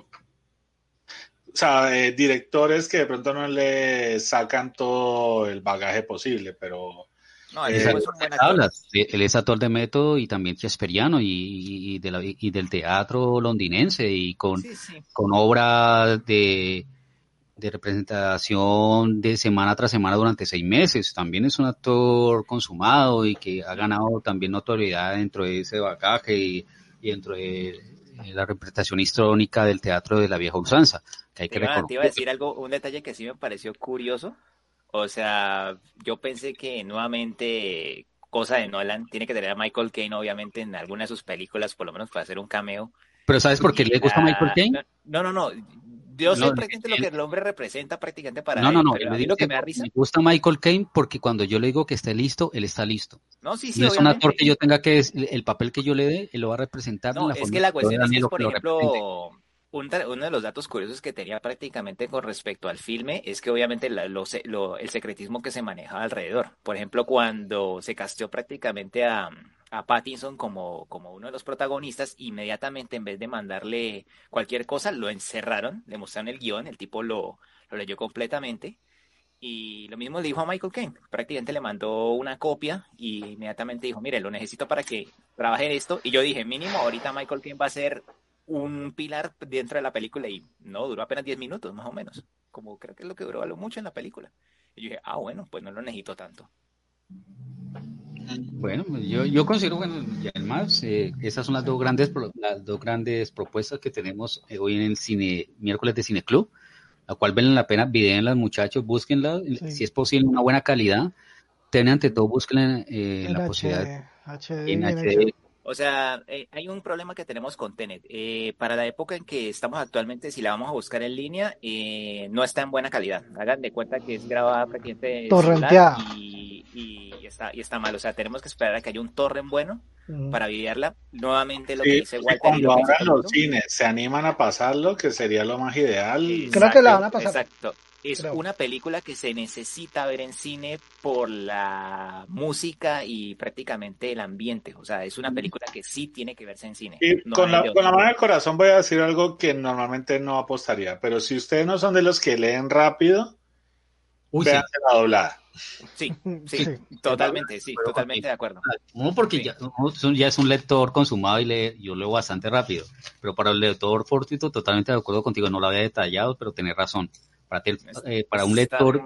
directores que de pronto no le sacan todo el bagaje posible, pero No, él es un buen actor. Él es actor de método y también shakespeariano y del teatro londinense y con obras de representación de semana tras semana durante 6 meses. También es un actor consumado y que ha ganado también notoriedad dentro de ese bagaje y dentro de la representación histórica del teatro de la vieja usanza, que hay que reconocer. Te iba a decir algo, un detalle que sí me pareció curioso. O sea, yo pensé que nuevamente, cosa de Nolan, tiene que tener a Michael Caine, obviamente, en alguna de sus películas, por lo menos para hacer un cameo. ¿Pero sabes por qué le gusta a Michael Caine? No. Yo sé prácticamente lo que el hombre representa prácticamente para él. Pero a mí lo que me da risa. Me gusta Michael Caine porque cuando yo le digo que esté listo, él está listo. No, sí, no es un actor que yo tenga que, el papel que yo le dé, él lo va a representar. No, es que la cuestión es que, por ejemplo, uno de los datos curiosos que tenía prácticamente con respecto al filme es que obviamente el secretismo que se manejaba alrededor. Por ejemplo, cuando se casteó prácticamente a Pattinson como uno de los protagonistas, inmediatamente en vez de mandarle cualquier cosa, lo encerraron, le mostraron el guión, el tipo lo leyó completamente. Y lo mismo le dijo a Michael Caine, prácticamente le mandó una copia y inmediatamente dijo, mire, lo necesito para que trabaje en esto. Y yo dije, mínimo, ahorita Michael Caine va a ser un pilar dentro de la película y no, duró apenas 10 minutos, más o menos. Como creo que es lo que duró a lo mucho en la película. Y yo dije, bueno, pues no lo necesito tanto. Bueno, yo considero, bueno, y además, esas son las dos grandes propuestas que tenemos hoy en el cine, miércoles de Cine Club, la cual valen la pena, vidéenlas muchachos, búsquenlas, si es posible, una buena calidad, ten ante todo, búsquenla la posibilidad en HD. O sea, hay un problema que tenemos con Tenet. Para la época en que estamos actualmente, si la vamos a buscar en línea, no está en buena calidad. Hagan de cuenta que es grabada prácticamente torrenteada y está mal. O sea, tenemos que esperar a que haya un torrent bueno para videarla. Nuevamente lo que dice Walter. Cuando ahora los cines se animan a pasarlo, que sería lo más ideal. Exacto, creo que la van a pasar. Exacto. Es una película que se necesita ver en cine por la música y prácticamente el ambiente. O sea, es una película que sí tiene que verse en cine. Y con la mano del corazón voy a decir algo que normalmente no apostaría, pero si ustedes no son de los que leen rápido, véanse la doblada. Sí, totalmente, totalmente de acuerdo. No, porque ya es un lector consumado y yo leo bastante rápido, pero para el lector fortuito totalmente de acuerdo contigo, no lo había detallado, pero tenés razón. Para un lector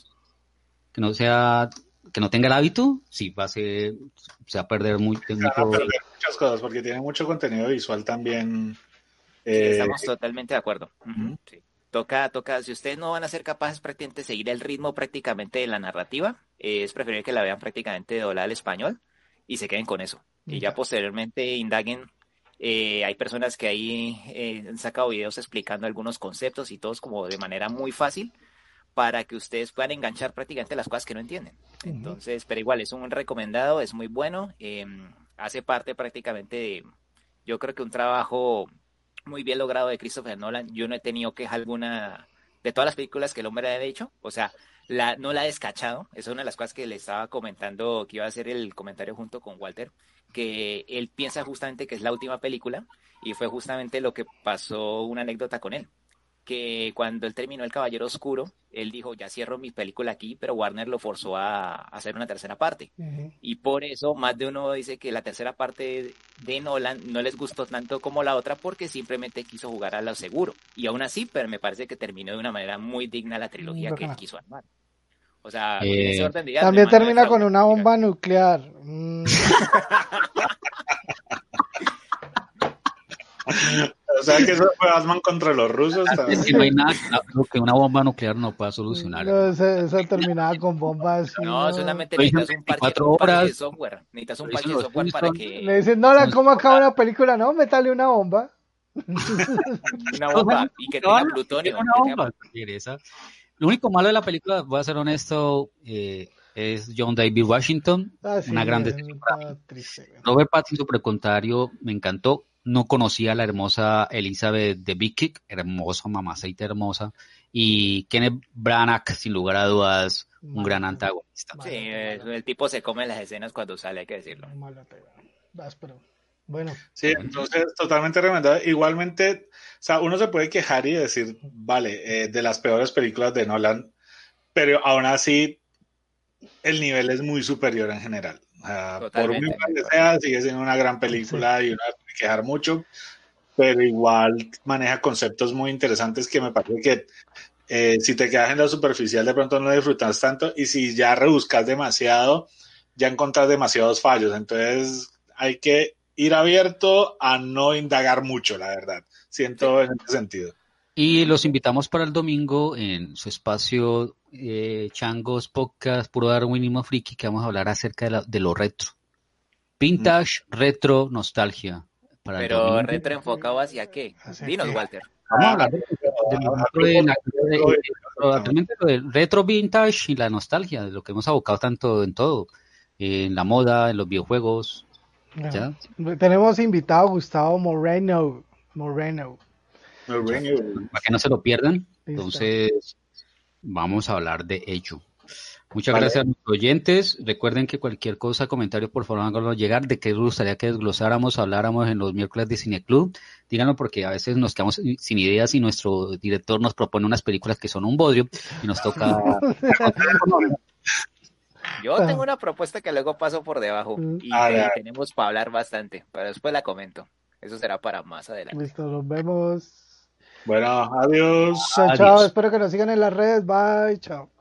que no tenga el hábito, sí se va a perder mucho. Muchas cosas, porque tiene mucho contenido visual también. Estamos totalmente de acuerdo. Sí. Toca, si ustedes no van a ser capaces prácticamente de seguir el ritmo prácticamente de la narrativa, es preferible que la vean prácticamente doblada al español y se queden con eso. Y ya posteriormente indaguen. Hay personas que ahí han sacado videos explicando algunos conceptos y todos como de manera muy fácil para que ustedes puedan enganchar prácticamente las cosas que no entienden. Entonces, pero igual es un recomendado, es muy bueno, hace parte prácticamente de, yo creo que un trabajo muy bien logrado de Christopher Nolan. Yo no he tenido queja alguna de todas las películas que el hombre ha hecho, o sea, no la ha descachado. Esa es una de las cosas que le estaba comentando, que iba a hacer el comentario junto con Walter, que él piensa justamente que es la última película y fue justamente lo que pasó, una anécdota con él, que cuando él terminó El Caballero Oscuro, él dijo, ya cierro mi película aquí, pero Warner lo forzó a hacer una tercera parte. Y por eso más de uno dice que la tercera parte de Nolan no les gustó tanto como la otra porque simplemente quiso jugar a lo seguro. Y aún así, pero me parece que terminó de una manera muy digna la trilogía que él quiso armar. O sea, en ese orden de ideas, también termina con una bomba nuclear. O sea que eso fue Batman contra los rusos. Es que no hay nada que una bomba nuclear no pueda solucionar. No, eso terminaba con bombas. No, solamente necesitas un parche de software. Necesitas un parche de software para que... Le dicen, no, ¿cómo acaba una película? No, métale una bomba. Una bomba y que tenga plutonio. Una bomba. Lo único malo de la película, voy a ser honesto, es John David Washington. Una gran decepción. Robert Pattinson, por el contrario, me encantó. No conocía a la hermosa Elizabeth Debicki, hermosa, mamacita hermosa, y Kenneth Branagh, sin lugar a dudas, un gran antagonista. Sí, el tipo se come las escenas cuando sale, hay que decirlo. Bueno. Sí, entonces totalmente recomendado. Igualmente, o sea, uno se puede quejar y decir, vale, de las peores películas de Nolan, pero aún así el nivel es muy superior en general. Por muy Totalmente. mal que sea, sigue siendo una gran película y uno no puede quejar mucho, pero igual maneja conceptos muy interesantes que me parece que si te quedas en lo superficial de pronto no disfrutas tanto, y si ya rebuscas demasiado, ya encontrás demasiados fallos. Entonces hay que ir abierto a no indagar mucho, la verdad. Siento en ese sentido. Y los invitamos para el domingo en su espacio Changos Podcast, Puro Darwinismo Friki, que vamos a hablar acerca de lo retro. Vintage, retro, nostalgia. Para el Pero domingo. retro enfocado hacia qué? Dinos, Walter. Vamos a hablar realmente lo del retro, vintage y la nostalgia, de lo que hemos abocado tanto en todo, en la moda, en los videojuegos. ¿Ya? Tenemos invitado Gustavo Moreno. Para que no se lo pierdan. Entonces, vamos a hablar de ello. Muchas gracias a nuestros oyentes. Recuerden que cualquier cosa, comentario, por favor, háganos llegar. ¿De qué les gustaría que desglosáramos, habláramos en los miércoles de Cineclub? Díganlo, porque a veces nos quedamos sin ideas y nuestro director nos propone unas películas que son un bodrio y nos toca... Yo tengo una propuesta que luego paso por debajo y tenemos para hablar bastante, pero después la comento. Eso será para más adelante. Listo, nos vemos. Bueno, adiós. Chao, chao. Espero que nos sigan en las redes. Bye, chao.